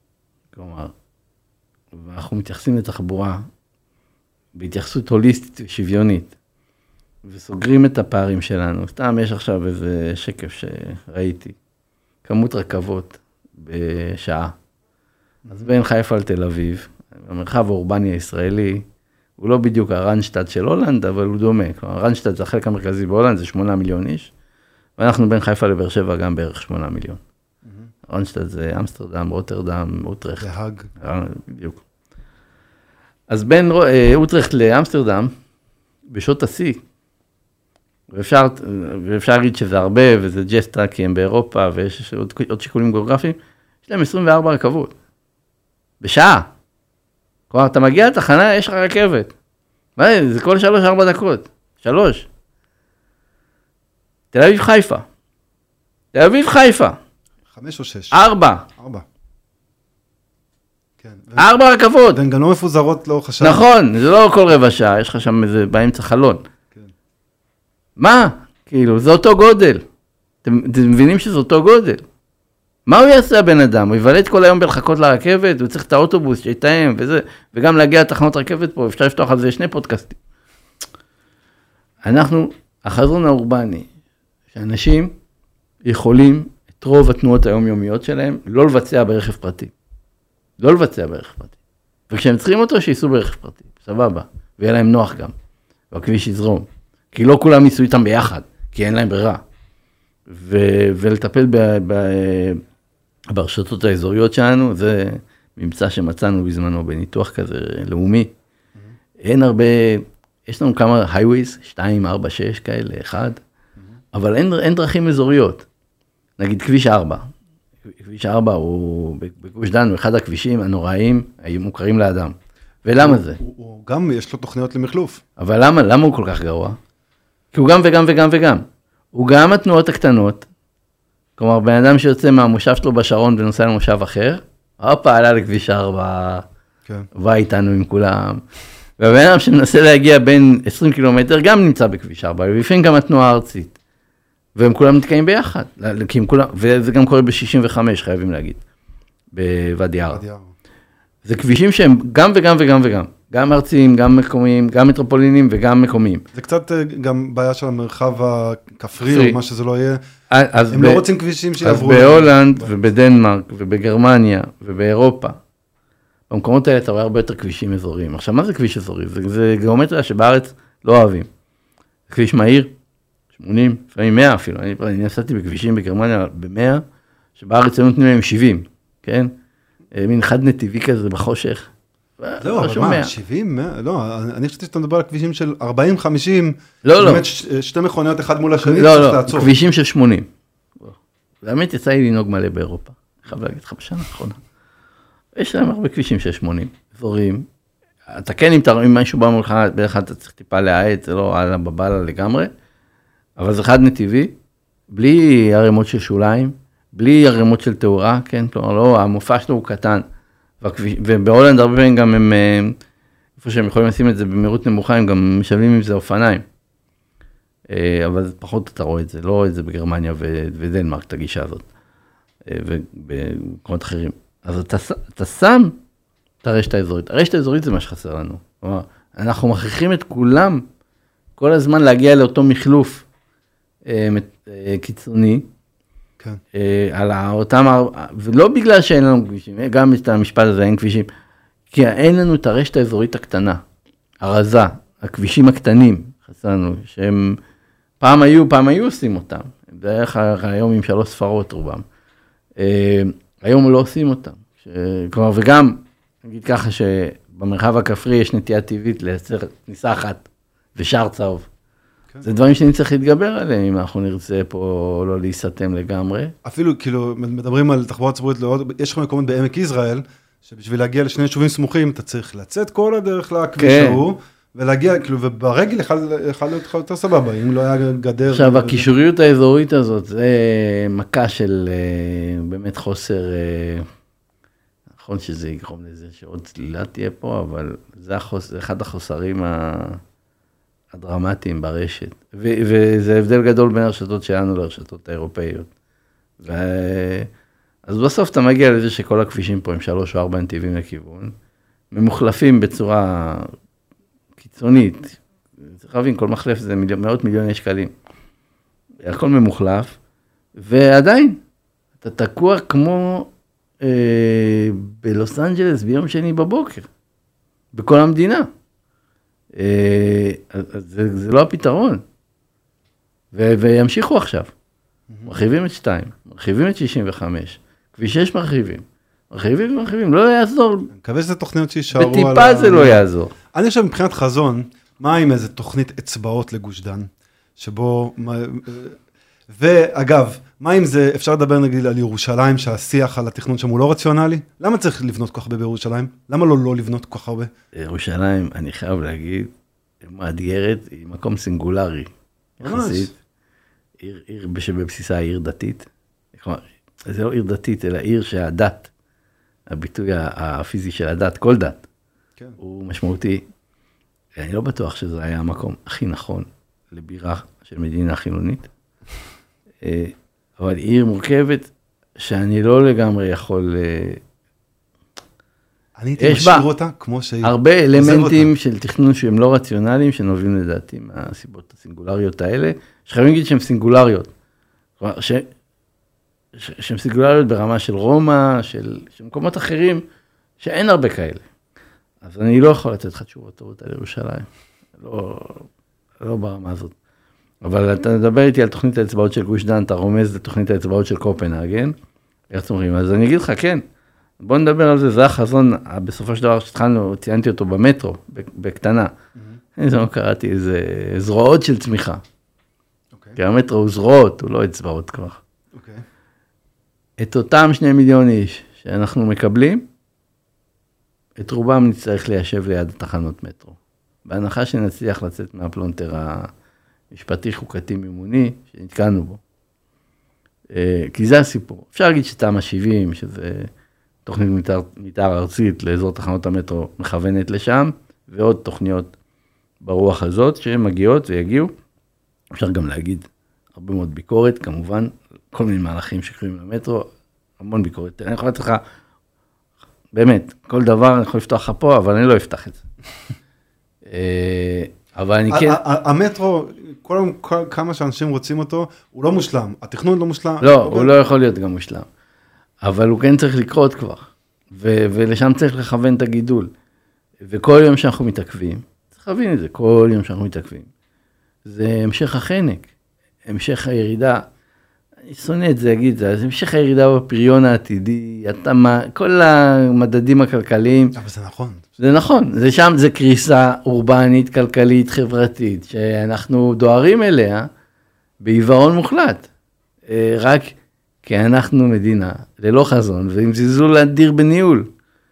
כלומר, ואנחנו מתייחסים לתחבורה בהתייחסות הוליסטית ושוויונית, וסוגרים את הפערים שלנו. סתם יש עכשיו איזה שקף שראיתי, כמות רכבות בשעה. אז בין חיפה לתל אביב, המרחב האורבני הישראלי, הוא לא בדיוק הרנשטד של הולנד, אבל הוא דומה. כלומר, הרנשטד זה החלק המרכזי בהולנד, זה שמונה מיליון איש, ואנחנו בין חיפה לבאר שבע גם בערך שמונה מיליון. הרנשטד זה אמסטרדם, רוטרדם, אוטרחט. זה האג. בדיוק. אז בין אוטרחט לאמסטרדם, בשעות השיא, ואפשר, ואפשר להגיד שזה הרבה, וזה ג'סטה, כי הם באירופה, ויש עוד, עוד שיקולים גיאוגרפיים, יש להם עשרים וארבע רכבות. בשעה. כלומר, אתה מגיע לתחנה, יש לך רכבת. מה זה? זה כל שלוש, ארבע דקות. שלוש. תל אביב חיפה. תל אביב חיפה. חמש או שש? ארבע. ארבע. כן. ארבע רכבות. והן גם לא מפוזרות לאורך השעה. נכון, זה לא כל רבע שעה, יש לך שם איזה באמצע חלון. כן. מה? כאילו, זה אותו גודל. אתם, אתם מבינים שזה אותו גודל. מה הוא יעשה הבן אדם? הוא יבלט כל היום בלחכות לרכבת, הוא צריך את האוטובוס שיתאם וזה, וגם להגיע לתחנות רכבת פה, אפשר לפתוח על זה שני פודקאסטים. אנחנו, החזון האורבני, שאנשים יכולים את רוב התנועות היומיומיות שלהם, לא לבצע ברכב פרטי. לא לבצע ברכב פרטי. וכשהם צריכים אותו, שייסעו ברכב פרטי. סבבה. ויהיה להם נוח גם. והכביש יזרום. כי לא כולם ייסעו איתם ביחד, כי אין להם ברירה. ו- ולטפל ב- ב- ברשתות האזוריות שלנו, זה ממצא שמצאנו בזמנו בניתוח כזה לאומי. Mm-hmm. אין הרבה, יש לנו כמה הייווייז, שתיים, ארבע, שש כאלה, אחד, mm-hmm. אבל אין, אין דרכים אזוריות. נגיד כביש ארבע. כביש ארבע הוא בגוש דן, הוא אחד הכבישים הנוראים, מוכרים לאדם. ולמה זה? הוא, הוא גם, יש לו תוכניות למחלוף. אבל למה, למה הוא כל כך גרוע? כי הוא גם וגם וגם וגם. הוא גם התנועות הקטנות, כלומר, בן אדם שיוצא מהמושב שלו בשרון ונוסע למושב אחר, הופה, עלה לכביש ארבע, כן. בא איתנו עם כולם, והבן אדם שמנסה להגיע בין עשרים קילומטר, גם נמצא בכביש ארבע, ולפעמים גם התנועה הארצית, והם כולם מתקיים ביחד, כי הם כולם, וזה גם קורה ב-שישים וחמש, חייבים להגיד, בוואדי ערה. זה כבישים שהם גם וגם וגם וגם. גם ארציים, גם מקומיים, גם מטרופולינים וגם מקומיים. זה קצת גם בעיה של המרחב הכפרי, או מה שזה לא יהיה. הם ב... לא רוצים כבישים שיעברו. אז בהולנד ובדנמרק ובגרמניה ובאירופה, במקומות האלה אתה רואה הרבה יותר כבישים אזוריים. עכשיו, מה זה כביש אזורי? זה, זה גיאומטריה שבארץ לא אוהבים. זה כביש מהיר, שמונים, לפעמים מאה אפילו. אני, אני נסעתי בכבישים בגרמניה ב-מאה, שבארץ הם נותנים להם שבעים, כן? מין חד נתיבי כזה בחושך. לא, אבל מה, שבעים? לא, אני חושבת שאתה מדבר על כבישים של ארבעים חמישים, לא, לא. באמת שתי מכוניות אחד מול השני, לא, לא, כבישים של שמונים. באמת יצא לי לנהוג מלא באירופה. חייב להגיד לך בשנה האחרונה. יש להם הרבה כבישים של שמונים, אזוריים. אתה כן, אם אתה רואה משהו בא מולך, בדרך כלל אתה צריך טיפה להאט, זה לא על הבבלה לגמרי, אבל זה חד נתיבי, בלי הרמות של שוליים, בלי הרמות של תאורה, כן, כלומר, לא, המופע שלו הוא קטן. ובהולנד הרבה פעמים גם הם, איפה שהם יכולים לשים את זה במהירות נמוכה, הם גם משלמים עם זה אופניים. אבל פחות אתה רואה את זה, לא את זה בגרמניה ודנמרק, את הגישה הזאת, ובמקומות אחרים. אז אתה, אתה שם את הרשת האזורית. הרשת האזורית זה מה שחסר לנו. כלומר, אנחנו מכריחים את כולם כל הזמן להגיע לאותו מחלוף קיצוני, כן. על אותם, ולא בגלל שאין לנו כבישים, גם את המשפט הזה אין כבישים, כי אין לנו את הרשת האזורית הקטנה, הרזה, הכבישים הקטנים, חסר לנו, שהם פעם היו, פעם היו עושים אותם, בערך היום עם שלוש ספרות רובם, היום לא עושים אותם, כלומר, וגם, נגיד ככה שבמרחב הכפרי יש נטייה טבעית לייצר כניסה אחת ושער צהוב. זה דברים שאני צריך להתגבר עליהם, אם אנחנו נרצה פה לא להיסתם לגמרי. אפילו, כאילו, מדברים על תחבורה ציבורית, יש לך מקומות בעמק יזרעאל, שבשביל להגיע לשני יישובים סמוכים, אתה צריך לצאת כל הדרך לכביש ההוא, ולהגיע, כאילו, וברגל יכול להיות יותר סבבה, אם לא היה גדר. עכשיו, הקישוריות האזורית הזאת, זה מכה של באמת חוסר, נכון שזה יגרום לזה שעוד צלילה תהיה פה, אבל זה אחד החוסרים ה... הדרמטיים ברשת, ו- וזה הבדל גדול בין הרשתות שלנו לרשתות האירופאיות. ו- אז בסוף אתה מגיע לזה שכל הכבישים פה הם שלוש או ארבע נתיבים לכיוון, ממוחלפים בצורה קיצונית, צריך להבין, כל מחלף זה מיליון, מאות מיליוני שקלים, הכל ממוחלף, ועדיין, אתה תקוע כמו אה, בלוס אנג'לס ביום שני בבוקר, בכל המדינה. אה, זה, זה לא הפתרון. ו, וימשיכו עכשיו. מרחיבים את שתיים, מרחיבים את שישים וחמש, כביש שש מרחיבים, מרחיבים ומרחיבים, לא יעזור. אני מקווה שזה תוכניות שישארו על... בטיפה זה לא יעזור. אני חושב מבחינת חזון, מה עם איזה תוכנית אצבעות לגוש דן, שבו... ואגב, מה אם זה, אפשר לדבר נגיד על ירושלים, שהשיח על התכנון שם הוא לא רציונלי? למה צריך לבנות כל כך הרבה בירושלים? למה לא לא לבנות כל כך הרבה? ירושלים, אני חייב להגיד, מאתגרת, היא מקום סינגולרי. יחסית. עיר, עיר שבבסיסה היא עיר דתית. כלומר, זה לא עיר דתית, אלא עיר שהדת, הביטוי הפיזי של הדת, כל דת, כן. הוא משמעותי. אני לא בטוח שזה היה המקום הכי נכון לבירה של מדינה חילונית. אבל עיר מורכבת שאני לא לגמרי יכול... אני הייתי משאיר אותה כמו שהיא... הרבה אלמנטים של תכנון שהם לא רציונליים, שנובעים לדעתי מהסיבות הסינגולריות האלה, שחייבים להגיד שהן סינגולריות. כלומר, ש... ש... שהן סינגולריות ברמה של רומא, של... של מקומות אחרים, שאין הרבה כאלה. אז אני לא יכול לתת לך תשובות טובות על ירושלים. לא, לא ברמה הזאת. אבל אתה מדבר איתי על תוכנית האצבעות של גוש דן, אתה רומז לתוכנית האצבעות של קופנהגן. איך אומרים? אז אני אגיד לך, כן. בוא נדבר על זה, זה החזון, בסופו של דבר שהתחלנו, ציינתי אותו במטרו, בקטנה. אני לא קראתי איזה זרועות של צמיחה. כי המטרו הוא זרועות, הוא לא אצבעות כבר. את אותם שני מיליון איש שאנחנו מקבלים, את רובם נצטרך ליישב ליד התחנות מטרו. בהנחה שנצליח לצאת מהפלונטר המשפטי חוקתי מימוני, שנתקענו בו. כי זה הסיפור. אפשר להגיד שתמ"א שבעים, שזה... תוכנית מתאר, מתאר ארצית לאזור תחנות המטרו מכוונת לשם, ועוד תוכניות ברוח הזאת שהן מגיעות ויגיעו. אפשר גם להגיד הרבה מאוד ביקורת, כמובן, כל מיני מהלכים שקשורים למטרו, המון ביקורת. אני יכול לתת לך, באמת, כל דבר אני יכול לפתוח לך פה, אבל אני לא אפתח את זה. אבל אני כן... המטרו, כמה שאנשים רוצים אותו, הוא לא מושלם. התכנון לא מושלם. לא, הוא לא יכול להיות גם מושלם. אבל הוא כן צריך לקרות כבר, ו- ולשם צריך לכוון את הגידול. וכל יום שאנחנו מתעכבים, צריך להבין את זה, כל יום שאנחנו מתעכבים, זה המשך החנק, המשך הירידה, אני שונא את זה, אגיד זה, זה המשך הירידה בפריון העתידי, התאמה, כל המדדים הכלכליים. אבל זה נכון. זה נכון, זה שם, זה קריסה אורבנית, כלכלית, חברתית, שאנחנו דוהרים אליה בעיוורון מוחלט. רק... כי אנחנו מדינה ללא חזון, ועם זלזול אדיר בניהול.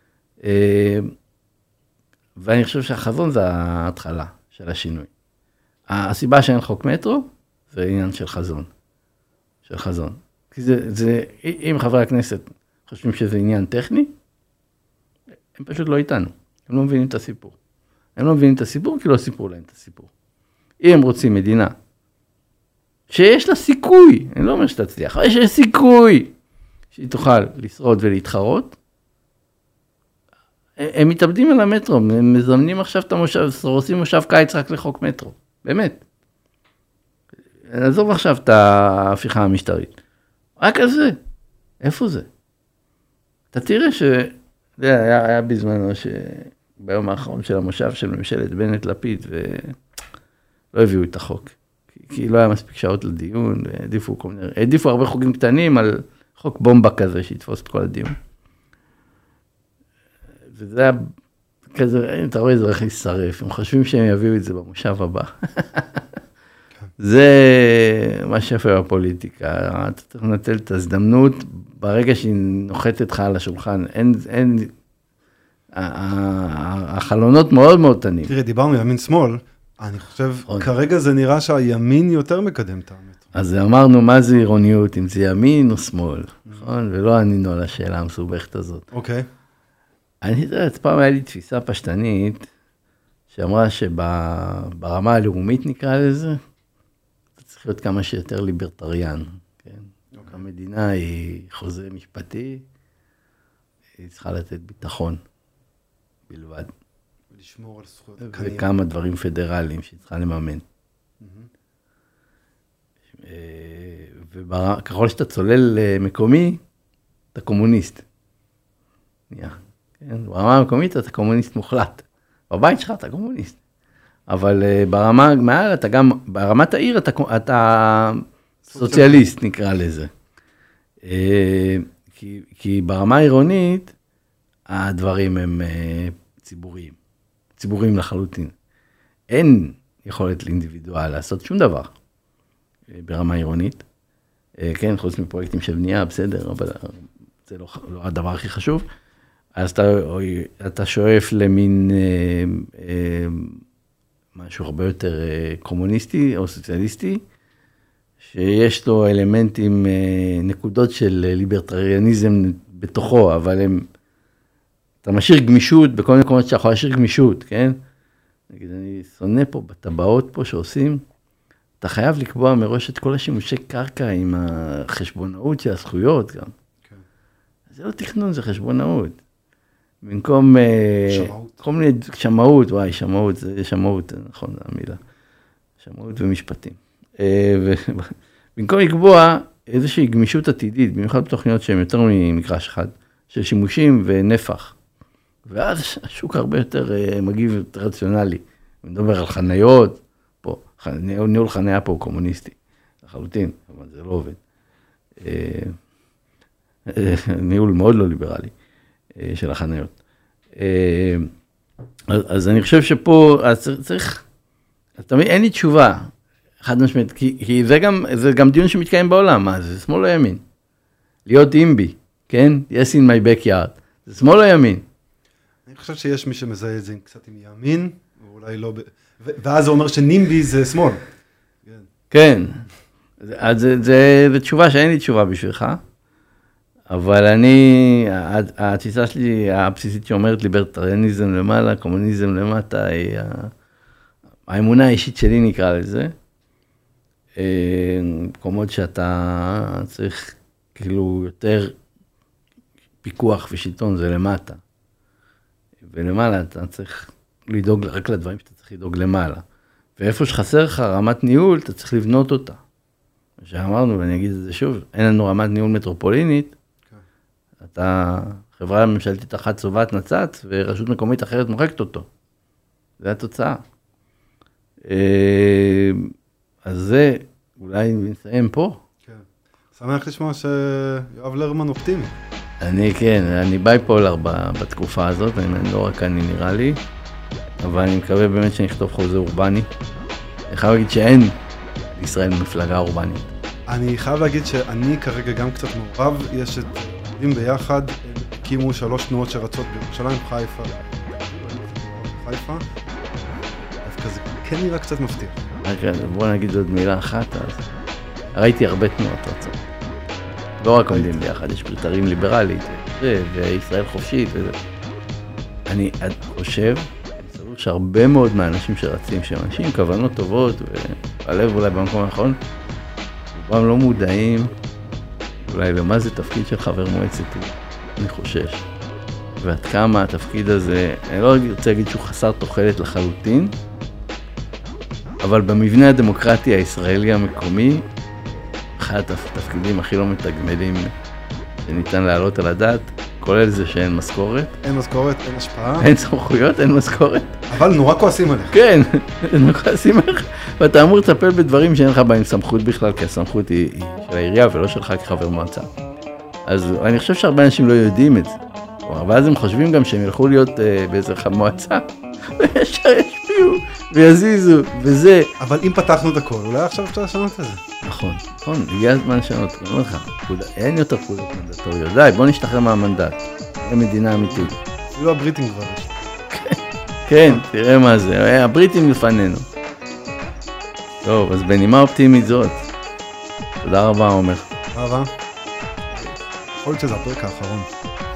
ואני חושב שהחזון זה ההתחלה של השינוי. הסיבה שאין חוק מטרו, זה עניין של חזון. של חזון. כי זה, זה, אם חברי הכנסת חושבים שזה עניין טכני, הם פשוט לא איתנו. הם לא מבינים את הסיפור. הם לא מבינים את הסיפור, כי לא סיפרו להם את הסיפור. אם הם רוצים מדינה, שיש לה סיכוי, אני לא אומר שתצליח, אבל יש לה סיכוי שהיא תוכל לשרוד ולהתחרות. הם מתאבדים על המטרו, הם מזמנים עכשיו את המושב, עושים מושב קיץ רק לחוק מטרו, באמת. נעזוב עכשיו את ההפיכה המשטרית. רק על זה, איפה זה? אתה תראה ש... זה היה, היה בזמנו שביום האחרון של המושב של ממשלת בנט לפיד, ולא הביאו את החוק. כי לא היה מספיק שעות לדיון, העדיפו כל מיני, העדיפו הרבה חוקים קטנים על חוק בומבה כזה שיתפוס את כל הדיון. וזה היה כזה, אתה רואה, זה הולך להישרף, הם חושבים שהם יביאו את זה במושב הבא. זה מה שיפה בפוליטיקה, אתה צריך לנצל את ההזדמנות, ברגע שהיא נוחתת לך על השולחן, אין, אין, החלונות מאוד מאוד קטנים. תראה, דיברנו ימין שמאל, אני חושב, כרגע זה נראה שהימין יותר מקדם את המטרו. אז אמרנו, מה זה עירוניות, אם זה ימין או שמאל, נכון? ולא ענינו על השאלה המסובכת הזאת. אוקיי. אני יודעת, פעם היה לי תפיסה פשטנית, שאמרה שברמה הלאומית נקרא לזה, אתה צריך להיות כמה שיותר ליברטריאן, כן? המדינה היא חוזה משפטי, היא צריכה לתת ביטחון בלבד. ולשמור על זכויות. וכמה דברים פדרליים שהיא צריכה לממן. וככל שאתה צולל מקומי, אתה קומוניסט. ברמה המקומית אתה קומוניסט מוחלט. בבית שלך אתה קומוניסט. אבל ברמה מעל, אתה גם, ברמת העיר אתה סוציאליסט, נקרא לזה. כי, כי ברמה העירונית, הדברים הם ציבוריים. ציבוריים לחלוטין. אין יכולת לאינדיבידואל לעשות שום דבר ברמה עירונית. כן, חוץ מפרויקטים של בנייה, בסדר, אבל זה לא, לא הדבר הכי חשוב. אז אתה, אתה שואף למין אה, אה, משהו הרבה יותר אה, קומוניסטי או סוציאליסטי, שיש לו אלמנטים, אה, נקודות של ליברטריאניזם בתוכו, אבל הם, אתה משאיר גמישות, בכל מיני מקומות שאתה יכול להשאיר גמישות, כן? נגיד, אני שונא פה, בטבעות פה שעושים, אתה חייב לקבוע מראש את כל השימושי קרקע עם החשבונאות של הזכויות גם. כן. זה לא תכנון, זה חשבונאות. במקום... שמאות. כל מיני שמאות, וואי, שמאות, זה שמאות, נכון, זה המילה. שמאות ומשפטים. במקום לקבוע איזושהי גמישות עתידית, במיוחד בתוכניות שהן יותר ממגרש אחד, של שימושים ונפח. ואז השוק הרבה יותר מגיב יותר רציונלי. אני מדבר על חניות, פה, ניהול חניה פה הוא קומוניסטי, לחלוטין, אבל זה לא עובד. ניהול מאוד לא ליברלי. של החניות. אז אני חושב שפה צריך, תמיד אין לי תשובה, חד משמעית, כי זה גם, זה גם דיון שמתקיים בעולם, מה זה? שמאל או ימין? להיות אימבי, כן? Yes in my backyard. זה שמאל או ימין? אני חושב שיש מי שמזהה את זה קצת עם ימין, ואולי לא, ואז זה אומר שנימבי זה שמאל. כן. אז זה תשובה שאין לי תשובה בשבילך. אבל אני, התפיסה שלי הבסיסית שאומרת ליברטריאניזם למעלה, קומוניזם למטה, היא האמונה האישית שלי נקרא לזה. מקומות שאתה צריך כאילו יותר פיקוח ושלטון זה למטה. ולמעלה אתה צריך לדאוג רק לדברים שאתה צריך לדאוג למעלה. ואיפה שחסר לך רמת ניהול, אתה צריך לבנות אותה. שאמרנו, ואני אגיד את זה שוב, אין לנו רמת ניהול מטרופולינית, אתה, חברה ממשלתית אחת צובעת נצץ, ורשות מקומית אחרת מוחקת אותו. זה התוצאה. אז זה, אולי נסיים פה. כן. שמח לשמוע שיואב לרמן אופטימי. אני כן, אני בייפולר בתקופה הזאת, אני לא רק אני נראה לי, אבל אני מקווה באמת שנכתוב חוזה אורבני. אני חייב להגיד שאין בישראל מפלגה אורבנית. אני חייב להגיד שאני כרגע גם קצת מעורב, יש את עובדים ביחד, הם הקימו שלוש תנועות שרצות בירושלים, חיפה, חיפה, דווקא זה כן נראה קצת מבטיח. בוא נגיד עוד מילה אחת, אז ראיתי הרבה תנועות רצות. לא רק עומדים ביחד, יש פריטרים ליברלית, וישראל חופשית וזה. אני חושב, שהרבה מאוד מהאנשים שרצים, שהם אנשים עם כוונות טובות, והלב אולי במקום האחרון, רובם לא מודעים, אולי למה זה תפקיד של חבר מועצת, אני חושש. ועד כמה התפקיד הזה, אני לא רוצה להגיד שהוא חסר תוחלת לחלוטין, אבל במבנה הדמוקרטי הישראלי המקומי, אחד התפקידים הכי לא מתגמלים שניתן להעלות על הדעת, כולל זה שאין משכורת. אין משכורת, אין השפעה. אין סמכויות, אין משכורת. אבל נורא כועסים עליך. כן, נורא כועסים עליך. ואתה אמור לטפל בדברים שאין לך בהם סמכות בכלל, כי הסמכות היא, היא של העירייה ולא שלך כחבר מועצה. אז אני חושב שהרבה אנשים לא יודעים את זה. ואז הם חושבים גם שהם ילכו להיות uh, באיזה מועצה, וישר ישפיעו ויזיזו, וזה. אבל אם פתחנו את הכל, אולי עכשיו אפשר לשנות את זה. נכון, נכון, הגיע הזמן לשנות, אני אומר לך, אין יותר פקודות מנדטוריות, די, בוא נשתחרר מהמנדט, תראה מדינה אמיתית. אפילו הבריטים כבר יש. כן, תראה מה זה, הבריטים לפנינו. טוב, אז בנימה אופטימית זאת, תודה רבה עומר. תודה רבה. יכול להיות שזה הפרק האחרון.